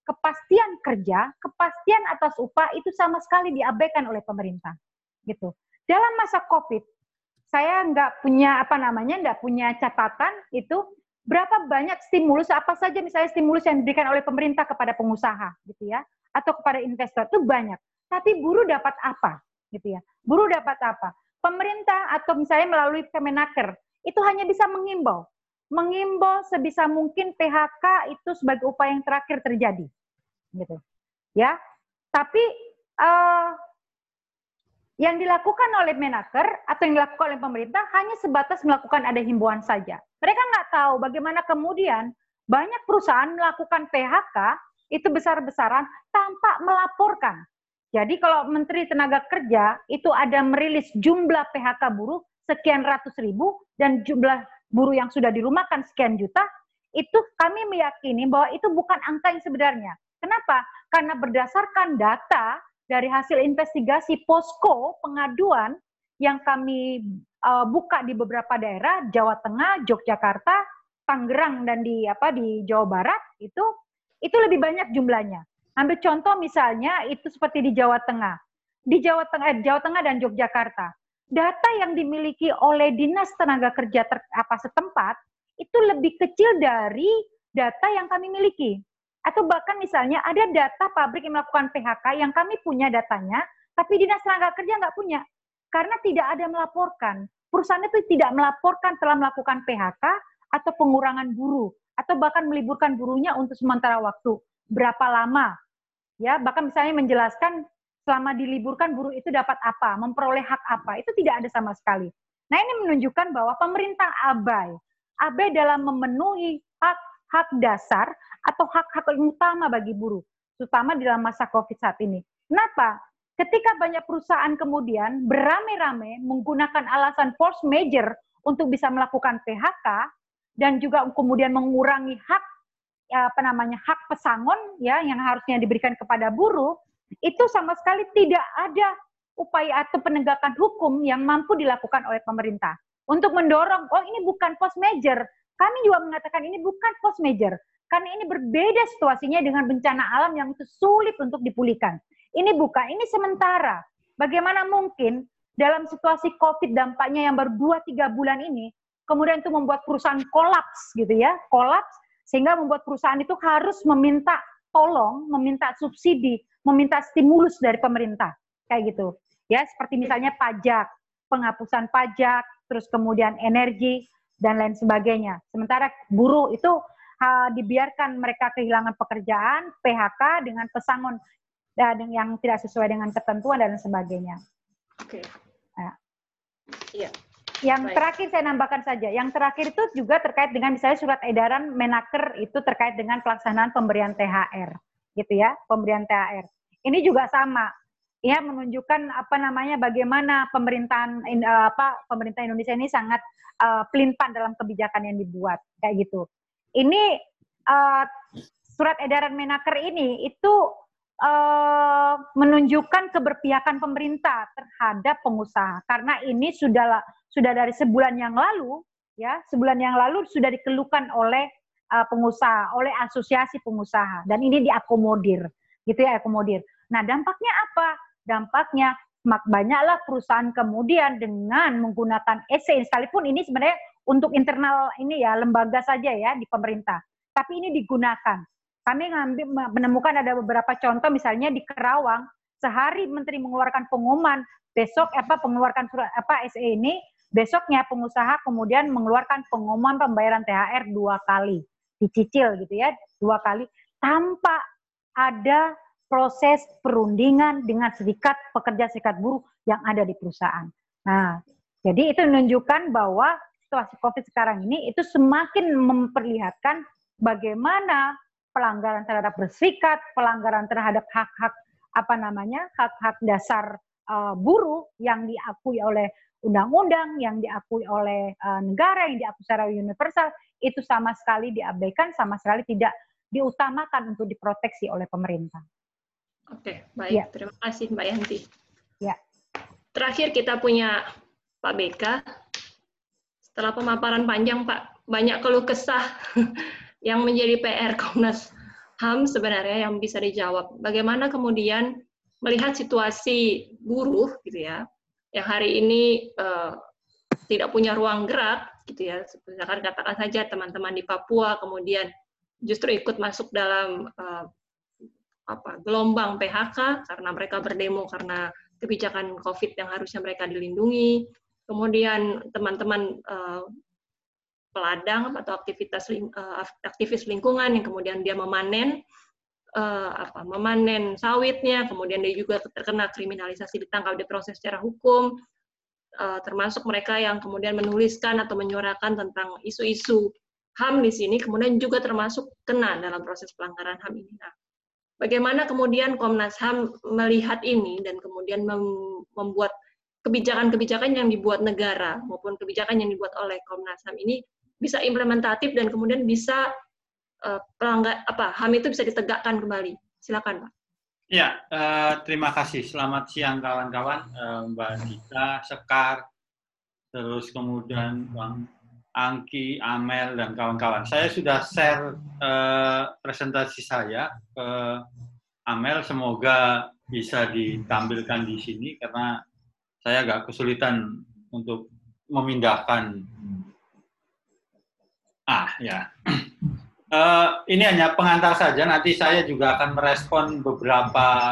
kepastian kerja, kepastian atas upah itu sama sekali diabaikan oleh pemerintah. Gitu. Dalam masa COVID, saya nggak punya catatan itu berapa banyak stimulus, apa saja misalnya stimulus yang diberikan oleh pemerintah kepada pengusaha, gitu ya, atau kepada investor itu banyak. Tapi buruh dapat apa, gitu ya? Buruh dapat apa? Pemerintah atau misalnya melalui Kemenaker itu hanya bisa mengimbau sebisa mungkin PHK itu sebagai upaya yang terakhir terjadi, gitu, ya. Tapi yang dilakukan oleh Menaker atau yang dilakukan oleh pemerintah hanya sebatas melakukan ada himbauan saja. Mereka nggak tahu bagaimana kemudian banyak perusahaan melakukan PHK itu besar-besaran tanpa melaporkan. Jadi kalau Menteri Tenaga Kerja itu ada merilis jumlah PHK buruh sekian ratus ribu dan jumlah buruh yang sudah dirumahkan sekian juta, itu kami meyakini bahwa itu bukan angka yang sebenarnya. Kenapa? Karena berdasarkan data dari hasil investigasi posko pengaduan yang kami buka di beberapa daerah, Jawa Tengah, Yogyakarta, Tangerang, dan di Jawa Barat, itu lebih banyak jumlahnya. Ambil contoh misalnya itu seperti di Jawa Tengah. Di Jawa Tengah dan Yogyakarta, data yang dimiliki oleh Dinas Tenaga Kerja setempat itu lebih kecil dari data yang kami miliki. Atau bahkan misalnya ada data pabrik yang melakukan PHK yang kami punya datanya, tapi Dinas Tenaga Kerja nggak punya. Karena tidak ada melaporkan. Perusahaan itu tidak melaporkan telah melakukan PHK atau pengurangan buruh, atau bahkan meliburkan buruhnya untuk sementara waktu. Berapa lama? Ya, bahkan misalnya menjelaskan selama diliburkan buruh itu dapat apa, memperoleh hak apa, itu tidak ada sama sekali. Nah, ini menunjukkan bahwa pemerintah abai dalam memenuhi hak dasar atau hak-hak yang utama bagi buruh, terutama dalam masa COVID saat ini. Kenapa? Ketika banyak perusahaan kemudian beramai-ramai menggunakan alasan force majeure untuk bisa melakukan PHK dan juga kemudian mengurangi hak hak pesangon ya yang harusnya diberikan kepada buruh, itu sama sekali tidak ada upaya atau penegakan hukum yang mampu dilakukan oleh pemerintah untuk mendorong, oh ini bukan force majeure. Kami juga mengatakan ini bukan force majeure karena ini berbeda situasinya dengan bencana alam yang itu sulit untuk dipulihkan. Ini bukan, ini sementara. Bagaimana mungkin dalam situasi COVID dampaknya yang baru 2-3 bulan ini, kemudian itu membuat perusahaan kolaps gitu ya, kolaps sehingga membuat perusahaan itu harus meminta tolong, meminta subsidi, meminta stimulus dari pemerintah, kayak gitu. Ya, seperti misalnya pajak, penghapusan pajak, terus kemudian energi dan lain sebagainya. Sementara buruh itu dibiarkan mereka kehilangan pekerjaan, PHK dengan pesangon dan yang tidak sesuai dengan ketentuan dan sebagainya. Oke. Nah. Iya. Yang terakhir saya nambahkan saja. Yang terakhir itu juga terkait dengan misalnya surat edaran Menaker itu terkait dengan pelaksanaan pemberian THR, gitu ya, pemberian THR. Ini juga sama, ya menunjukkan bagaimana pemerintah Indonesia ini sangat pelin-pelan dalam kebijakan yang dibuat, kayak gitu. Ini surat edaran Menaker ini itu menunjukkan keberpihakan pemerintah terhadap pengusaha karena ini sudah dari sebulan yang lalu ya sudah dikeluhkan oleh pengusaha, oleh asosiasi pengusaha dan ini diakomodir gitu ya, akomodir. Nah, dampaknya apa? Dampaknya banyaklah perusahaan kemudian dengan menggunakan SE sekalipun ini sebenarnya untuk internal ini ya lembaga saja ya di pemerintah. Tapi ini digunakan. Kami menemukan ada beberapa contoh misalnya di Kerawang, sehari Menteri mengeluarkan pengumuman, besok mengeluarkan surat SE ini, besoknya pengusaha kemudian mengeluarkan pengumuman pembayaran THR 2 kali, dicicil gitu ya, 2 kali, tanpa ada proses perundingan dengan serikat pekerja serikat buruh yang ada di perusahaan. Nah, jadi itu menunjukkan bahwa situasi COVID sekarang ini itu semakin memperlihatkan bagaimana pelanggaran terhadap berserikat, pelanggaran terhadap hak-hak hak-hak dasar buruh yang diakui oleh undang-undang, yang diakui oleh negara, yang diakui secara universal, itu sama sekali diabaikan, sama sekali tidak diutamakan untuk diproteksi oleh pemerintah. Oke, baik. Ya. Terima kasih Mbak Yanti. Ya. Terakhir kita punya Pak BK. Setelah pemaparan panjang Pak, banyak keluh kesah yang menjadi PR Komnas HAM sebenarnya yang bisa dijawab. Bagaimana kemudian melihat situasi buruh gitu ya, yang hari ini tidak punya ruang gerak gitu ya. Misalkan katakan saja teman-teman di Papua kemudian justru ikut masuk dalam gelombang PHK karena mereka berdemo karena kebijakan COVID yang harusnya mereka dilindungi. Kemudian teman-teman peladang atau aktivis lingkungan yang kemudian dia memanen sawitnya, kemudian dia juga terkena kriminalisasi, ditangkap, diproses secara hukum, termasuk mereka yang kemudian menuliskan atau menyuarakan tentang isu-isu HAM di sini, kemudian juga termasuk kena dalam proses pelanggaran HAM ini. Nah, bagaimana kemudian Komnas HAM melihat ini dan kemudian membuat kebijakan-kebijakan yang dibuat negara maupun kebijakan yang dibuat oleh Komnas HAM ini bisa implementatif dan kemudian bisa HAM itu bisa ditegakkan kembali. Silakan, Pak. Ya, terima kasih. Selamat siang kawan-kawan, Mbak Dita, Sekar, terus kemudian Bang Angki, Amel, dan kawan-kawan. Saya sudah share presentasi saya ke Amel, semoga bisa ditampilkan di sini karena saya agak kesulitan untuk memindahkan. Ya. Ini hanya pengantar saja, nanti saya juga akan merespon beberapa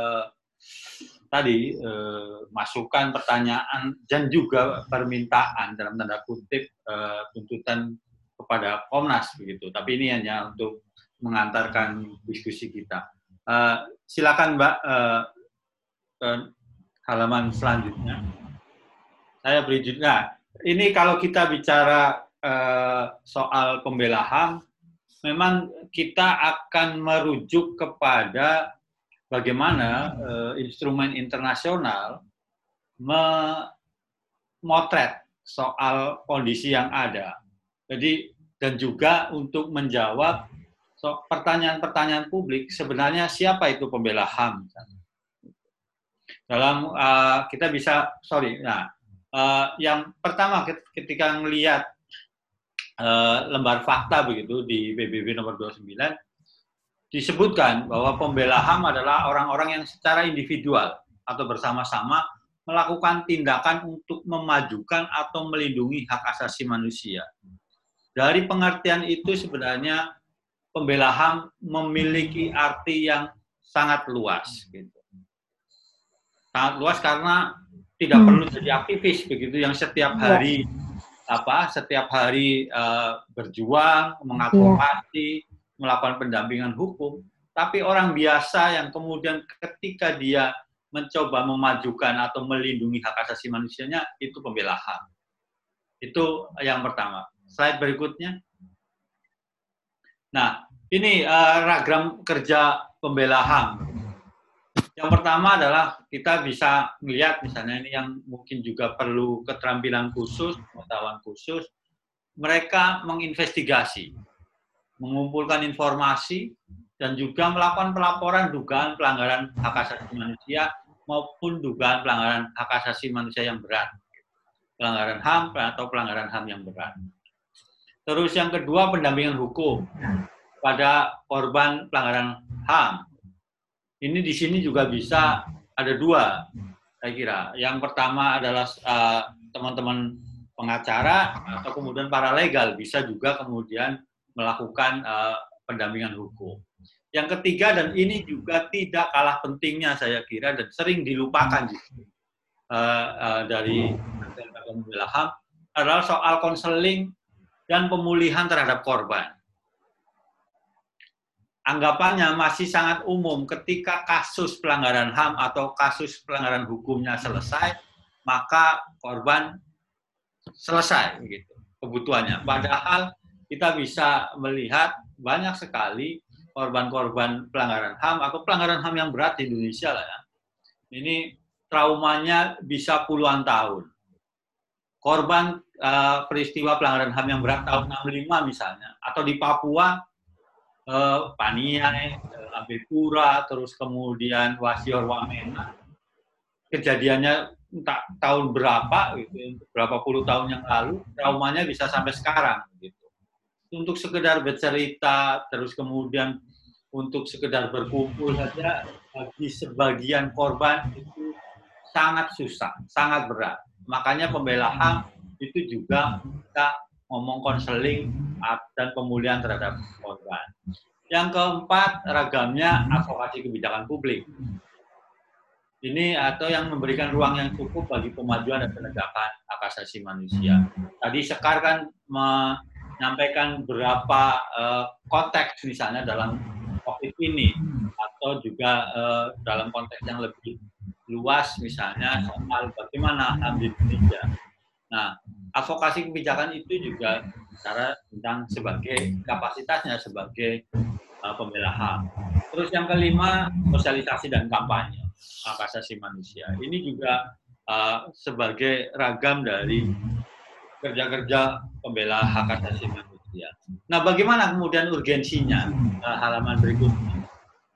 masukan, pertanyaan, dan juga permintaan dalam tanda kutip tuntutan kepada Komnas begitu. Tapi ini hanya untuk mengantarkan diskusi kita. Silakan Mbak ke halaman selanjutnya. Saya beri judul. Nah, ini kalau kita bicara soal pembela HAM, memang kita akan merujuk kepada bagaimana instrumen internasional memotret soal kondisi yang ada. Jadi, dan juga untuk menjawab pertanyaan-pertanyaan publik, sebenarnya siapa itu pembela HAM? Dalam kita bisa, yang pertama ketika melihat lembar fakta begitu di PBB nomor 29 disebutkan bahwa pembela HAM adalah orang-orang yang secara individual atau bersama-sama melakukan tindakan untuk memajukan atau melindungi hak asasi manusia. Dari pengertian itu sebenarnya pembela HAM memiliki arti yang sangat luas gitu. Sangat luas karena tidak perlu jadi aktivis begitu yang setiap hari berjuang, mengadvokasi, melakukan pendampingan hukum, tapi orang biasa yang kemudian ketika dia mencoba memajukan atau melindungi hak asasi manusianya, itu pembela HAM. Itu yang pertama. Slide berikutnya. Nah, ini ragam kerja pembela HAM. Yang pertama adalah kita bisa melihat misalnya ini yang mungkin juga perlu keterampilan khusus, pengetahuan khusus, mereka menginvestigasi, mengumpulkan informasi, dan juga melakukan pelaporan dugaan pelanggaran hak asasi manusia maupun dugaan pelanggaran hak asasi manusia yang berat. Pelanggaran HAM atau pelanggaran HAM yang berat. Terus yang kedua, pendampingan hukum pada korban pelanggaran HAM. Ini di sini juga bisa ada dua, saya kira. Yang pertama adalah teman-teman pengacara atau kemudian paralegal bisa juga kemudian melakukan pendampingan hukum. Yang ketiga, dan ini juga tidak kalah pentingnya saya kira dan sering dilupakan dari pembela HAM adalah soal konseling dan pemulihan terhadap korban. Anggapannya masih sangat umum ketika kasus pelanggaran HAM atau kasus pelanggaran hukumnya selesai, maka korban selesai gitu kebutuhannya. Padahal kita bisa melihat banyak sekali korban-korban pelanggaran HAM atau pelanggaran HAM yang berat di Indonesia lah ya. Ini traumanya bisa puluhan tahun. Korban peristiwa pelanggaran HAM yang berat tahun 65 misalnya, atau di Papua Paniai, Abepura, terus kemudian Wasior Wamena, kejadiannya entah tahun berapa, gitu, berapa puluh tahun yang lalu, traumanya bisa sampai sekarang. Gitu. Untuk sekedar bercerita, terus kemudian untuk sekedar berkumpul saja bagi sebagian korban itu sangat susah, sangat berat. Makanya pembela HAM itu juga kita ngomong konseling dan pemulihan terhadap korban. Yang keempat, ragamnya advokasi kebijakan publik. Ini atau yang memberikan ruang yang cukup bagi pemajuan dan penegakan hak asasi manusia. Tadi Sekar kan menyampaikan beberapa konteks misalnya dalam COVID ini, atau juga dalam konteks yang lebih luas misalnya soal bagaimana HAM di Indonesia. Nah, advokasi kebijakan itu juga bicara tentang sebagai kapasitasnya sebagai pembela HAM. Terus yang kelima, sosialisasi dan kampanye hak asasi manusia. Ini juga sebagai ragam dari kerja-kerja pembela hak asasi manusia. Nah, bagaimana kemudian urgensinya? Halaman berikutnya.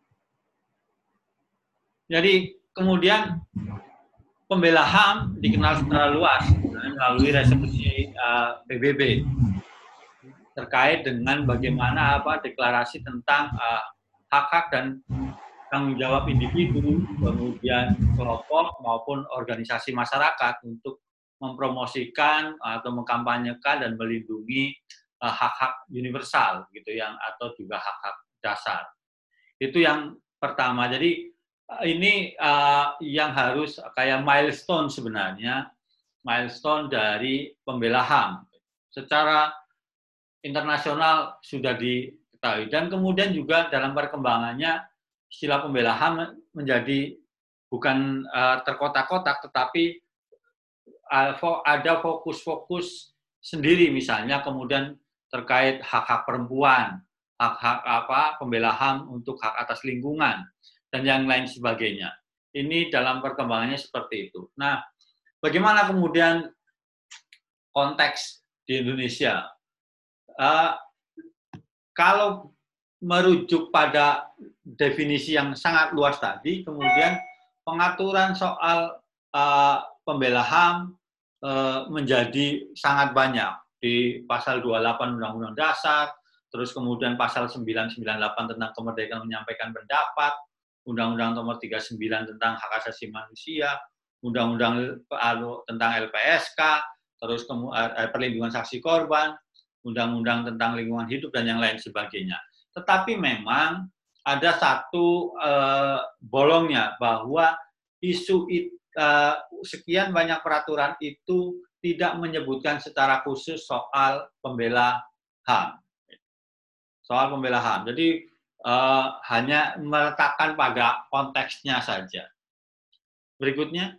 Jadi kemudian pembela HAM dikenal secara luas melalui resolusi PBB terkait dengan bagaimana deklarasi tentang hak-hak dan tanggung jawab individu, kemudian kelompok maupun organisasi masyarakat untuk mempromosikan atau mengkampanyekan dan melindungi hak-hak universal gitu atau juga hak-hak dasar. Itu yang pertama. Jadi ini yang harus kayak milestone sebenarnya, milestone dari pembela HAM. Secara internasional sudah diketahui, dan kemudian juga dalam perkembangannya istilah pembela HAM menjadi bukan terkotak-kotak, tetapi ada fokus-fokus sendiri, misalnya kemudian terkait hak-hak perempuan, hak-hak pembela HAM untuk hak atas lingkungan, dan yang lain sebagainya. Ini dalam perkembangannya seperti itu. Nah, bagaimana kemudian konteks di Indonesia? Kalau merujuk pada definisi yang sangat luas tadi, kemudian pengaturan soal pembela HAM menjadi sangat banyak di pasal 28 Undang-Undang Dasar, terus kemudian pasal 998 tentang kemerdekaan menyampaikan pendapat, Undang-Undang nomor 39 tentang hak asasi manusia, Undang-Undang tentang LPSK, terus perlindungan saksi korban, Undang-Undang tentang lingkungan hidup, dan yang lain sebagainya. Tetapi memang ada satu bolongnya, bahwa isu sekian banyak peraturan itu tidak menyebutkan secara khusus soal pembela HAM. Soal pembela HAM. Jadi hanya meletakkan pada konteksnya saja. Berikutnya.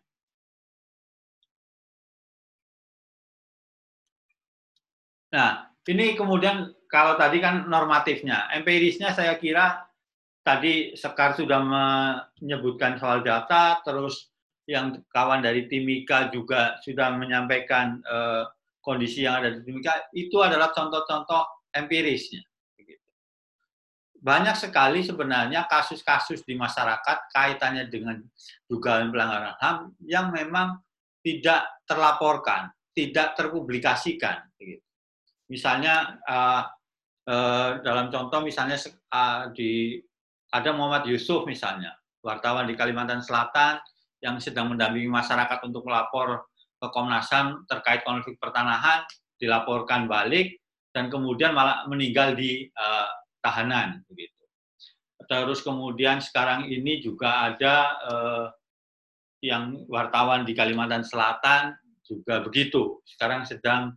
Nah, ini kemudian kalau tadi kan normatifnya, empirisnya saya kira tadi Sekar sudah menyebutkan soal data, terus yang kawan dari Timika juga sudah menyampaikan kondisi yang ada di Timika, itu adalah contoh-contoh empirisnya. Banyak sekali sebenarnya kasus-kasus di masyarakat kaitannya dengan dugaan pelanggaran HAM yang memang tidak terlaporkan, tidak terpublikasikan. Misalnya dalam contoh misalnya ada Muhammad Yusuf misalnya, wartawan di Kalimantan Selatan yang sedang mendampingi masyarakat untuk melapor ke Komnas HAM terkait konflik pertanahan, dilaporkan balik dan kemudian malah meninggal di tahanan begitu. Terus kemudian sekarang ini juga ada yang wartawan di Kalimantan Selatan juga begitu. Sekarang sedang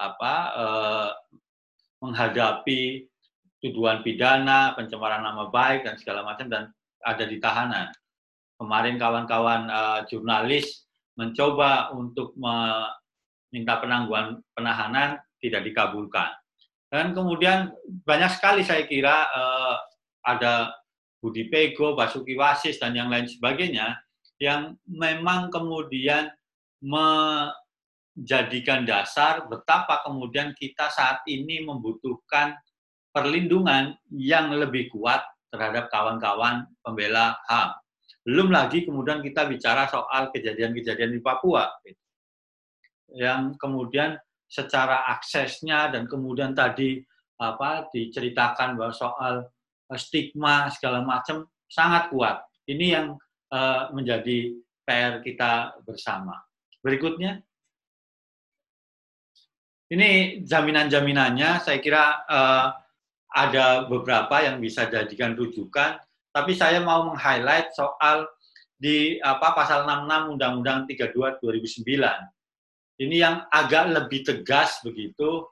menghadapi tuduhan pidana, pencemaran nama baik dan segala macam, dan ada di tahanan. Kemarin kawan-kawan jurnalis mencoba untuk meminta penangguhan penahanan, tidak dikabulkan. Dan kemudian banyak sekali saya kira ada Budi Pego, Basuki Wasis dan yang lain sebagainya yang memang kemudian menjadikan dasar betapa kemudian kita saat ini membutuhkan perlindungan yang lebih kuat terhadap kawan-kawan pembela HAM. Belum lagi kemudian kita bicara soal kejadian-kejadian di Papua, yang kemudian secara aksesnya dan kemudian tadi diceritakan bahwa soal stigma segala macam sangat kuat. Ini yang menjadi PR kita bersama. Berikutnya, ini jaminan-jaminannya. Saya kira ada beberapa yang bisa dijadikan rujukan, tapi saya mau meng-highlight soal di pasal 66 Undang-Undang 32 2009. Ini yang agak lebih tegas begitu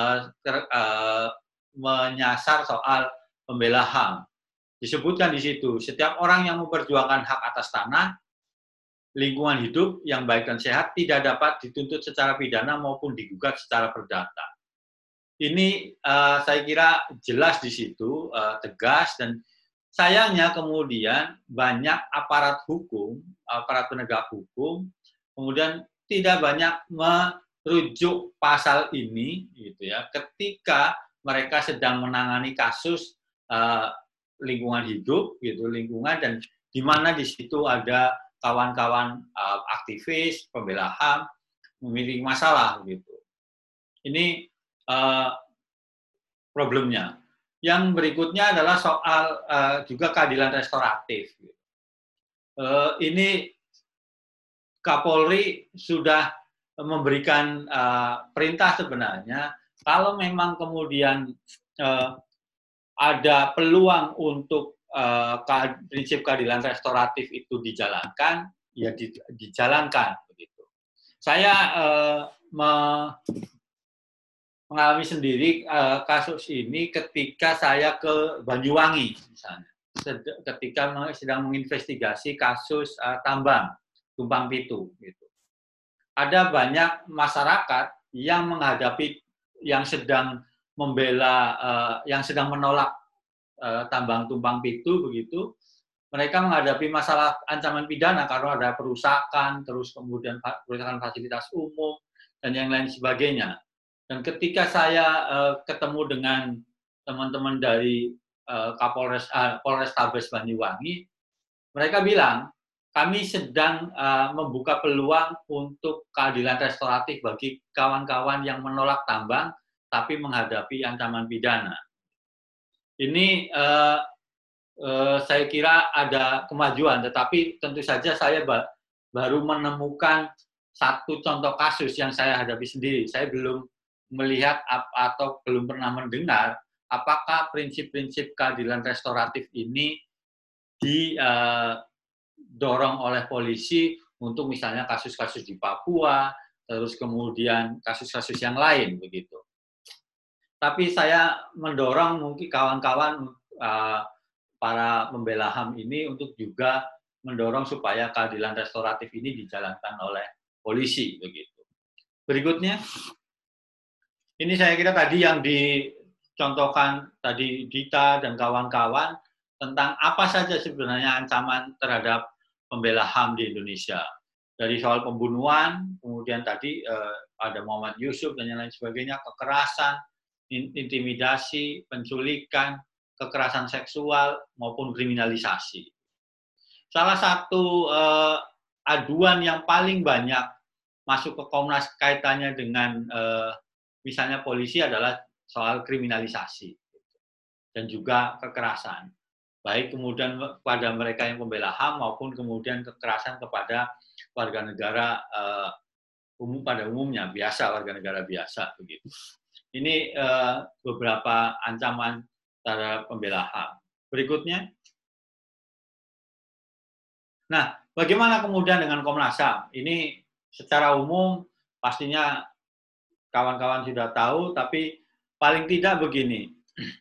menyasar soal pembela HAM. Disebutkan di situ, setiap orang yang memperjuangkan hak atas tanah, lingkungan hidup yang baik dan sehat tidak dapat dituntut secara pidana maupun digugat secara perdata. Ini saya kira jelas di situ, tegas, dan sayangnya kemudian banyak aparat hukum, aparat penegak hukum, kemudian tidak banyak merujuk pasal ini, gitu ya, ketika mereka sedang menangani kasus lingkungan hidup, gitu, lingkungan, dan di mana di situ ada kawan-kawan aktivis, pembela HAM memiliki masalah, gitu. Ini problemnya. Yang berikutnya adalah soal juga keadilan restoratif. Ini Kapolri sudah memberikan perintah sebenarnya, kalau memang kemudian ada peluang untuk prinsip keadilan restoratif itu dijalankan, ya dijalankan begitu. Saya mengalami sendiri kasus ini ketika saya ke Banyuwangi, misalnya, ketika sedang menginvestigasi kasus tambang tumpang pitu. Gitu. Ada banyak masyarakat yang menghadapi, yang sedang membela, yang sedang menolak tambang tumpang pitu begitu, mereka menghadapi masalah ancaman pidana karena ada perusakan, terus kemudian perusakan fasilitas umum dan yang lain sebagainya. Dan ketika saya ketemu dengan teman-teman dari Polrestabes Banyuwangi, mereka bilang kami sedang membuka peluang untuk keadilan restoratif bagi kawan-kawan yang menolak tambang tapi menghadapi ancaman pidana. Ini saya kira ada kemajuan, tetapi tentu saja saya baru menemukan satu contoh kasus yang saya hadapi sendiri. Saya belum melihat atau belum pernah mendengar apakah prinsip-prinsip keadilan restoratif ini didorong oleh polisi untuk misalnya kasus-kasus di Papua, terus kemudian kasus-kasus yang lain begitu. Tapi saya mendorong mungkin kawan-kawan para pembela HAM ini untuk juga mendorong supaya keadilan restoratif ini dijalankan oleh polisi begitu. Berikutnya, ini saya kira tadi yang dicontohkan tadi Dita dan kawan-kawan tentang apa saja sebenarnya ancaman terhadap pembela HAM di Indonesia. Dari soal pembunuhan, kemudian tadi ada Muhammad Yusuf dan yang lain sebagainya, kekerasan, intimidasi, penculikan, kekerasan seksual, maupun kriminalisasi. Salah satu aduan yang paling banyak masuk ke Komnas kaitannya dengan misalnya polisi adalah soal kriminalisasi dan juga kekerasan. Baik kemudian pada mereka yang pembela HAM maupun kemudian kekerasan kepada warga negara umum pada umumnya, biasa, warga negara biasa begitu. Ini beberapa ancaman terhadap pembela HAM. Berikutnya. Nah, bagaimana kemudian dengan Komnas HAM? Ini secara umum pastinya kawan-kawan sudah tahu, tapi paling tidak begini.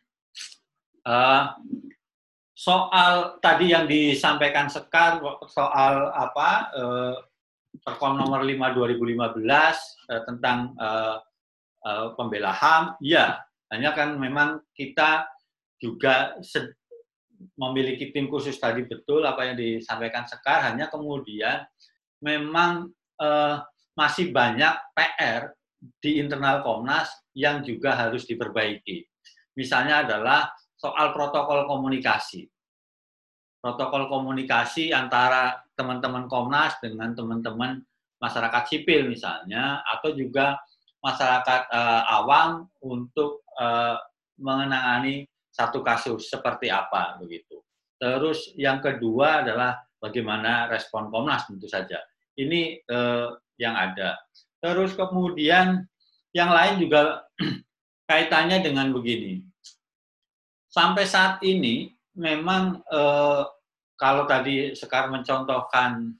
Soal tadi yang disampaikan Sekar, soal apa, Perkom nomor 5 2015 tentang pembela HAM, ya, hanya kan memang kita juga memiliki tim khusus tadi, betul apa yang disampaikan Sekar, hanya kemudian memang masih banyak PR di internal Komnas yang juga harus diperbaiki. Misalnya adalah soal protokol komunikasi. Protokol komunikasi antara teman-teman Komnas dengan teman-teman masyarakat sipil misalnya, atau juga masyarakat awam untuk menangani satu kasus seperti apa begitu. Terus yang kedua adalah bagaimana respon Komnas tentu saja. Ini yang ada. Terus kemudian yang lain juga kaitannya dengan begini. Sampai saat ini memang kalau tadi Sekar mencontohkan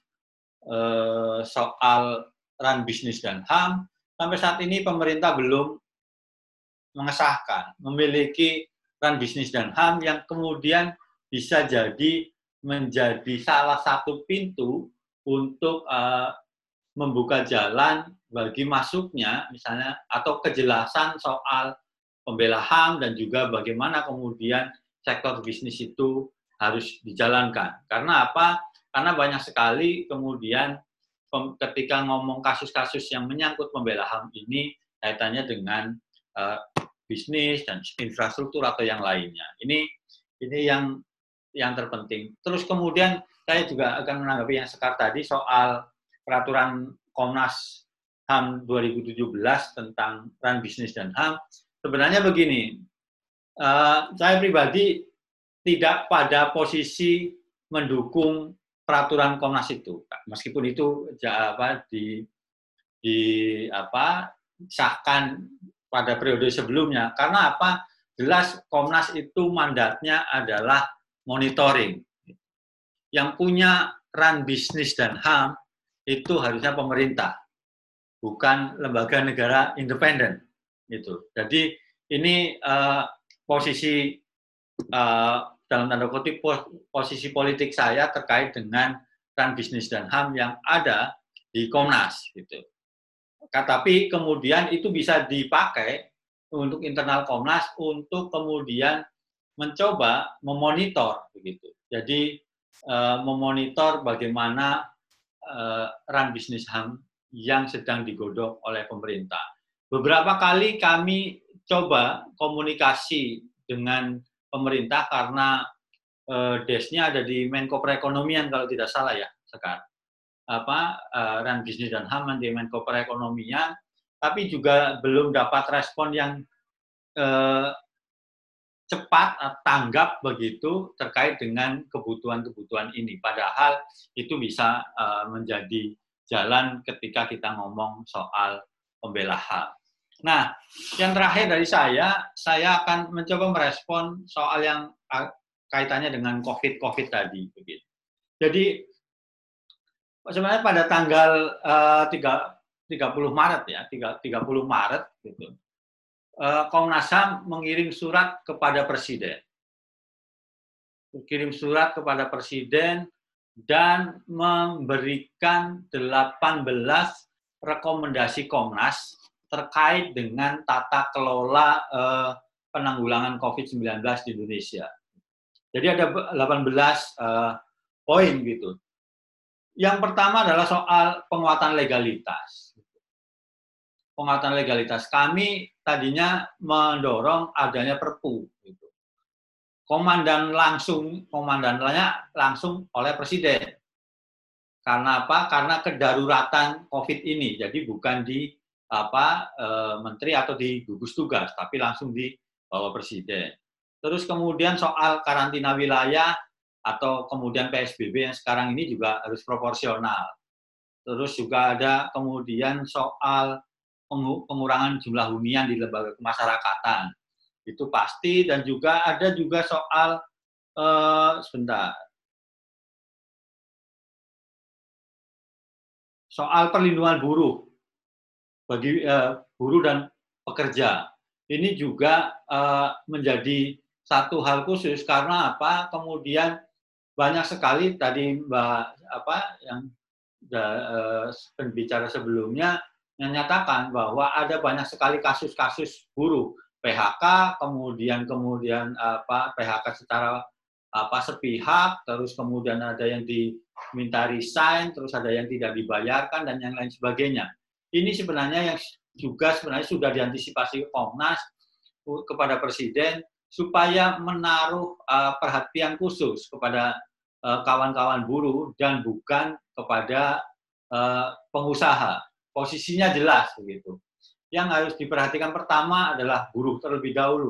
soal ran bisnis dan HAM, sampai saat ini pemerintah belum mengesahkan, memiliki ran bisnis dan HAM yang kemudian bisa jadi menjadi salah satu pintu untuk membuka jalan bagi masuknya misalnya atau kejelasan soal pembela HAM dan juga bagaimana kemudian sektor bisnis itu harus dijalankan. Karena apa? Karena banyak sekali kemudian ketika ngomong kasus-kasus yang menyangkut pembela HAM ini kaitannya dengan bisnis dan infrastruktur atau yang lainnya. Ini yang terpenting. Terus kemudian saya juga akan menanggapi yang Sekar tadi soal peraturan Komnas HAM 2017 tentang ran bisnis dan HAM. Sebenarnya begini, saya pribadi tidak pada posisi mendukung peraturan Komnas itu, meskipun itu disahkan pada periode sebelumnya. Karena apa? Jelas Komnas itu mandatnya adalah monitoring. Yang punya ran bisnis dan HAM itu harusnya pemerintah, bukan lembaga negara independen. Gitu. Jadi ini posisi dalam tanda kutip posisi politik saya terkait dengan ran bisnis dan HAM yang ada di Komnas. Gitu. Tapi kemudian itu bisa dipakai untuk internal Komnas untuk kemudian mencoba memonitor begitu. Jadi memonitor bagaimana ran bisnis HAM yang sedang digodok oleh pemerintah. Beberapa kali kami coba komunikasi dengan pemerintah karena desnya ada di Menko Perekonomian kalau tidak salah ya sekarang. Ran bisnis dan HAM di Menko Perekonomian, tapi juga belum dapat respon yang cepat tanggap begitu terkait dengan kebutuhan-kebutuhan ini. Padahal itu bisa menjadi jalan ketika kita ngomong soal pembela HAM. Nah, yang terakhir dari saya akan mencoba merespon soal yang kaitannya dengan COVID tadi. Begitu. Jadi sebenarnya pada tanggal 30 Maret ya, 30 Maret gitu. Komnas HAM mengirim surat kepada Presiden. Mengirim surat kepada Presiden dan memberikan 18 rekomendasi Komnas terkait dengan tata kelola penanggulangan COVID-19 di Indonesia. Jadi ada 18 poin gitu. Yang pertama adalah soal penguatan legalitas. Penguatan legalitas. Kami tadinya mendorong adanya Perpu. Gitu. Komandannya langsung oleh Presiden. Karena apa? Karena kedaruratan COVID ini. Jadi bukan di menteri atau di gugus tugas, tapi langsung di bawah Presiden. Terus kemudian soal karantina wilayah atau kemudian PSBB yang sekarang ini juga harus proporsional. Terus juga ada kemudian soal pengurangan jumlah hunian di lembaga kemasyarakatan. Itu pasti, dan juga ada juga soal soal perlindungan buruh bagi buruh dan pekerja. Ini juga menjadi satu hal khusus karena apa? Kemudian banyak sekali tadi yang pembicara sebelumnya menyatakan bahwa ada banyak sekali kasus-kasus buruh PHK, kemudian PHK secara sepihak, terus kemudian ada yang diminta resign, terus ada yang tidak dibayarkan dan yang lain sebagainya. Ini sebenarnya yang juga sebenarnya sudah diantisipasi Komnas kepada Presiden supaya menaruh perhatian khusus kepada kawan-kawan buruh dan bukan kepada pengusaha. Posisinya jelas begitu. Yang harus diperhatikan pertama adalah buruh terlebih dahulu,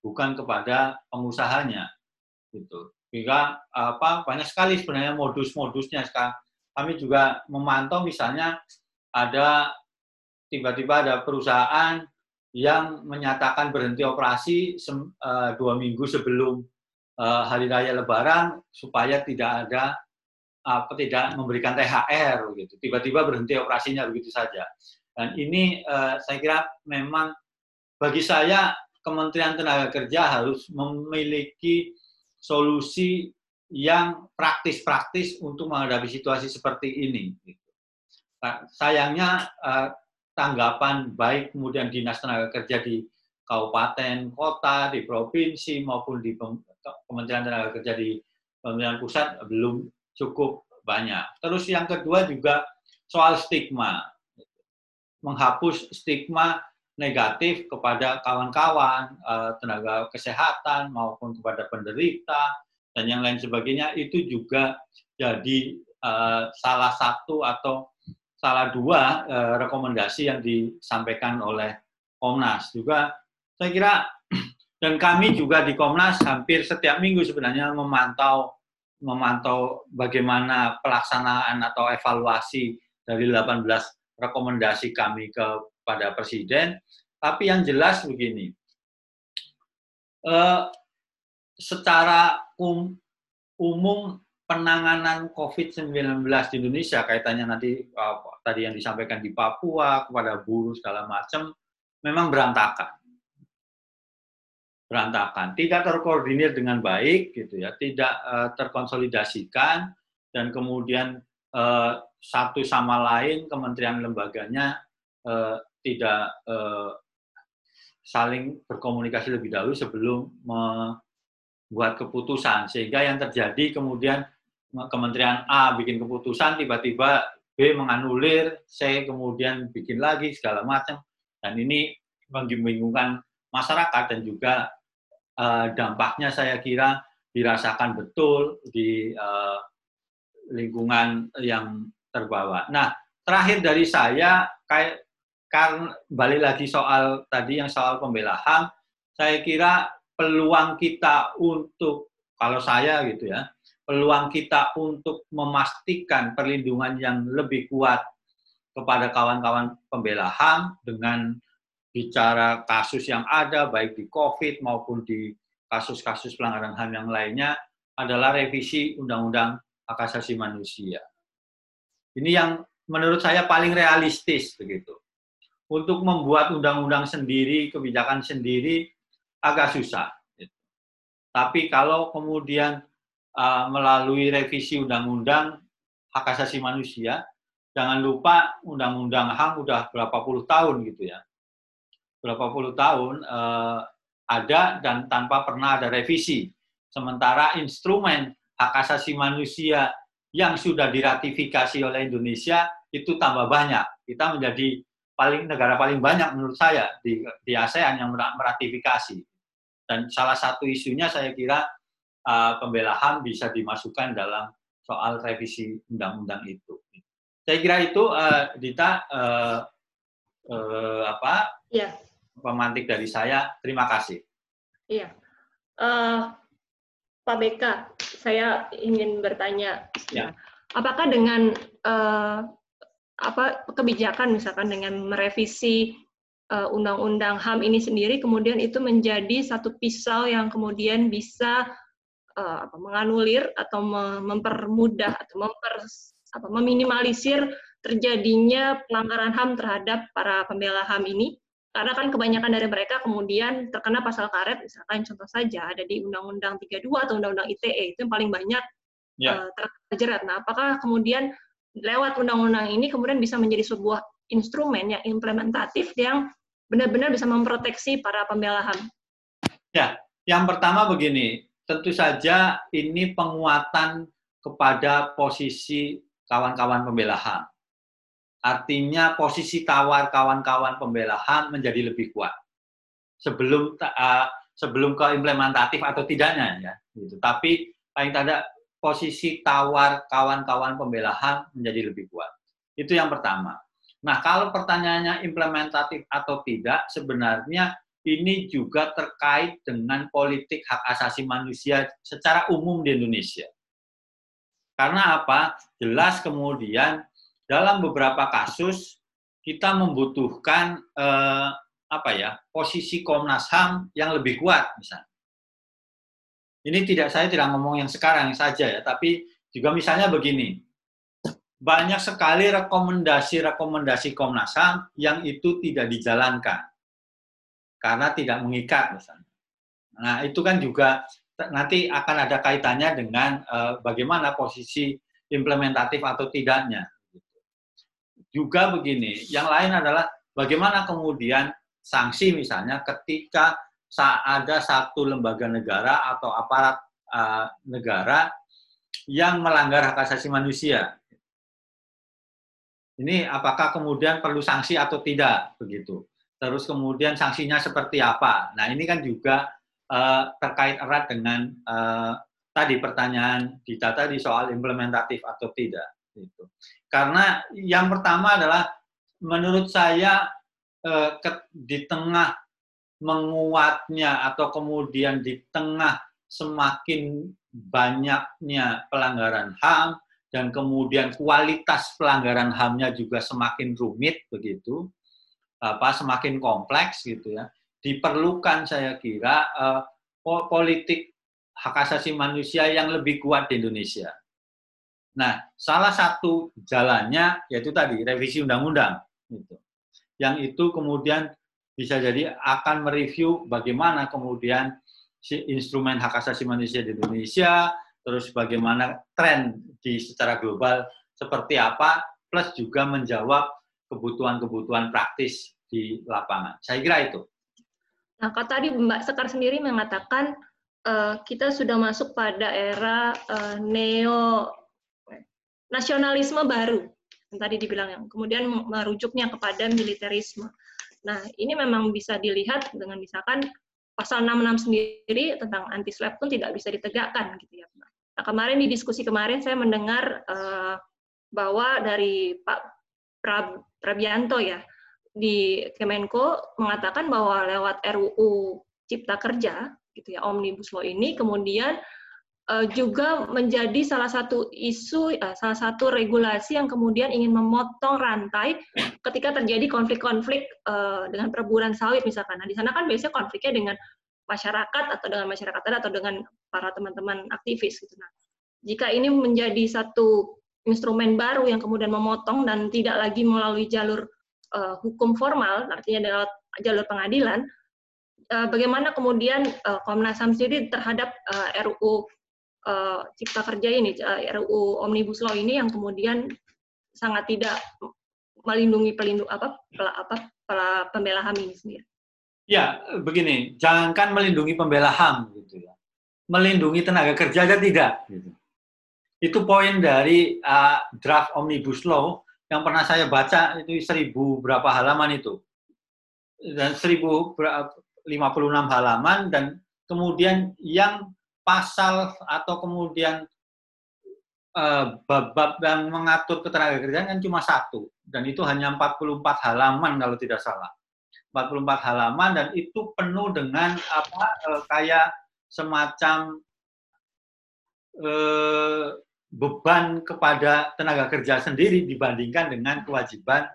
bukan kepada pengusahanya. Gitu. Sehingga banyak sekali sebenarnya modus-modusnya. Kami juga memantau misalnya tiba-tiba ada perusahaan yang menyatakan berhenti operasi 2 minggu sebelum Hari Raya Lebaran supaya tidak memberikan THR gitu. Tiba-tiba berhenti operasinya begitu saja. Dan ini saya kira memang bagi saya Kementerian Tenaga Kerja harus memiliki solusi yang praktis-praktis untuk menghadapi situasi seperti ini. Sayangnya tanggapan baik kemudian Dinas Tenaga Kerja di kabupaten, kota, di provinsi maupun di Kementerian Tenaga Kerja di pemerintahan pusat belum cukup banyak. Terus yang kedua juga soal stigma. Menghapus stigma negatif kepada kawan-kawan, tenaga kesehatan maupun kepada penderita dan yang lain sebagainya, itu juga jadi salah satu atau salah dua rekomendasi yang disampaikan oleh Komnas. Juga saya kira, dan kami juga di Komnas hampir setiap minggu sebenarnya memantau bagaimana pelaksanaan atau evaluasi dari 18 rekomendasi kami kepada Presiden. Tapi yang jelas begini, secara umum penanganan COVID-19 di Indonesia, kaitannya nanti tadi yang disampaikan di Papua, kepada buruh segala macam, memang berantakan. Tidak terkoordinir dengan baik, gitu ya, tidak terkonsolidasikan, dan kemudian satu sama lain kementerian lembaganya tidak saling berkomunikasi lebih dahulu sebelum membuat keputusan, sehingga yang terjadi kemudian Kementerian A bikin keputusan, tiba-tiba B menganulir, C kemudian bikin lagi segala macam, dan ini membingungkan masyarakat dan juga dampaknya saya kira dirasakan betul di lingkungan yang terbawa. Nah, terakhir dari saya, karena balik lagi soal tadi yang soal pembela HAM, saya kira peluang kita untuk, kalau saya gitu ya, peluang kita untuk memastikan perlindungan yang lebih kuat kepada kawan-kawan pembela HAM dengan bicara kasus yang ada, baik di COVID maupun di kasus-kasus pelanggaran HAM yang lainnya, adalah revisi Undang-Undang Hak Asasi Manusia. Ini yang menurut saya paling realistis begitu. Untuk membuat undang-undang sendiri, kebijakan sendiri, agak susah. Tapi kalau kemudian melalui revisi Undang-Undang Hak Asasi Manusia, jangan lupa Undang-Undang HAM udah berapa puluh tahun gitu ya. Berapa puluh tahun ada dan tanpa pernah ada revisi. Sementara instrumen hak asasi manusia yang sudah diratifikasi oleh Indonesia itu tambah banyak. Kita menjadi negara paling banyak menurut saya di ASEAN yang meratifikasi. Dan salah satu isunya saya kira pembela HAM bisa dimasukkan dalam soal revisi undang-undang itu. Saya kira itu, Dita, ya. Pemantik dari saya. Terima kasih. Iya. Pak BK, saya ingin bertanya, ya. Apakah dengan kebijakan misalkan dengan merevisi undang-undang HAM ini sendiri, kemudian itu menjadi satu pisau yang kemudian bisa menganulir atau mempermudah atau meminimalisir terjadinya pelanggaran HAM terhadap para pembela HAM ini? Karena kan kebanyakan dari mereka kemudian terkena pasal karet, misalkan contoh saja ada di Undang-Undang 32 atau Undang-Undang ITE, itu yang paling banyak terjerat. Nah, apakah kemudian lewat undang-undang ini kemudian bisa menjadi sebuah instrumen yang implementatif yang benar-benar bisa memproteksi para pembela HAM? Ya, yang pertama begini, tentu saja ini penguatan kepada posisi kawan-kawan pembela HAM. Artinya posisi tawar kawan-kawan pembela HAM menjadi lebih kuat sebelum ke implementatif atau tidaknya ya. Gitu. Tapi paling tidak posisi tawar kawan-kawan pembela HAM menjadi lebih kuat. Itu yang pertama. Nah, kalau pertanyaannya implementatif atau tidak, sebenarnya ini juga terkait dengan politik hak asasi manusia secara umum di Indonesia. Karena apa? Jelas kemudian dalam beberapa kasus kita membutuhkan posisi Komnas HAM yang lebih kuat misalnya. Ini saya tidak ngomong yang sekarang saja ya, tapi juga misalnya begini. Banyak sekali rekomendasi Komnas HAM yang itu tidak dijalankan karena tidak mengikat misalnya. Nah, itu kan juga nanti akan ada kaitannya dengan bagaimana posisi implementatif atau tidaknya. Juga begini, yang lain adalah bagaimana kemudian sanksi misalnya ketika ada satu lembaga negara atau aparat negara yang melanggar hak asasi manusia. Ini apakah kemudian perlu sanksi atau tidak begitu. Terus kemudian sanksinya seperti apa. Nah, ini kan juga terkait erat dengan tadi pertanyaan Dita tadi soal implementatif atau tidak. Gitu. Karena yang pertama adalah menurut saya di tengah menguatnya atau kemudian di tengah semakin banyaknya pelanggaran HAM dan kemudian kualitas pelanggaran HAM-nya juga semakin rumit begitu, semakin kompleks gitu ya. Diperlukan saya kira politik hak asasi manusia yang lebih kuat di Indonesia. Nah, salah satu jalannya yaitu tadi revisi undang-undang gitu. Yang itu kemudian bisa jadi akan mereview bagaimana kemudian instrumen hak asasi manusia di Indonesia, terus bagaimana tren secara global seperti apa, plus juga menjawab kebutuhan-kebutuhan praktis di lapangan. Saya kira itu. Nah, kalau tadi Mbak Sekar sendiri mengatakan kita sudah masuk pada era nasionalisme baru, yang tadi dibilang, yang kemudian merujuknya kepada militerisme. Nah, ini memang bisa dilihat dengan misalkan pasal 66 sendiri tentang anti-SLAPP pun tidak bisa ditegakkan, gitu ya. Nah, kemarin di diskusi kemarin saya mendengar bahwa dari Pak Prabianto ya di Kemenko mengatakan bahwa lewat RUU Cipta Kerja, gitu ya, Omnibus Law ini kemudian juga menjadi salah satu isu, salah satu regulasi yang kemudian ingin memotong rantai ketika terjadi konflik-konflik dengan perburuan sawit misalkan. Nah, di sana kan biasanya konfliknya dengan masyarakat atau dengan masyarakat adat atau dengan para teman-teman aktivis gitu. Nah, jika ini menjadi satu instrumen baru yang kemudian memotong dan tidak lagi melalui jalur hukum formal, artinya lewat jalur pengadilan, bagaimana kemudian Komnas HAM sendiri terhadap RUU Cipta Kerja ini, RUU Omnibus Law ini yang kemudian sangat tidak melindungi pembela HAM ini sendiri. Ya, begini, jangankan melindungi pembela HAM gitu ya, melindungi tenaga kerja aja tidak. Gitu. Itu poin dari draft Omnibus Law yang pernah saya baca itu 1000 berapa halaman itu, dan 1056 halaman, dan kemudian yang pasal atau kemudian bab yang mengatur ketenagakerjaan kan cuma satu, dan itu hanya 44 halaman kalau tidak salah. 44 halaman, dan itu penuh dengan kayak semacam beban kepada tenaga kerja sendiri dibandingkan dengan kewajiban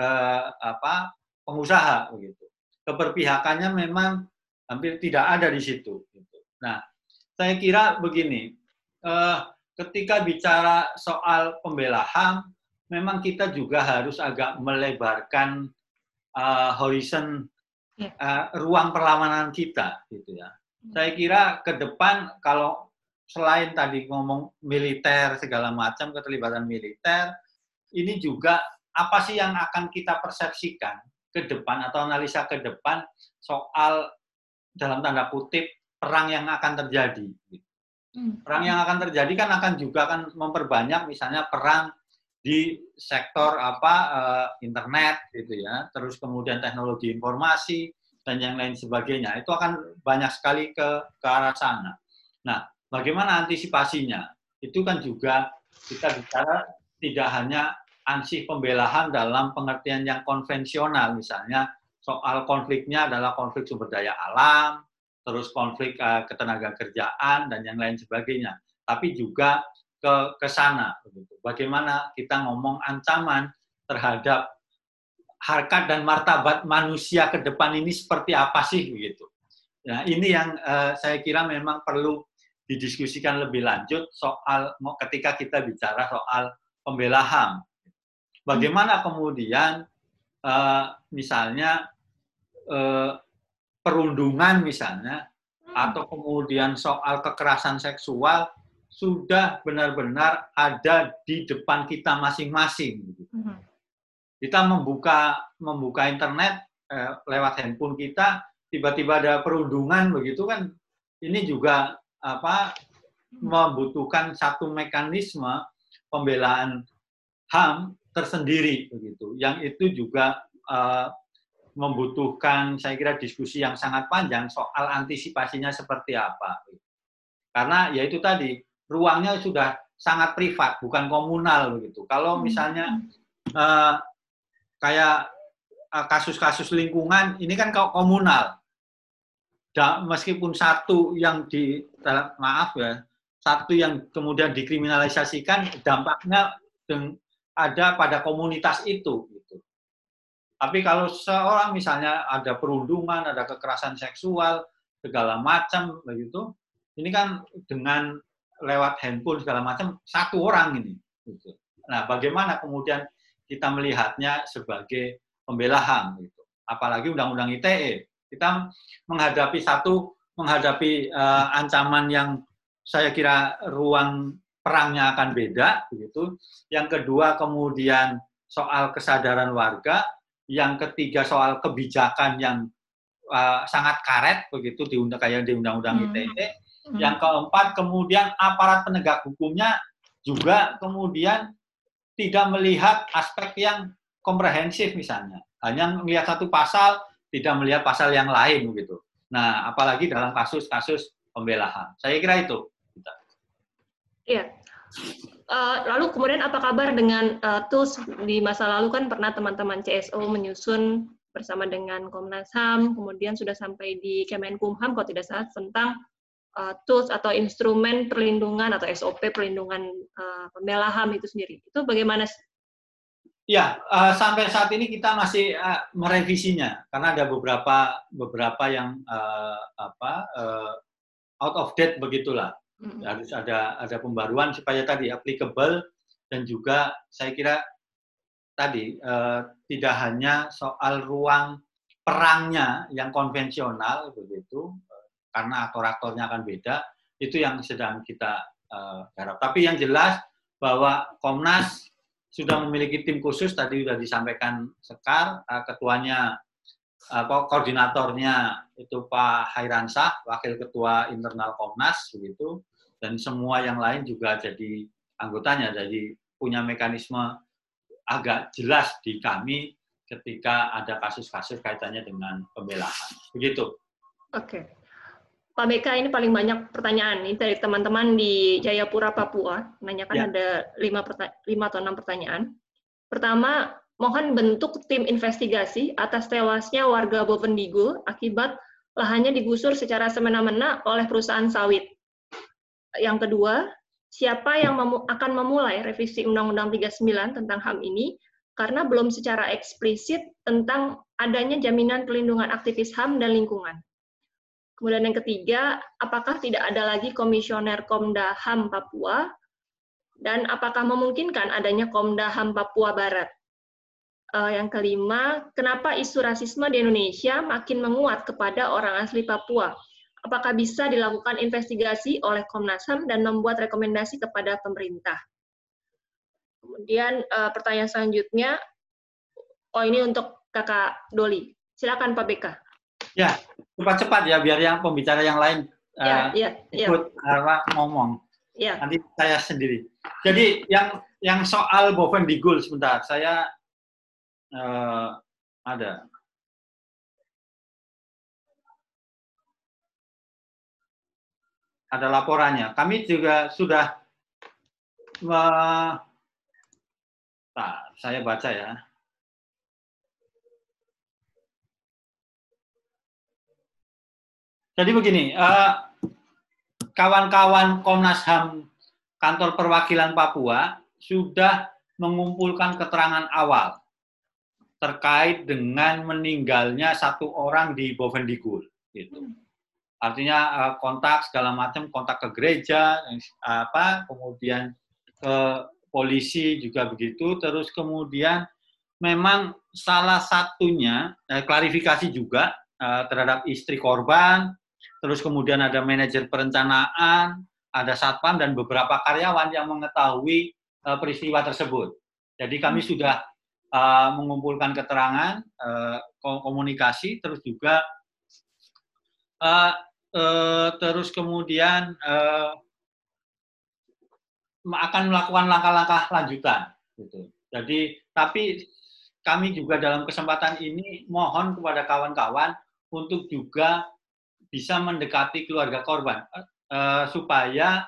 pengusaha begitu. Keberpihakannya memang hampir tidak ada di situ. Gitu. Nah, saya kira begini, ketika bicara soal pembela HAM, memang kita juga harus agak melebarkan horizon ruang perlawanan kita, gitu ya. Saya kira ke depan kalau selain tadi ngomong militer segala macam, keterlibatan militer, ini juga apa sih yang akan kita persepsikan ke depan atau analisa ke depan soal dalam tanda kutip perang yang akan terjadi. Perang yang akan terjadi kan akan memperbanyak misalnya perang di sektor internet gitu ya, terus kemudian teknologi informasi dan yang lain sebagainya. Itu akan banyak sekali ke arah sana. Nah, bagaimana antisipasinya? Itu kan juga kita bicara tidak hanya ansih pembela HAM dalam pengertian yang konvensional, misalnya soal konfliknya adalah konflik sumber daya alam, terus konflik ketenagakerjaan dan yang lain sebagainya. Tapi juga ke sana. Bagaimana kita ngomong ancaman terhadap harkat dan martabat manusia ke depan ini seperti apa sih begitu. Nah, ini yang saya kira memang perlu didiskusikan lebih lanjut soal ketika kita bicara soal pembela HAM. Bagaimana kemudian misalnya perundungan misalnya atau kemudian soal kekerasan seksual sudah benar-benar ada di depan kita masing-masing. Kita membuka internet lewat handphone kita, tiba-tiba ada perundungan begitu kan, ini juga membutuhkan satu mekanisme pembelaan HAM tersendiri begitu. Yang itu juga membutuhkan saya kira diskusi yang sangat panjang soal antisipasinya seperti apa. Karena ya itu tadi ruangnya sudah sangat privat, bukan komunal begitu. Kalau misalnya kayak kasus-kasus lingkungan ini kan komunal. Meskipun satu yang satu yang kemudian dikriminalisasikan, dampaknya ada pada komunitas itu. Gitu. Tapi kalau seorang misalnya ada perundungan, ada kekerasan seksual, segala macam begitu, ini kan dengan lewat handphone segala macam satu orang ini. Gitu. Nah, bagaimana kemudian kita melihatnya sebagai pembela HAM? Gitu. Apalagi Undang-Undang ITE, kita menghadapi ancaman yang saya kira ruang perangnya akan beda, begitu. Yang kedua kemudian soal kesadaran warga, yang ketiga soal kebijakan yang sangat karet, begitu di Undang-Undang ITE. Yang keempat kemudian aparat penegak hukumnya juga kemudian tidak melihat aspek yang komprehensif misalnya, hanya melihat satu pasal, tidak melihat pasal yang lain begitu. Nah, apalagi dalam kasus-kasus pembela HAM. Saya kira itu. Iya. Lalu kemudian apa kabar dengan tools di masa lalu kan pernah teman-teman CSO menyusun bersama dengan Komnas HAM, kemudian sudah sampai di Kemenkumham kalau tidak salah tentang tools atau instrumen perlindungan atau SOP perlindungan pembela HAM itu sendiri. Itu bagaimana? Ya, sampai saat ini kita masih merevisinya karena ada beberapa yang out of date begitulah. Harus ada pembaruan supaya tadi applicable dan juga saya kira tadi tidak hanya soal ruang perangnya yang konvensional begitu karena aktor-aktornya akan beda, itu yang sedang kita garap. Tapi yang jelas bahwa Komnas sudah memiliki tim khusus, tadi sudah disampaikan Sekar, ketuanya, koordinatornya itu Pak Hairansah, Wakil Ketua Internal Komnas, begitu, dan semua yang lain juga jadi anggotanya, jadi punya mekanisme agak jelas di kami ketika ada kasus-kasus kaitannya dengan pembelaan. Begitu. Oke. Pak BK, ini paling banyak pertanyaan ini dari teman-teman di Jayapura, Papua. Menanyakan ada 5 atau 6 pertanyaan. Pertama, mohon bentuk tim investigasi atas tewasnya warga Bovendigul akibat lahannya digusur secara semena-mena oleh perusahaan sawit. Yang kedua, siapa yang akan memulai revisi Undang-Undang 39 tentang HAM ini karena belum secara eksplisit tentang adanya jaminan perlindungan aktivis HAM dan lingkungan. Kemudian yang ketiga, apakah tidak ada lagi komisioner Komda HAM Papua, dan apakah memungkinkan adanya Komda HAM Papua Barat? Yang kelima, kenapa isu rasisme di Indonesia makin menguat kepada orang asli Papua? Apakah bisa dilakukan investigasi oleh Komnas HAM dan membuat rekomendasi kepada pemerintah? Kemudian pertanyaan selanjutnya, ini untuk Kakak Doli. Silakan Pak BK. Ya, cepat-cepat ya biar yang pembicara yang lain ikut ngomong. Ya. Nanti saya sendiri. Jadi yang soal Bovendigul sebentar, saya ada laporannya. Kami juga sudah saya baca ya. Jadi begini, kawan-kawan Komnas HAM Kantor Perwakilan Papua sudah mengumpulkan keterangan awal terkait dengan meninggalnya satu orang di Bovendigul. Gitu. Artinya kontak segala macam, kontak ke gereja, kemudian ke polisi juga begitu. Terus kemudian memang salah satunya klarifikasi juga terhadap istri korban. Terus kemudian ada manajer perencanaan, ada satpam dan beberapa karyawan yang mengetahui peristiwa tersebut. Jadi kami sudah mengumpulkan keterangan, komunikasi, terus juga terus kemudian akan melakukan langkah-langkah lanjutan. Gitu. Jadi, tapi kami juga dalam kesempatan ini mohon kepada kawan-kawan untuk juga bisa mendekati keluarga korban supaya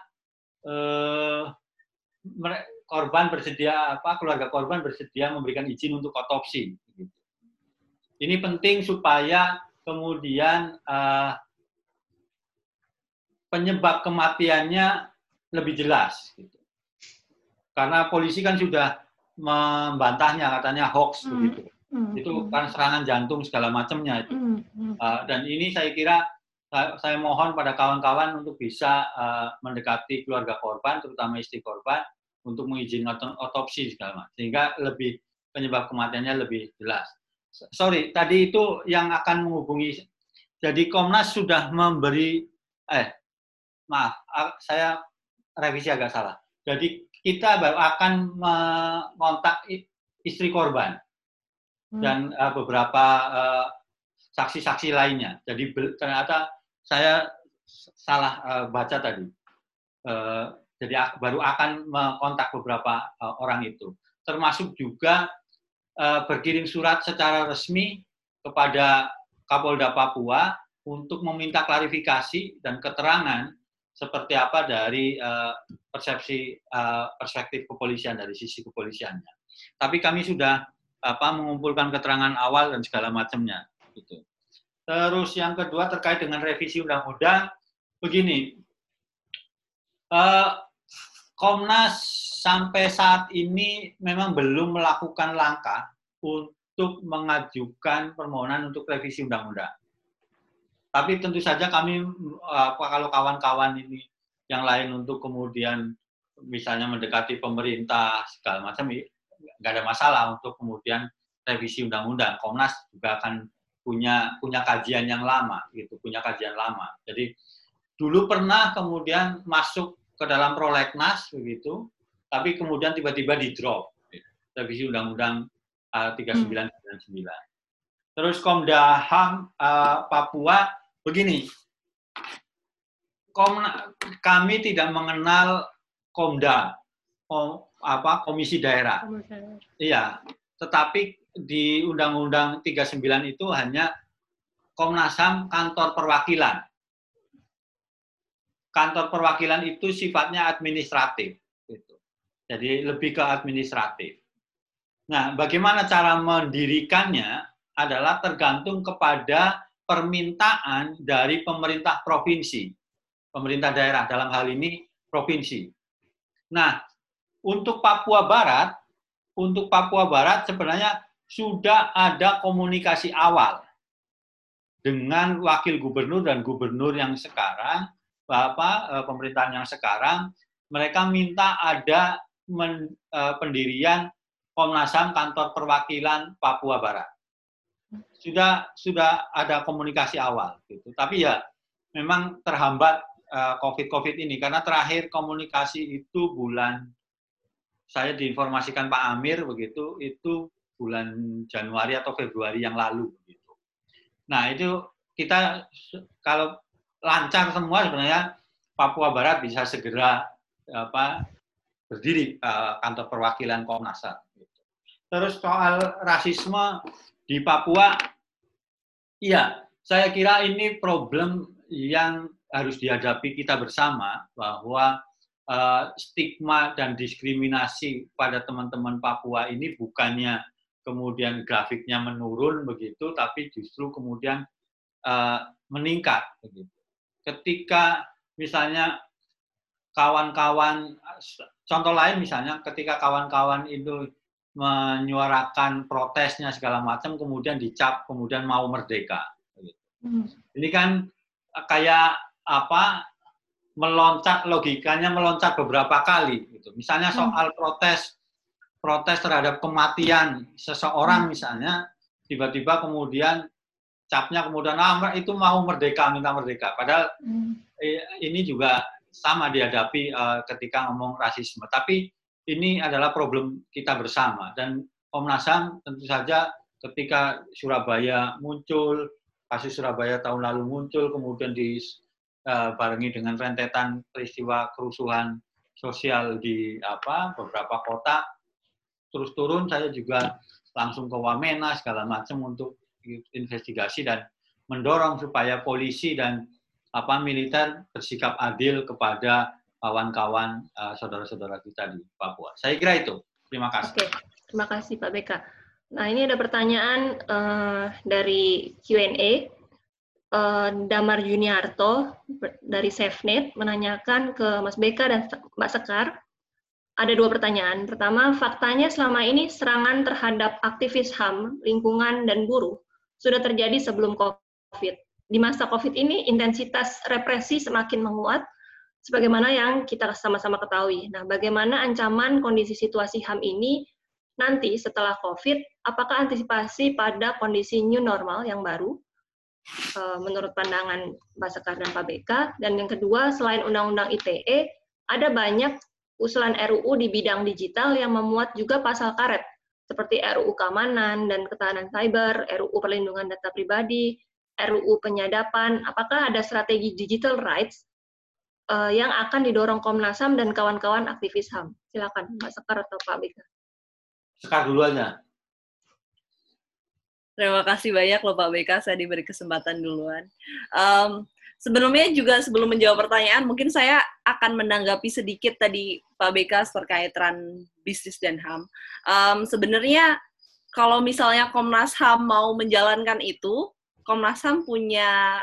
keluarga korban bersedia memberikan izin untuk otopsi. Gitu. Ini penting supaya kemudian penyebab kematiannya lebih jelas. Gitu. Karena polisi kan sudah membantahnya, katanya hoax begitu. Itu kan serangan jantung segala macamnya itu. Dan ini saya kira saya mohon pada kawan-kawan untuk bisa mendekati keluarga korban, terutama istri korban, untuk mengizinkan otopsi segala macam, sehingga lebih penyebab kematiannya lebih jelas. Sorry, tadi itu yang akan menghubungi. Jadi Komnas sudah memberi, maaf, saya revisi agak salah. Jadi kita baru akan mengontak istri korban dan beberapa saksi-saksi lainnya. Jadi ternyata saya salah baca tadi. Jadi baru akan mengontak beberapa orang itu. Termasuk juga berkirim surat secara resmi kepada Kapolda Papua untuk meminta klarifikasi dan keterangan seperti apa dari perspektif kepolisian, dari sisi kepolisiannya. Tapi kami sudah mengumpulkan keterangan awal dan segala macamnya. Gitu. Terus yang kedua terkait dengan revisi undang-undang, begini, Komnas sampai saat ini memang belum melakukan langkah untuk mengajukan permohonan untuk revisi undang-undang. Tapi tentu saja kami, kalau kawan-kawan ini yang lain untuk kemudian misalnya mendekati pemerintah segala macam, nggak ada masalah untuk kemudian revisi undang-undang. Komnas juga akan punya kajian yang lama, gitu, punya kajian lama. Jadi dulu pernah kemudian masuk ke dalam prolegnas begitu, tapi kemudian tiba-tiba di drop revisi undang-undang 3999. Terus Komda HAM Papua begini, kami tidak mengenal Komda, komisi daerah. Iya, tetapi di Undang-Undang 39 itu hanya Komnas HAM kantor perwakilan. Kantor perwakilan itu sifatnya administratif, gitu. Jadi lebih ke administratif. Nah, bagaimana cara mendirikannya adalah tergantung kepada permintaan dari pemerintah provinsi, pemerintah daerah, dalam hal ini provinsi. Nah, untuk Papua Barat sebenarnya sudah ada komunikasi awal dengan wakil gubernur dan gubernur yang sekarang, pemerintahan yang sekarang, mereka minta ada pendirian Komnas HAM kantor perwakilan Papua Barat. Sudah ada komunikasi awal gitu. Tapi ya memang terhambat COVID ini karena terakhir komunikasi itu saya diinformasikan Pak Amir begitu, itu bulan Januari atau Februari yang lalu begitu. Nah, itu kita kalau lancar semua sebenarnya Papua Barat bisa segera berdiri kantor perwakilan Komnas HAM. Gitu. Terus soal rasisme di Papua, iya, saya kira ini problem yang harus dihadapi kita bersama, bahwa stigma dan diskriminasi pada teman-teman Papua ini bukannya kemudian grafiknya menurun begitu, tapi justru kemudian meningkat begitu. ketika misalnya kawan-kawan, contoh lain misalnya ketika kawan-kawan itu menyuarakan protesnya segala macam, kemudian dicap, kemudian mau merdeka. Ini kan kayak apa, meloncat, logikanya meloncat beberapa kali. Gitu. Misalnya soal protes terhadap kematian seseorang misalnya, tiba-tiba kemudian capnya kemudian itu mau merdeka, minta merdeka. Padahal ini juga sama dihadapi ketika ngomong rasisme. Tapi ini adalah problem kita bersama. Dan Komnas HAM tentu saja ketika Surabaya muncul, kasus Surabaya tahun lalu muncul, kemudian dibarengi dengan rentetan peristiwa kerusuhan sosial di beberapa kota, terus turun saya juga langsung ke Wamena segala macam untuk investigasi dan mendorong supaya polisi dan militer bersikap adil kepada kawan-kawan saudara-saudara kita di Papua. Saya kira itu. Terima kasih. Oke, terima kasih Pak BK. Nah, ini ada pertanyaan dari Q&A. Damar Juniarto dari SafeNet menanyakan ke Mas BK dan Mbak Sekar. Ada 2 pertanyaan. Pertama, faktanya selama ini serangan terhadap aktivis HAM, lingkungan, dan buruh sudah terjadi sebelum COVID. Di masa COVID ini, intensitas represi semakin menguat, sebagaimana yang kita sama-sama ketahui. Nah, bagaimana ancaman kondisi situasi HAM ini nanti setelah COVID, apakah antisipasi pada kondisi new normal yang baru, menurut pandangan Pak Sekar dan Pak BK? Dan yang kedua, selain Undang-Undang ITE, ada banyak usulan RUU di bidang digital yang memuat juga pasal karet, seperti RUU Keamanan dan Ketahanan Cyber, RUU Perlindungan Data Pribadi, RUU Penyadapan. Apakah ada strategi digital rights yang akan didorong Komnas HAM dan kawan-kawan aktivis HAM? Silakan, Pak Sekar atau Pak BK. Sekar duluannya. Terima kasih banyak loh Pak BK, saya diberi kesempatan duluan. Sebelumnya juga sebelum menjawab pertanyaan, mungkin saya akan menanggapi sedikit tadi Pak BK terkait ran bisnis dan HAM. Sebenarnya kalau misalnya Komnas HAM mau menjalankan itu, Komnas HAM punya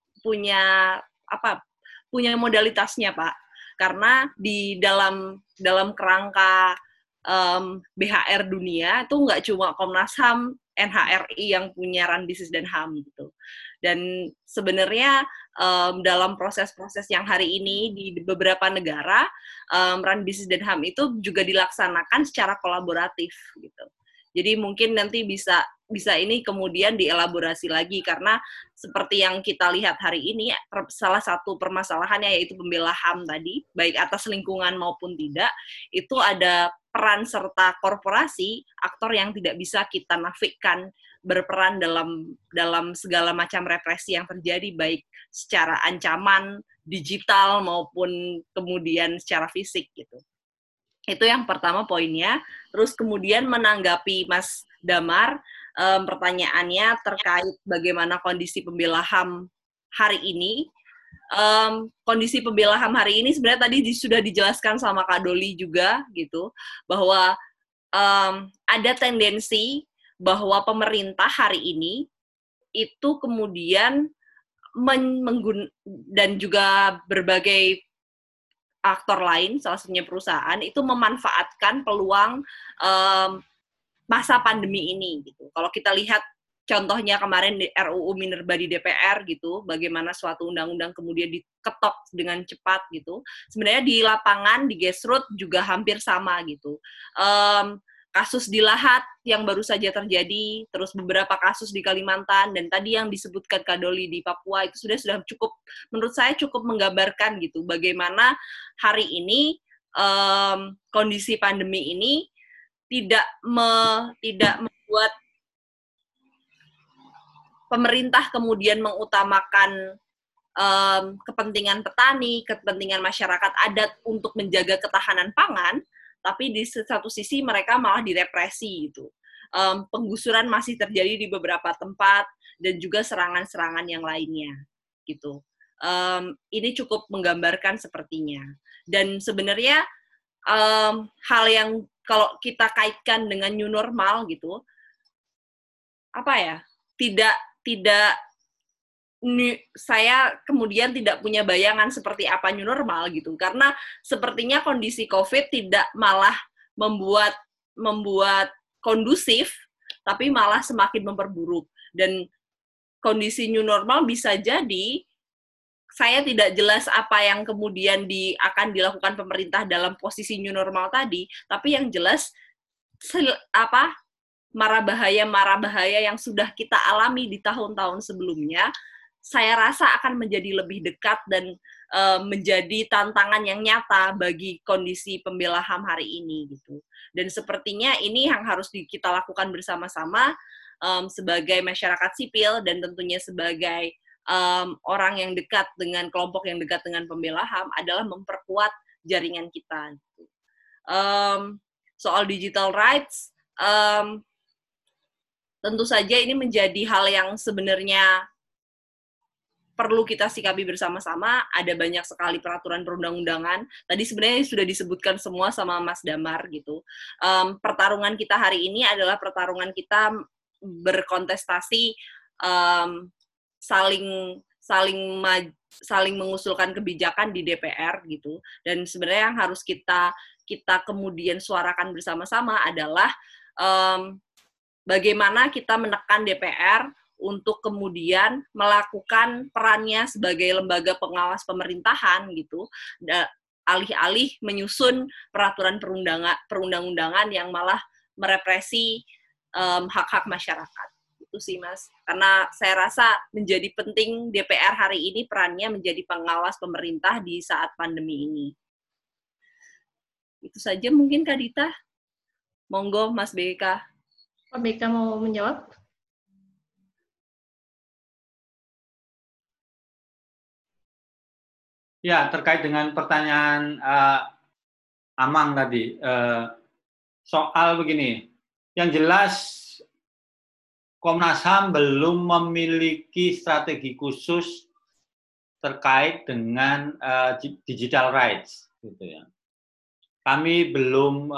modalitasnya Pak. Karena di dalam kerangka BHR dunia itu nggak cuma Komnas HAM, NHRI yang punya ran bisnis dan HAM gitu. Dan sebenarnya dalam proses-proses yang hari ini di beberapa negara, ran bisnis dan HAM itu juga dilaksanakan secara kolaboratif gitu. Jadi mungkin nanti bisa ini kemudian dielaborasi lagi, karena seperti yang kita lihat hari ini, salah satu permasalahannya yaitu pembela HAM tadi, baik atas lingkungan maupun tidak, itu ada peran serta korporasi, aktor yang tidak bisa kita nafikan berperan dalam segala macam represi yang terjadi, baik secara ancaman digital maupun kemudian secara fisik gitu. Itu yang pertama poinnya. Terus kemudian menanggapi Mas Damar, pertanyaannya terkait bagaimana kondisi pembela HAM hari ini. Kondisi pembela HAM hari ini sebenarnya tadi sudah dijelaskan sama Kak Doli juga gitu, bahwa ada tendensi bahwa pemerintah hari ini itu kemudian dan juga berbagai aktor lain, salah satunya perusahaan, itu memanfaatkan peluang masa pandemi ini gitu. Kalau kita lihat contohnya kemarin di RUU Minerba di DPR gitu, bagaimana suatu undang-undang kemudian diketok dengan cepat gitu. Sebenarnya di lapangan, di grassroots juga hampir sama gitu. Kasus di Lahat yang baru saja terjadi, terus beberapa kasus di Kalimantan, dan tadi yang disebutkan Kak Doli di Papua, itu sudah cukup, menurut saya cukup menggambarkan gitu, bagaimana hari ini kondisi pandemi ini tidak membuat pemerintah kemudian mengutamakan kepentingan petani, kepentingan masyarakat adat untuk menjaga ketahanan pangan, tapi di satu sisi mereka malah direpresi gitu. Penggusuran masih terjadi di beberapa tempat dan juga serangan-serangan yang lainnya gitu. Ini cukup menggambarkan sepertinya. Dan sebenarnya hal yang kalau kita kaitkan dengan new normal gitu, tidak saya kemudian tidak punya bayangan seperti apa new normal gitu, karena sepertinya kondisi COVID tidak malah membuat kondusif, tapi malah semakin memperburuk. Dan kondisi new normal bisa jadi, saya tidak jelas apa yang kemudian akan dilakukan pemerintah dalam posisi new normal tadi, tapi yang jelas mara bahaya yang sudah kita alami di tahun-tahun sebelumnya, saya rasa akan menjadi lebih dekat dan menjadi tantangan yang nyata bagi kondisi pembela HAM hari ini gitu. Dan sepertinya ini yang harus kita lakukan bersama-sama sebagai masyarakat sipil dan tentunya sebagai orang yang dekat dengan kelompok yang dekat dengan pembela HAM adalah memperkuat jaringan kita. Gitu. Soal digital rights, tentu saja ini menjadi hal yang sebenarnya perlu kita sikapi bersama-sama. Ada banyak sekali peraturan perundang-undangan. Tadi sebenarnya sudah disebutkan semua sama Mas Damar gitu. Pertarungan kita hari ini adalah pertarungan kita berkontestasi, saling mengusulkan kebijakan di DPR gitu. Dan sebenarnya yang harus kita kemudian suarakan bersama-sama adalah bagaimana kita menekan DPR untuk kemudian melakukan perannya sebagai lembaga pengawas pemerintahan gitu, alih-alih menyusun peraturan perundang-undangan yang malah merepresi hak-hak masyarakat. Itu sih Mas, karena saya rasa menjadi penting DPR hari ini perannya menjadi pengawas pemerintah di saat pandemi ini. Itu saja mungkin Kak Dita. Monggo Mas BK. Pak BK mau menjawab? Ya, terkait dengan pertanyaan Amang tadi, soal begini, yang jelas Komnas HAM belum memiliki strategi khusus terkait dengan digital rights, gitu ya. Kami belum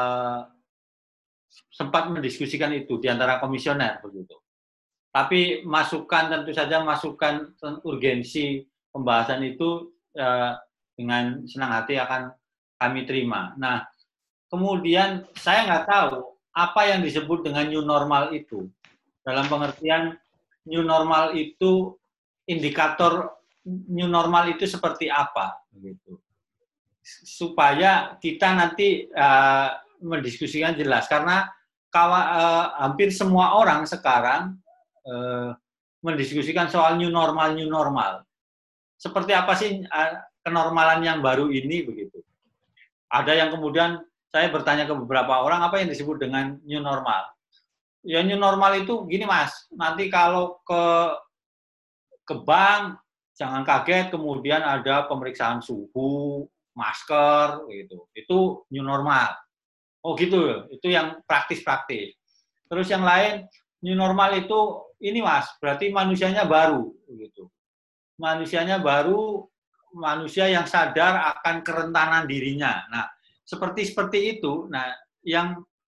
sempat mendiskusikan itu di antara komisioner, begitu. Tapi masukan, tentu saja masukan urgensi pembahasan itu dengan senang hati akan kami terima. Nah, kemudian saya nggak tahu apa yang disebut dengan new normal itu. Dalam pengertian new normal itu, indikator new normal itu seperti apa, gitu. Supaya kita nanti mendiskusikan jelas, karena hampir semua orang sekarang mendiskusikan soal new normal. Seperti apa sih kenormalan yang baru ini, begitu. Ada yang kemudian saya bertanya ke beberapa orang apa yang disebut dengan new normal. Ya new normal itu gini Mas, nanti kalau ke bank jangan kaget kemudian ada pemeriksaan suhu, masker gitu. Itu new normal. Oh gitu, itu yang praktis-praktis. Terus yang lain new normal itu ini Mas, berarti manusianya baru gitu. Manusianya baru, manusia yang sadar akan kerentanan dirinya. Nah, seperti itu. Nah, yang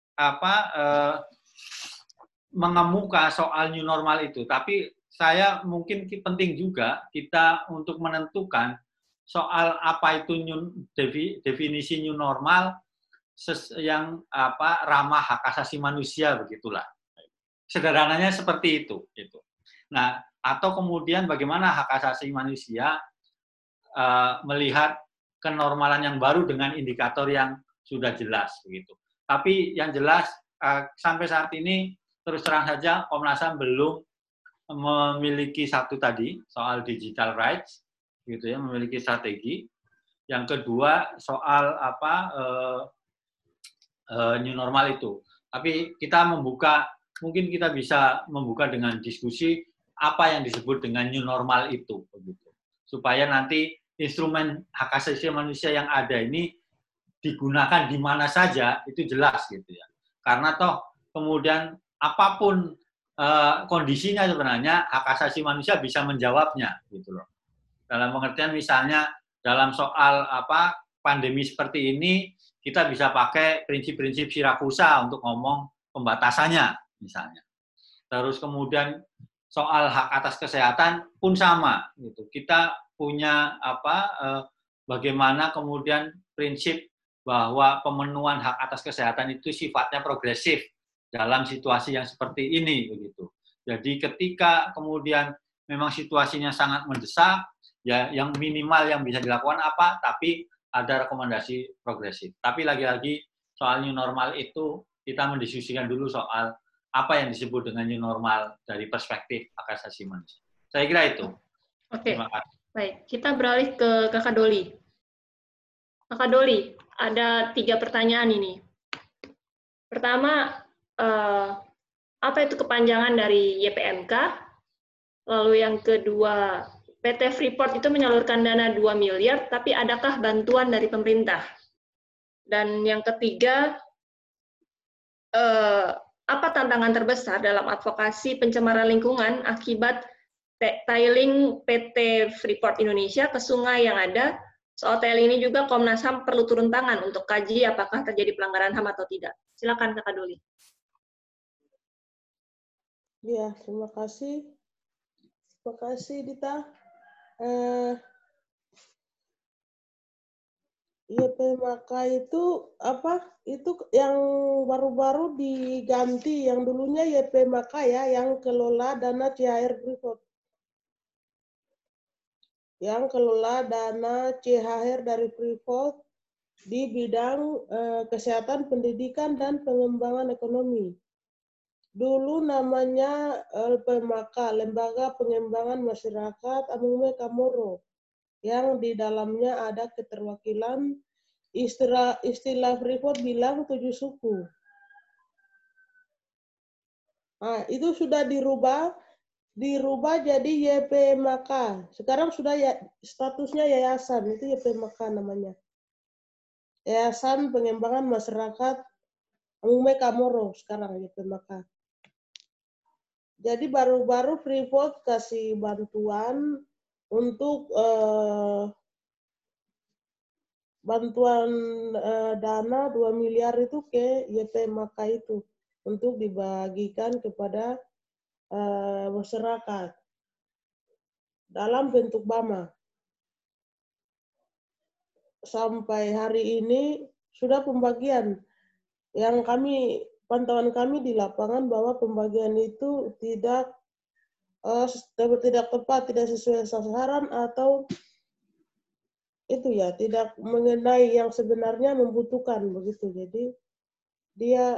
mengemuka soal new normal itu. Tapi saya mungkin penting juga kita untuk menentukan soal apa itu definisi new normal yang ramah hak asasi manusia, begitulah. Sederhananya seperti itu. Gitu. Nah, atau kemudian bagaimana hak asasi manusia melihat kenormalan yang baru dengan indikator yang sudah jelas, begitu. Tapi yang jelas sampai saat ini terus terang saja Komnas HAM belum memiliki satu tadi soal digital rights, gitu ya, memiliki strategi. Yang kedua soal new normal itu. Tapi kita mungkin kita bisa membuka dengan diskusi apa yang disebut dengan new normal itu, begitu. Supaya nanti instrumen hak asasi manusia yang ada ini digunakan di mana saja itu jelas, gitu ya. Karena toh kemudian apapun kondisinya sebenarnya hak asasi manusia bisa menjawabnya, gitu loh. Dalam pengertian misalnya dalam soal pandemi seperti ini kita bisa pakai prinsip-prinsip Sirakusa untuk ngomong pembatasannya misalnya. Terus kemudian soal hak atas kesehatan pun sama gitu. Kita punya bagaimana kemudian prinsip bahwa pemenuhan hak atas kesehatan itu sifatnya progresif dalam situasi yang seperti ini begitu. Jadi ketika kemudian memang situasinya sangat mendesak, ya yang minimal yang bisa dilakukan apa, tapi ada rekomendasi progresif. Tapi lagi-lagi soal new normal itu kita mendiskusikan dulu soal apa yang disebut dengan new normal dari perspektif hak asasi manusia. Saya kira itu. Oke, baik. Kita beralih ke Kakak Doli. Kakak Doli, ada 3 pertanyaan ini. Pertama, apa itu kepanjangan dari YPMK? Lalu yang kedua, PT Freeport itu menyalurkan dana 2 miliar, tapi adakah bantuan dari pemerintah? Dan yang ketiga, apa tantangan terbesar dalam advokasi pencemaran lingkungan akibat tiling PT Freeport Indonesia ke sungai yang ada? Soal tiling ini juga Komnas HAM perlu turun tangan untuk kaji apakah terjadi pelanggaran HAM atau tidak. Silakan Kakak Doli. Ya, terima kasih. Terima kasih, Dita. YPMK itu apa? Itu yang baru-baru diganti, yang dulunya YPMK ya, yang kelola dana CHR Freeport. Yang kelola dana CHR dari Freeport di bidang kesehatan, pendidikan, dan pengembangan ekonomi. Dulu namanya LPMK, Lembaga Pengembangan Masyarakat Amungme Kamoro, yang di dalamnya ada keterwakilan istilah Freeport bilang 7 suku. Nah, itu sudah dirubah jadi YPMK. Sekarang sudah ya statusnya yayasan, itu YPMK namanya. Yayasan Pengembangan Masyarakat Amungme Kamoro sekarang YPMK. Jadi baru-baru Freeport kasih bantuan untuk dana 2 miliar itu ke YPMK itu untuk dibagikan kepada masyarakat dalam bentuk BAMA. Sampai hari ini sudah pembagian. Yang pantauan kami di lapangan bahwa pembagian itu tidak tepat, tidak sesuai sasaran, atau itu ya tidak mengenai yang sebenarnya membutuhkan begitu. Jadi dia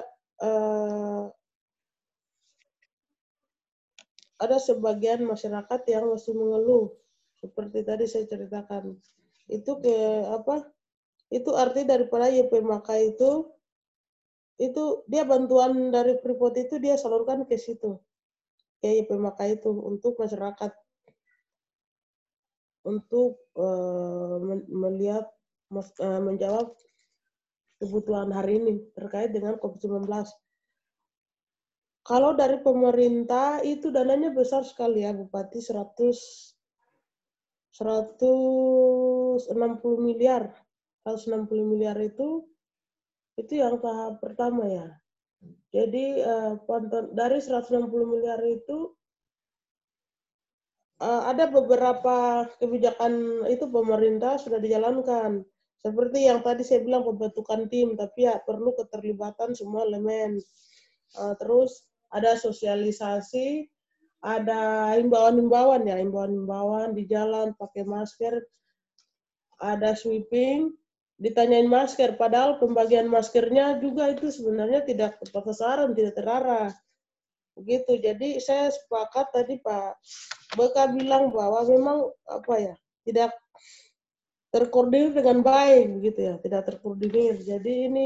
ada sebagian masyarakat yang masih mengeluh seperti tadi saya ceritakan. Itu itu arti daripada YPMK itu dia bantuan dari Freeport itu dia salurkan ke situ, ke YPMK itu untuk masyarakat, untuk melihat menjawab kebutuhan hari ini terkait dengan COVID-19. Kalau dari pemerintah itu dananya besar sekali ya, Bupati, 160 miliar. 160 miliar itu yang tahap pertama ya. Jadi dari 160 miliar itu ada beberapa kebijakan itu pemerintah sudah dijalankan. Seperti yang tadi saya bilang pembentukan tim, tapi ya perlu keterlibatan semua elemen. Terus ada sosialisasi, ada himbauan-himbauan ya, himbauan-himbauan di jalan pakai masker, ada sweeping, ditanyain masker, padahal pembagian maskernya juga itu sebenarnya tidak tepat sasaran, tidak terarah. Begitu. Jadi saya sepakat tadi Pak Beka bilang bahwa memang tidak terkoordinir dengan baik begitu ya, tidak terkoordinir. Jadi ini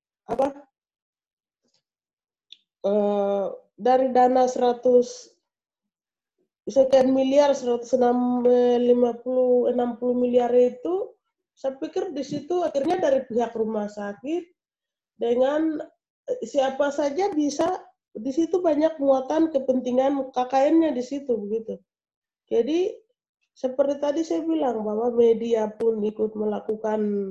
dari dana 100 sekian miliar, 160 miliar itu, saya pikir di situ akhirnya dari pihak rumah sakit dengan siapa saja bisa, di situ banyak muatan kepentingan KKN-nya di situ begitu. Jadi seperti tadi saya bilang bahwa media pun ikut melakukan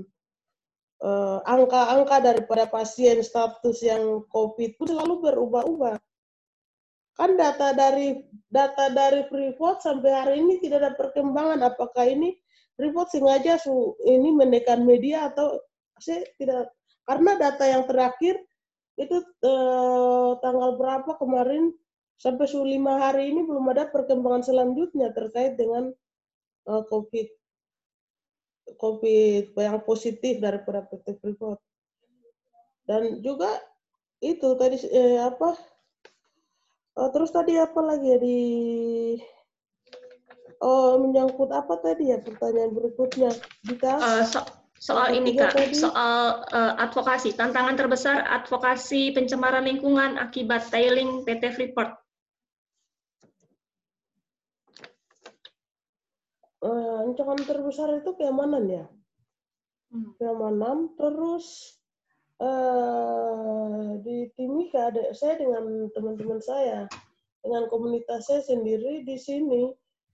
angka-angka daripada pasien status yang COVID pun selalu berubah-ubah. kan data dari Freeport sampai hari ini tidak ada perkembangan. Apakah ini Freeport sengaja ini menekan media atau saya tidak, karena data yang terakhir itu tanggal berapa kemarin sampai 5 hari ini belum ada perkembangan selanjutnya terkait dengan COVID yang positif daripada PT Freeport. Dan juga itu tadi terus tadi apa lagi ya menyangkut apa tadi ya pertanyaan berikutnya Dika? Soal ini Kak, soal advokasi, tantangan terbesar advokasi pencemaran lingkungan akibat tailing PT Freeport. Ancaman terbesar itu keamanan ya, keamanan. Terus di Timika saya dengan teman-teman saya, dengan komunitas saya sendiri di sini,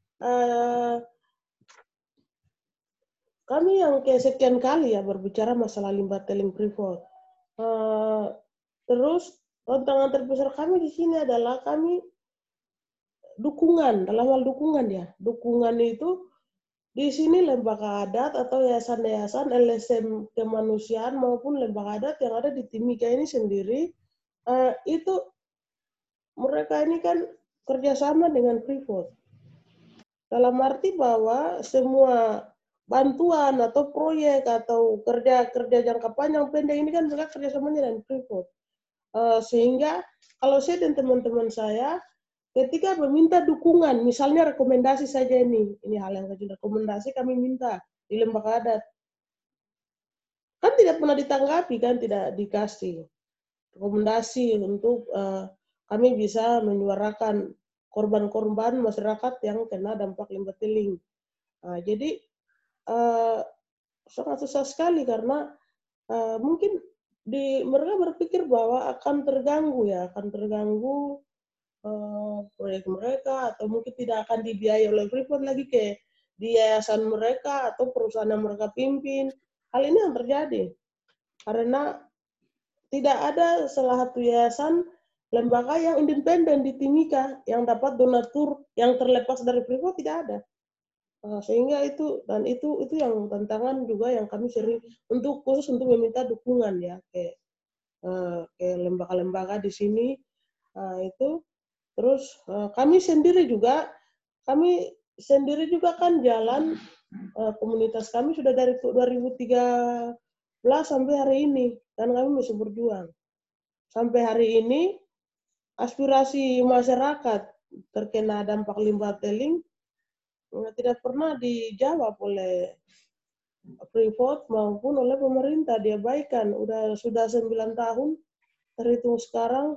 kami yang kesekian kali ya berbicara masalah limbah tailing Freeport. Terus tantangan terbesar kami di sini adalah kami dukungan, dalam hal dukungan ya. Dukungan itu di sini lembaga adat atau yayasan-yayasan LSM kemanusiaan maupun lembaga adat yang ada di Timika ini sendiri, itu mereka ini kan kerjasama dengan Freeport. Dalam arti bahwa semua bantuan atau proyek atau kerja jangka panjang pendek ini kan mereka kerjasamanya dengan Freeport. Sehingga kalau saya dan teman-teman saya ketika meminta dukungan, misalnya rekomendasi saja ini hal yang kecil, rekomendasi kami minta di lembaga adat, kan tidak pernah ditanggapi, kan tidak dikasih rekomendasi untuk kami bisa menyuarakan korban-korban masyarakat yang kena dampak limbah tailing. Jadi sangat susah sekali karena mungkin mereka berpikir bahwa akan terganggu proyek mereka, atau mungkin tidak akan dibiayai oleh Freeport lagi ke di yayasan mereka atau perusahaan yang mereka pimpin. Hal ini yang terjadi karena tidak ada salah satu yayasan lembaga yang independen di Timika yang dapat donatur yang terlepas dari Freeport, tidak ada. Sehingga itu yang tantangan juga yang kami sering khusus untuk meminta dukungan ya ke lembaga-lembaga di sini itu. Terus kami sendiri juga kan jalan komunitas kami sudah dari 2013 sampai hari ini, dan kami masih berjuang. Sampai hari ini aspirasi masyarakat terkena dampak limbah tailing tidak pernah dijawab oleh Freeport maupun oleh pemerintah, diabaikan. Sudah 9 tahun terhitung sekarang.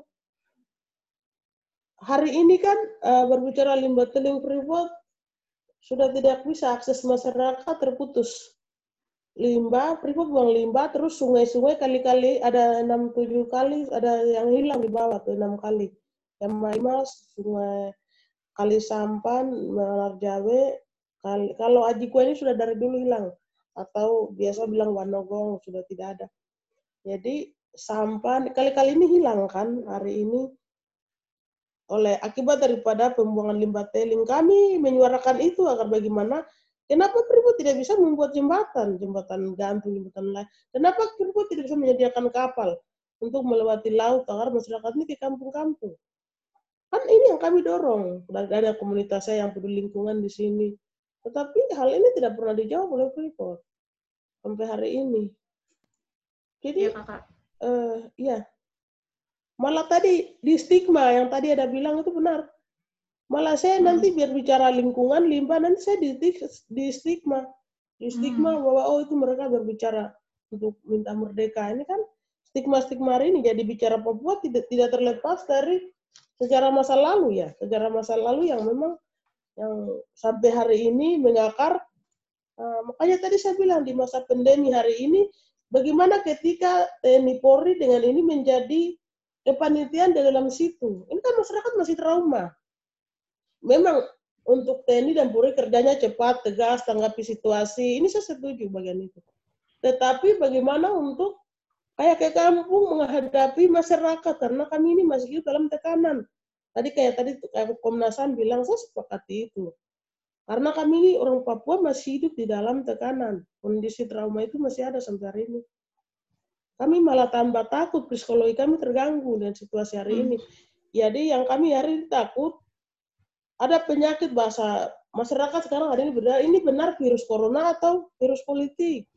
Hari ini kan berbicara limbah tailing Freeport sudah tidak bisa, akses masyarakat terputus. Freeport buang limbah, terus sungai-sungai kali-kali ada 6-7 kali ada yang hilang di bawah tuh 6 kali. Yang Maimas, sungai Kali Sampan, Menara Jawe, kalau Ajikwa ini sudah dari dulu hilang, atau biasa bilang Wanogong sudah tidak ada. Jadi Sampan kali-kali ini hilang kan hari ini oleh akibat daripada pembuangan limbah tailing. Kami menyuarakan itu agar bagaimana, kenapa Freeport tidak bisa membuat jembatan gantung, jembatan lain. Kenapa Freeport tidak bisa menyediakan kapal untuk melewati laut agar masyarakat ini ke kampung-kampung. Kan ini yang kami dorong dari komunitas saya yang peduli lingkungan di sini. Tetapi hal ini tidak pernah dijawab oleh Freeport sampai hari ini. Jadi ya. Malah tadi di stigma yang tadi ada bilang itu benar. Malah saya nanti biar bicara lingkungan, limbah, nanti saya di stigma. Di stigma bahwa itu mereka berbicara untuk minta merdeka. Ini kan stigma-stigma hari ini. Jadi bicara Papua tidak terlepas dari sejarah masa lalu ya. Sejarah masa lalu yang memang yang sampai hari ini mengakar. Makanya tadi saya bilang di masa pandemi hari ini, bagaimana ketika TNI Polri dengan ini menjadi kepanitiaan di dalam situ. Ini kan masyarakat masih trauma. Memang untuk TNI dan Polri kerjanya cepat, tegas, tanggapi situasi. Ini saya setuju bagian itu. Tetapi bagaimana untuk kayak ke kampung menghadapi masyarakat, karena kami ini masih hidup dalam tekanan. Tadi Komnas HAM bilang, saya sepakati itu. Karena kami ini orang Papua masih hidup di dalam tekanan. Kondisi trauma itu masih ada sampai hari ini. Kami malah tambah takut, psikologi kami terganggu dengan situasi hari ini. Jadi yang kami hari ini takut, ada penyakit bahasa masyarakat sekarang ada ini benar virus corona atau virus politik.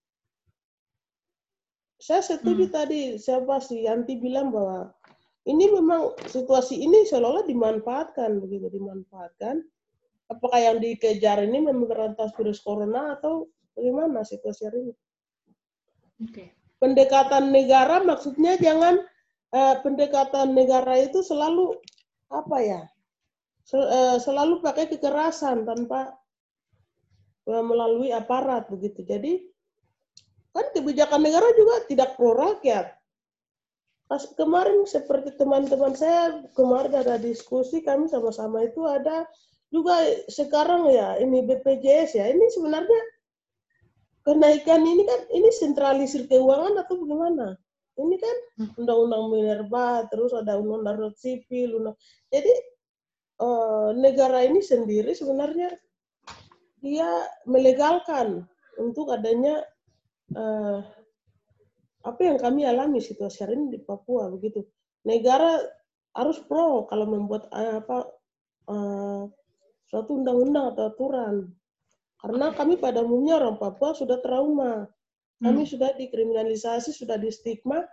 Saya setuju tadi, siapa sih Yanti bilang bahwa ini memang situasi ini seolah-olah dimanfaatkan, begitu dimanfaatkan. Apakah yang dikejar ini memberantas virus corona atau bagaimana situasi hari ini? Okay. Pendekatan negara maksudnya jangan pendekatan negara itu selalu apa ya? Selalu pakai kekerasan tanpa melalui aparat begitu. Jadi kan kebijakan negara juga tidak pro rakyat. Kemarin seperti teman-teman saya kemarin ada diskusi kami sama-sama itu ada juga sekarang ya ini BPJS ya ini sebenarnya kenaikan ini kan ini sentralisir keuangan atau bagaimana? Ini kan undang-undang minerba terus ada undang-undang sipil, jadi negara ini sendiri sebenarnya dia melegalkan untuk adanya apa yang kami alami situasi hari ini di Papua begitu. Negara harus pro kalau membuat suatu undang-undang atau aturan. Karena kami pada umumnya orang Papua sudah trauma. Kami sudah dikriminalisasi, sudah distigma.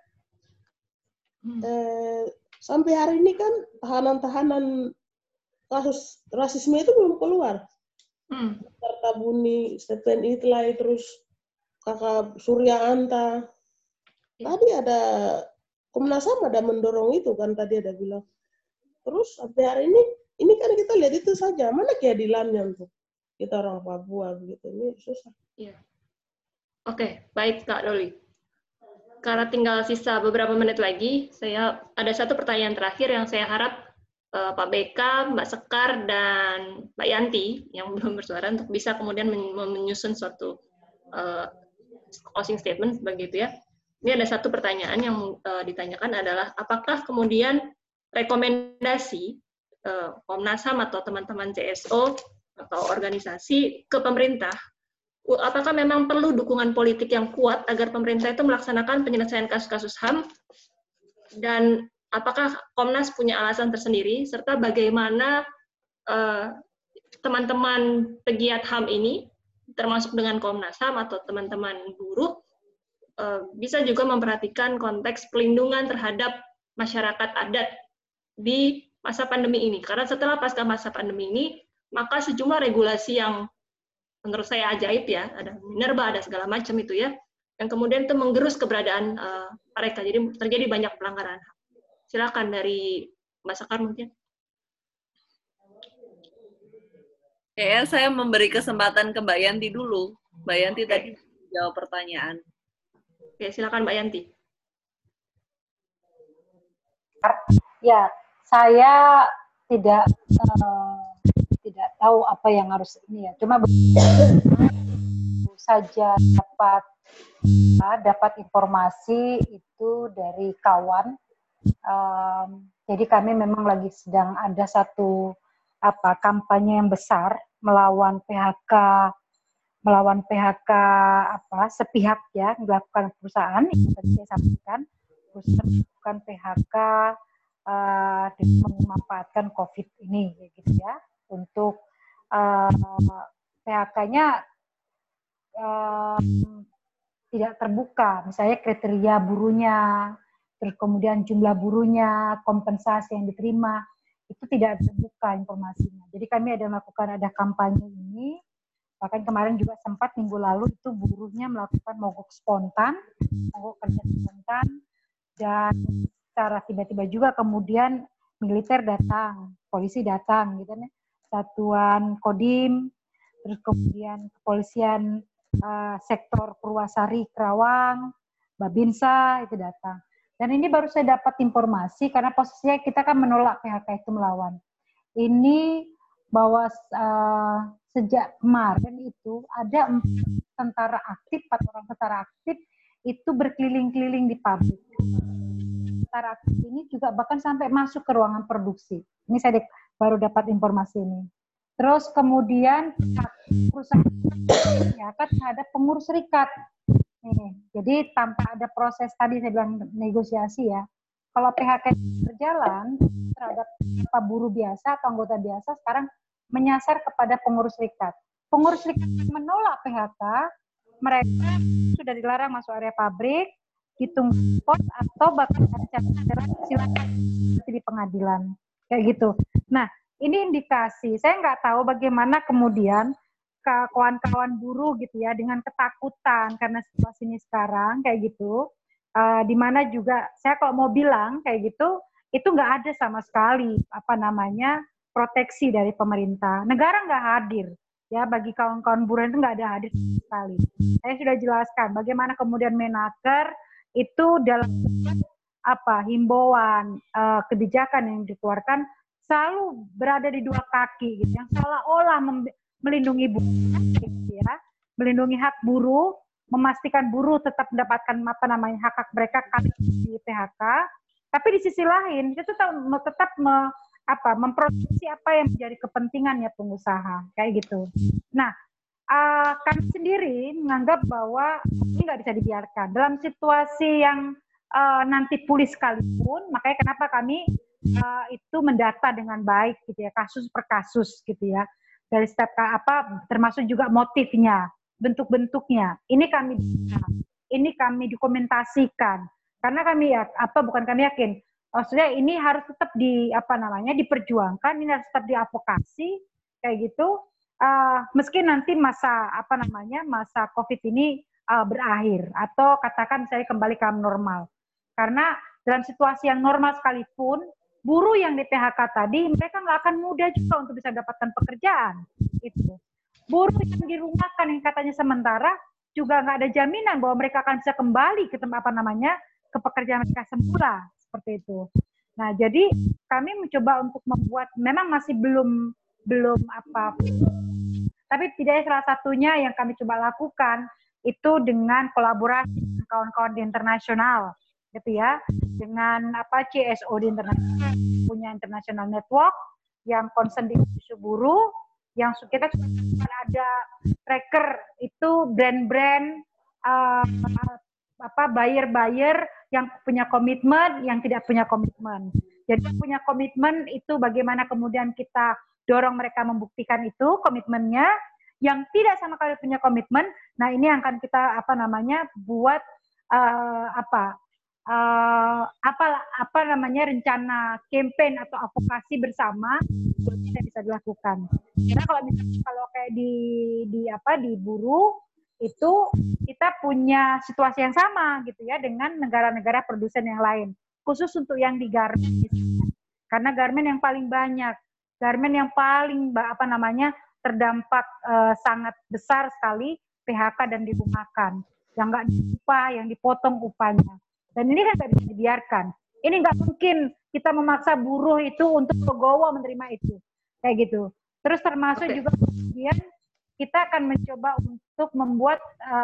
Sampai hari ini kan tahanan-tahanan kasus rasisme itu belum keluar. Kartabuni, Stephen Itlay, terus Kakak Surya Anta. Tadi ada Komnas HAM ada mendorong itu kan tadi ada bilang. Terus sampai hari ini kan kita lihat itu saja, mana keadilannya untuk kita orang Papua begitu, ini susah. Iya. Oke, baik Kak Doli. Karena tinggal sisa beberapa menit lagi, saya ada satu pertanyaan terakhir yang saya harap Pak BK, Mbak Sekar, dan Mbak Yanti yang belum bersuara untuk bisa kemudian menyusun suatu closing statement begitu ya. Ini ada satu pertanyaan yang ditanyakan adalah apakah kemudian rekomendasi Komnas HAM atau teman-teman CSO atau organisasi ke pemerintah, apakah memang perlu dukungan politik yang kuat agar pemerintah itu melaksanakan penyelesaian kasus-kasus HAM, dan apakah Komnas punya alasan tersendiri, serta bagaimana teman-teman pegiat HAM ini, termasuk dengan Komnas HAM atau teman-teman buruh, bisa juga memperhatikan konteks pelindungan terhadap masyarakat adat di masa pandemi ini. Karena setelah pasca masa pandemi ini, maka sejumlah regulasi yang menurut saya ajaib ya, ada minerba, ada segala macam itu ya, yang kemudian itu menggerus keberadaan mereka. Jadi terjadi banyak pelanggaran. Silakan dari Mbak Sekar mungkin. Kayaknya saya memberi kesempatan ke Mbak Yanti dulu. Mbak Yanti tadi jawab pertanyaan. Oke, silakan Mbak Yanti. Ya, saya tidak tahu apa yang harus ini ya. Cuma saja dapat informasi itu dari kawan. Jadi kami memang lagi sedang ada satu kampanye yang besar melawan PHK sepihak ya dilakukan perusahaan itu tadi saya sampaikan, perusahaan melakukan PHK dengan memanfaatkan COVID ini gitu ya untuk PHK-nya tidak terbuka, misalnya kriteria buruhnya, terus kemudian jumlah buruhnya, kompensasi yang diterima itu tidak terbuka informasinya. Jadi kami ada kampanye ini. Bahkan kemarin juga sempat minggu lalu itu buruhnya melakukan mogok kerja spontan, dan secara tiba-tiba juga kemudian militer datang, polisi datang, gitu kan, satuan Kodim, terus kemudian kepolisian sektor Purwasari, Kerawang, Babinsa itu datang. Dan ini baru saya dapat informasi karena posisinya kita kan menolak PHK itu melawan. Ini bahwa sejak kemarin itu ada 4 orang tentara aktif itu berkeliling-keliling di pabrik. antara aktif ini juga bahkan sampai masuk ke ruangan produksi. Ini saya baru dapat informasi ini. Terus kemudian perusahaan PHK terhadap pengurus serikat. Nih, jadi tanpa ada proses tadi saya bilang negosiasi ya. Kalau PHK berjalan terhadap buruh biasa atau anggota biasa, sekarang menyasar kepada pengurus serikat. Pengurus serikat menolak PHK, mereka sudah dilarang masuk area pabrik, hitung pos atau bahkan adalah silakan di pengadilan kayak gitu. Nah, ini indikasi. Saya nggak tahu bagaimana kemudian kawan-kawan buruh gitu ya dengan ketakutan karena situasi ini sekarang kayak gitu, di mana juga saya kalau mau bilang kayak gitu itu nggak ada sama sekali proteksi dari pemerintah. Negara nggak hadir ya bagi kawan-kawan buruh itu nggak ada hadir sama sekali. Saya sudah jelaskan bagaimana kemudian Menaker itu dalam himbauan kebijakan yang dikeluarkan selalu berada di dua kaki gitu, yang seolah-olah melindungi buruh, gitu ya, melindungi hak buruh, memastikan buruh tetap mendapatkan hak-hak mereka di PHK, tapi di sisi lain itu tetap memproduksi apa yang menjadi kepentingannya pengusaha kayak gitu. Nah, kami sendiri menganggap bahwa ini nggak bisa dibiarkan dalam situasi yang nanti pulih sekalipun. Makanya kenapa kami itu mendata dengan baik gitu ya, kasus per kasus gitu ya. Dari setiap termasuk juga motifnya, bentuk-bentuknya. Ini kami dokumentasikan karena kami bukan kami yakin. Maksudnya ini harus tetap diperjuangkan, ini harus tetap diadvokasi kayak gitu. Meski nanti masa Covid ini berakhir atau katakan misalnya kembali ke normal. Karena dalam situasi yang normal sekalipun buruh yang di PHK tadi, mereka nggak akan mudah juga untuk bisa mendapatkan pekerjaan. Itu. Buruh yang dirumahkan yang katanya sementara, juga nggak ada jaminan bahwa mereka akan bisa kembali ke ke pekerjaan mereka semula. Seperti itu. Nah, jadi kami mencoba untuk membuat, memang masih belum tapi tidaknya salah satunya yang kami coba lakukan, itu dengan kolaborasi dengan kawan-kawan di internasional. Gitu ya, dengan CSO di internasional, punya international network yang concern di isu buruh, yang kita juga ada tracker itu brand-brand buyer-buyer yang punya komitmen, yang tidak punya komitmen. Jadi yang punya komitmen itu bagaimana kemudian kita dorong mereka membuktikan itu komitmennya, yang tidak sama sekali punya komitmen. Nah, ini yang akan kita buat rencana campaign atau advokasi bersama kita bisa dilakukan. Karena kalau kayak di buruh itu kita punya situasi yang sama gitu ya dengan negara-negara produsen yang lain, khusus untuk yang di garmen karena garmen yang paling banyak, garmen yang paling terdampak sangat besar sekali PHK dan dirumahkan, yang nggak diupah, yang dipotong upahnya. Dan ini kan nggak bisa dibiarkan. Ini nggak mungkin kita memaksa buruh itu untuk legowo menerima itu, kayak gitu. Terus termasuk juga kemudian kita akan mencoba untuk membuat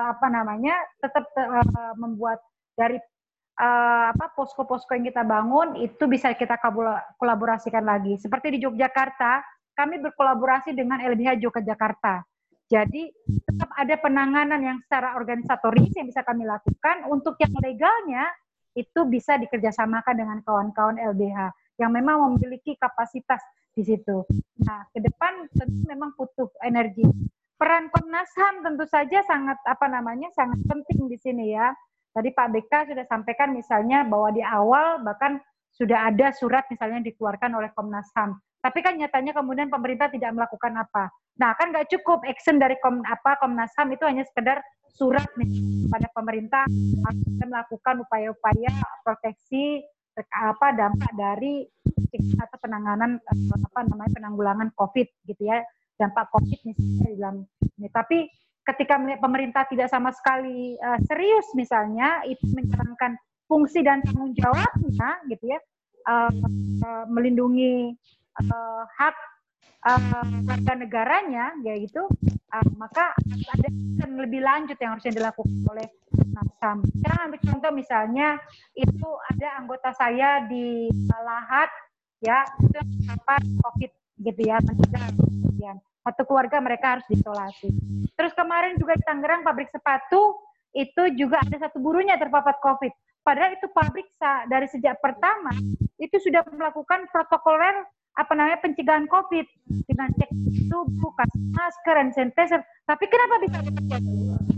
membuat dari posko-posko yang kita bangun itu bisa kita kolaborasikan lagi. Seperti di Yogyakarta, kami berkolaborasi dengan LBH Yogyakarta. Jadi tetap ada penanganan yang secara organisatoris yang bisa kami lakukan. Untuk yang legalnya itu bisa dikerjasamakan dengan kawan-kawan LBH yang memang memiliki kapasitas di situ. Nah, ke depan tentu memang butuh energi. Peran Komnas HAM tentu saja sangat sangat penting di sini ya. Tadi Pak BK sudah sampaikan misalnya bahwa di awal bahkan sudah ada surat misalnya dikeluarkan oleh Komnas HAM. Tapi kan nyatanya kemudian pemerintah tidak melakukan apa. Nah, kan nggak cukup action dari Komnas HAM itu hanya sekedar surat pada pemerintah melakukan upaya-upaya proteksi dampak dari atau penanganan penanggulangan COVID gitu ya, dampak COVID misalnya di dalam ini. Tapi ketika pemerintah tidak sama sekali serius misalnya itu menjalankan fungsi dan tanggung jawabnya gitu ya, melindungi hak warga negaranya, yaitu maka ada lebih lanjut yang harusnya dilakukan oleh Nasam. Saya ambil contoh misalnya itu ada anggota saya di Lahat, ya, itu terpapar COVID gitu ya, kemudian satu keluarga mereka harus diisolasi. Terus kemarin juga di Tangerang pabrik sepatu itu juga ada satu burunya terpapar COVID. Padahal itu pabrik dari sejak pertama itu sudah melakukan protokoler pencegahan COVID dengan cek tubuh, masker, dan sanitizer. Tapi kenapa bisa terjadi?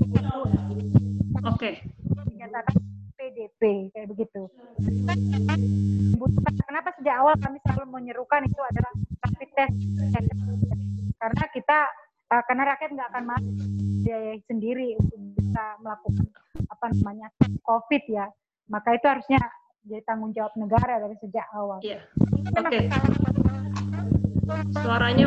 Oke. Dinyatakan PDP kayak begitu. Kenapa sejak awal kami selalu menyerukan itu adalah rapid test, karena karena rakyat nggak akan mampu biaya sendiri untuk bisa melakukan COVID ya. Maka itu harusnya jadi tanggung jawab negara dari sejak awal. Iya. Oke. Suaranya.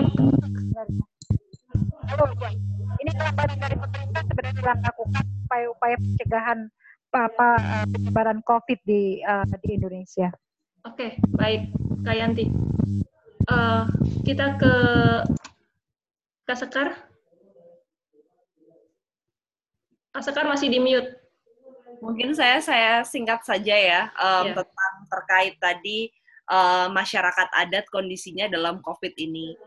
Ini kelambanan dari pemerintah sebenarnya melakukan upaya-upaya pencegahan penyebaran COVID di Indonesia. Oke, baik, Kak Yanti. Kita ke Kak Sekar. Kak Sekar masih di mute. Mungkin saya singkat saja ya, tentang terkait tadi masyarakat adat kondisinya dalam COVID ini.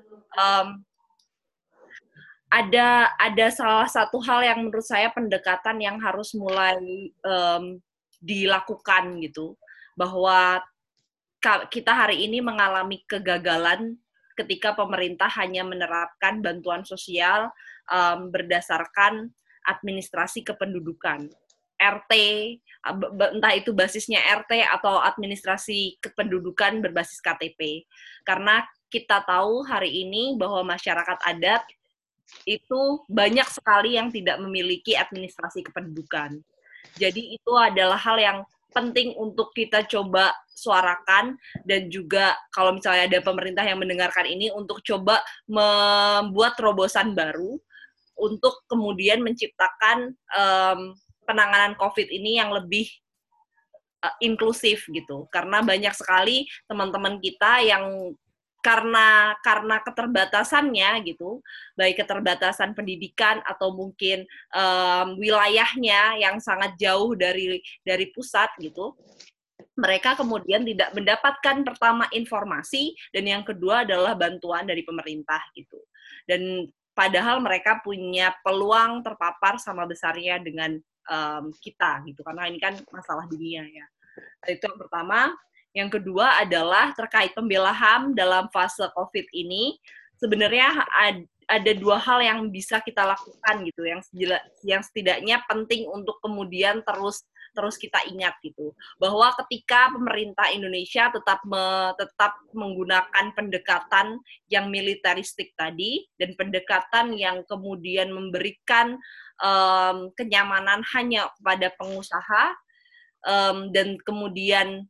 Ada salah satu hal yang menurut saya pendekatan yang harus mulai dilakukan gitu, bahwa kita hari ini mengalami kegagalan ketika pemerintah hanya menerapkan bantuan sosial berdasarkan administrasi kependudukan. RT, entah itu basisnya RT atau administrasi kependudukan berbasis KTP. Karena kita tahu hari ini bahwa masyarakat adat itu banyak sekali yang tidak memiliki administrasi kependudukan. Jadi itu adalah hal yang penting untuk kita coba suarakan, dan juga kalau misalnya ada pemerintah yang mendengarkan ini untuk coba membuat terobosan baru untuk kemudian menciptakan penanganan COVID ini yang lebih inklusif gitu. Karena banyak sekali teman-teman kita yang karena keterbatasannya gitu, baik keterbatasan pendidikan atau mungkin wilayahnya yang sangat jauh dari pusat gitu, mereka kemudian tidak mendapatkan pertama informasi, dan yang kedua adalah bantuan dari pemerintah gitu. Dan padahal mereka punya peluang terpapar sama besarnya dengan kita gitu, karena ini kan masalah dunia ya. Itu yang pertama. Yang kedua adalah terkait pembela HAM dalam fase COVID ini. Sebenarnya ada dua hal yang bisa kita lakukan gitu, yang setidaknya penting untuk kemudian terus kita ingat gitu, bahwa ketika pemerintah Indonesia tetap menggunakan pendekatan yang militeristik tadi, dan pendekatan yang kemudian memberikan kenyamanan hanya kepada pengusaha, dan kemudian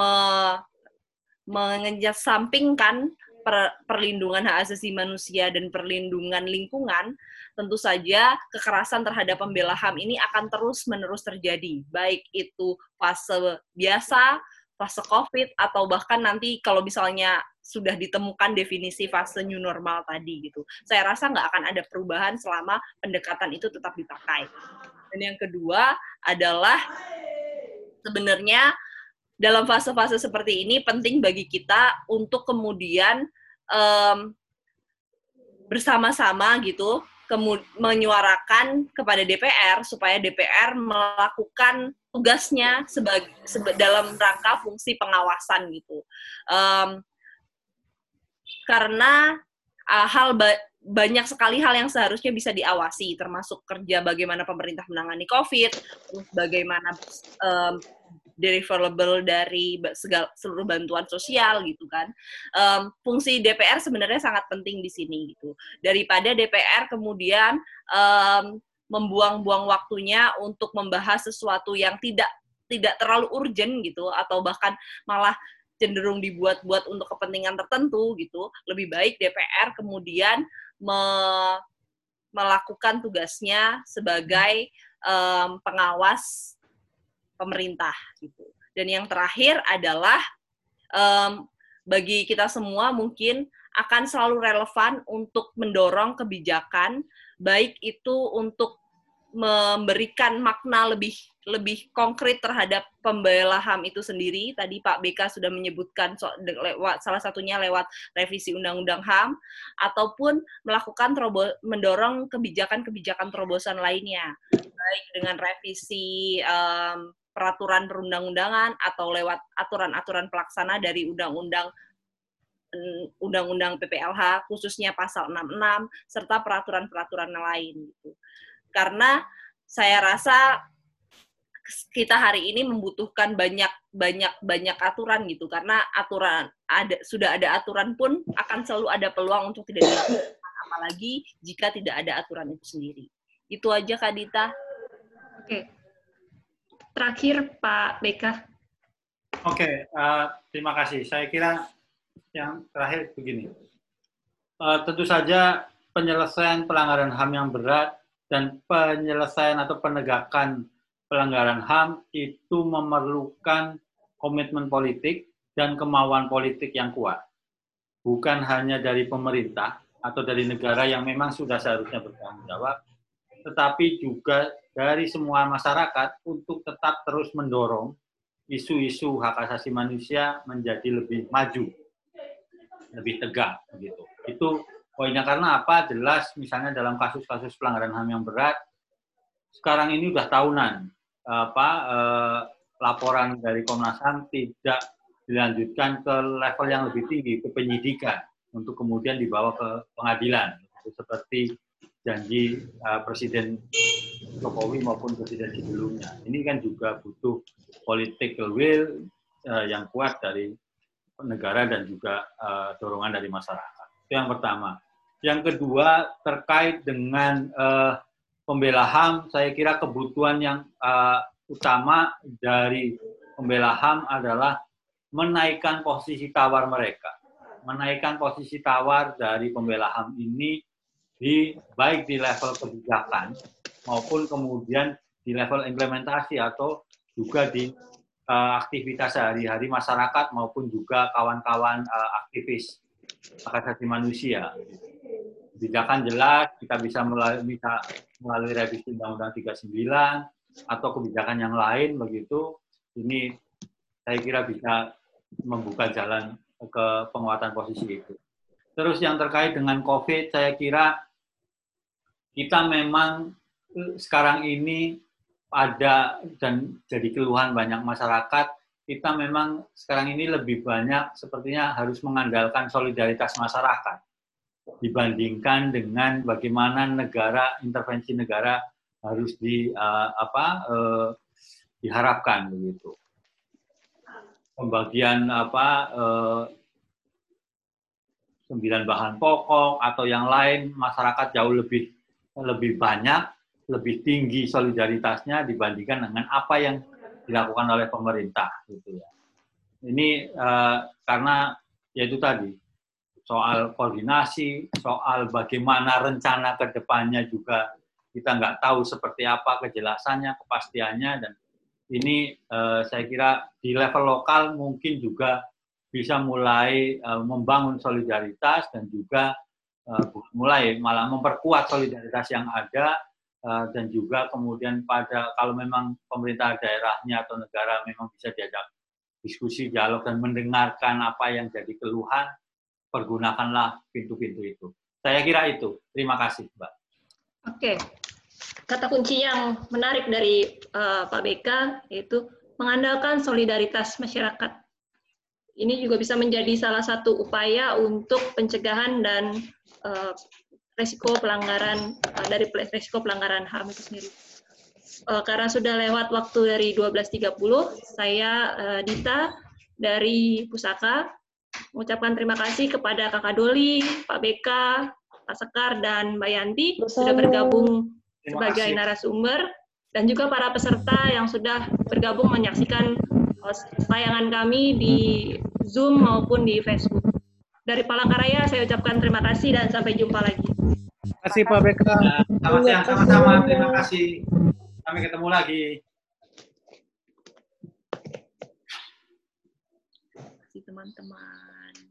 mengesampingkan perlindungan hak asasi manusia dan perlindungan lingkungan, tentu saja kekerasan terhadap pembela HAM ini akan terus-menerus terjadi, baik itu fase biasa, fase COVID, atau bahkan nanti kalau misalnya sudah ditemukan definisi fase new normal tadi gitu. Saya rasa nggak akan ada perubahan selama pendekatan itu tetap dipakai. Dan yang kedua adalah sebenarnya dalam fase-fase seperti ini penting bagi kita untuk kemudian bersama-sama gitu menyuarakan kepada DPR supaya DPR melakukan tugasnya dalam rangka fungsi pengawasan gitu. Karena banyak sekali hal yang seharusnya bisa diawasi, termasuk kerja bagaimana pemerintah menangani COVID, terus bagaimana deliverable dari seluruh bantuan sosial gitu kan. Fungsi DPR sebenarnya sangat penting di sini gitu. Daripada DPR kemudian membuang-buang waktunya untuk membahas sesuatu yang tidak terlalu urgent gitu, atau bahkan malah cenderung dibuat-buat untuk kepentingan tertentu gitu. Lebih baik DPR kemudian melakukan tugasnya sebagai pengawas pemerintah gitu. Dan yang terakhir adalah bagi kita semua mungkin akan selalu relevan untuk mendorong kebijakan, baik itu untuk memberikan makna lebih konkret terhadap pembela HAM itu sendiri. Tadi Pak BK sudah menyebutkan salah satunya lewat revisi Undang-Undang HAM, ataupun melakukan mendorong kebijakan-kebijakan terobosan lainnya, baik dengan revisi peraturan perundang-undangan atau lewat aturan-aturan pelaksana dari Undang-Undang PPLH, khususnya pasal 66, serta peraturan-peraturan lain gitu. Karena saya rasa kita hari ini membutuhkan banyak aturan gitu, karena sudah ada aturan pun akan selalu ada peluang untuk tidak dilakukan, apalagi jika tidak ada aturan itu sendiri. Itu aja Kak Dita. Oke. Terakhir Pak BK. Oke, terima kasih. Saya kira yang terakhir begini. Tentu saja penyelesaian pelanggaran HAM yang berat dan penyelesaian atau penegakan pelanggaran HAM itu memerlukan komitmen politik dan kemauan politik yang kuat. Bukan hanya dari pemerintah atau dari negara yang memang sudah seharusnya bertanggung jawab, tetapi juga dari semua masyarakat untuk tetap terus mendorong isu-isu hak asasi manusia menjadi lebih maju, lebih tegak. Begitu. Itu poinnya. Karena apa? Jelas misalnya dalam kasus-kasus pelanggaran HAM yang berat, sekarang ini udah tahunan laporan dari Komnas HAM tidak dilanjutkan ke level yang lebih tinggi, ke penyidikan, untuk kemudian dibawa ke pengadilan, seperti janji Presiden Jokowi maupun Presiden sebelumnya. Ini kan juga butuh political will yang kuat dari negara dan juga dorongan dari masyarakat. Itu yang pertama. Yang kedua, terkait dengan pembela HAM, saya kira kebutuhan yang utama dari pembela HAM adalah menaikkan posisi tawar mereka. Menaikkan posisi tawar dari pembela HAM ini baik di level kebijakan maupun kemudian di level implementasi atau juga di aktivitas sehari-hari masyarakat maupun juga kawan-kawan aktivis hak asasi manusia. Kebijakan jelas, kita bisa melalui revisi Undang-Undang 39 atau kebijakan yang lain begitu. Ini saya kira bisa membuka jalan ke penguatan posisi itu. Terus yang terkait dengan COVID, saya kira kita memang sekarang ini ada dan jadi keluhan banyak masyarakat, kita memang sekarang ini lebih banyak sepertinya harus mengandalkan solidaritas masyarakat dibandingkan dengan bagaimana intervensi negara harus diharapkan begitu. Pembagian 9 bahan pokok atau yang lain, masyarakat jauh lebih banyak, lebih tinggi solidaritasnya dibandingkan dengan apa yang dilakukan oleh pemerintah gitu ya. Ini karena yaitu tadi soal koordinasi, soal bagaimana rencana ke depannya juga kita nggak tahu seperti apa kejelasannya, kepastiannya, dan ini saya kira di level lokal mungkin juga bisa mulai membangun solidaritas dan juga mulai malah memperkuat solidaritas yang ada, dan juga kemudian kalau memang pemerintah daerahnya atau negara memang bisa diajak diskusi, dialog, dan mendengarkan apa yang jadi keluhan, pergunakanlah pintu-pintu itu. Saya kira itu. Terima kasih, Mbak. Oke. Kata kunci yang menarik dari Pak BK yaitu mengandalkan solidaritas masyarakat. Ini juga bisa menjadi salah satu upaya untuk pencegahan dan resiko pelanggaran resiko pelanggaran HAM itu sendiri. Karena sudah lewat waktu dari 12.30, saya Dita dari Pusaka mengucapkan terima kasih kepada Kakak Doli, Pak BK, Pak Sekar, dan Mbak Yanti sudah bergabung sebagai narasumber, dan juga para peserta yang sudah bergabung menyaksikan tayangan kami di Zoom maupun di Facebook. Dari Palangkaraya saya ucapkan terima kasih dan sampai jumpa lagi. Terima kasih Pak BK. Selamat siang, sama-sama. Terima kasih. Sampai ketemu lagi. Terima kasih teman-teman.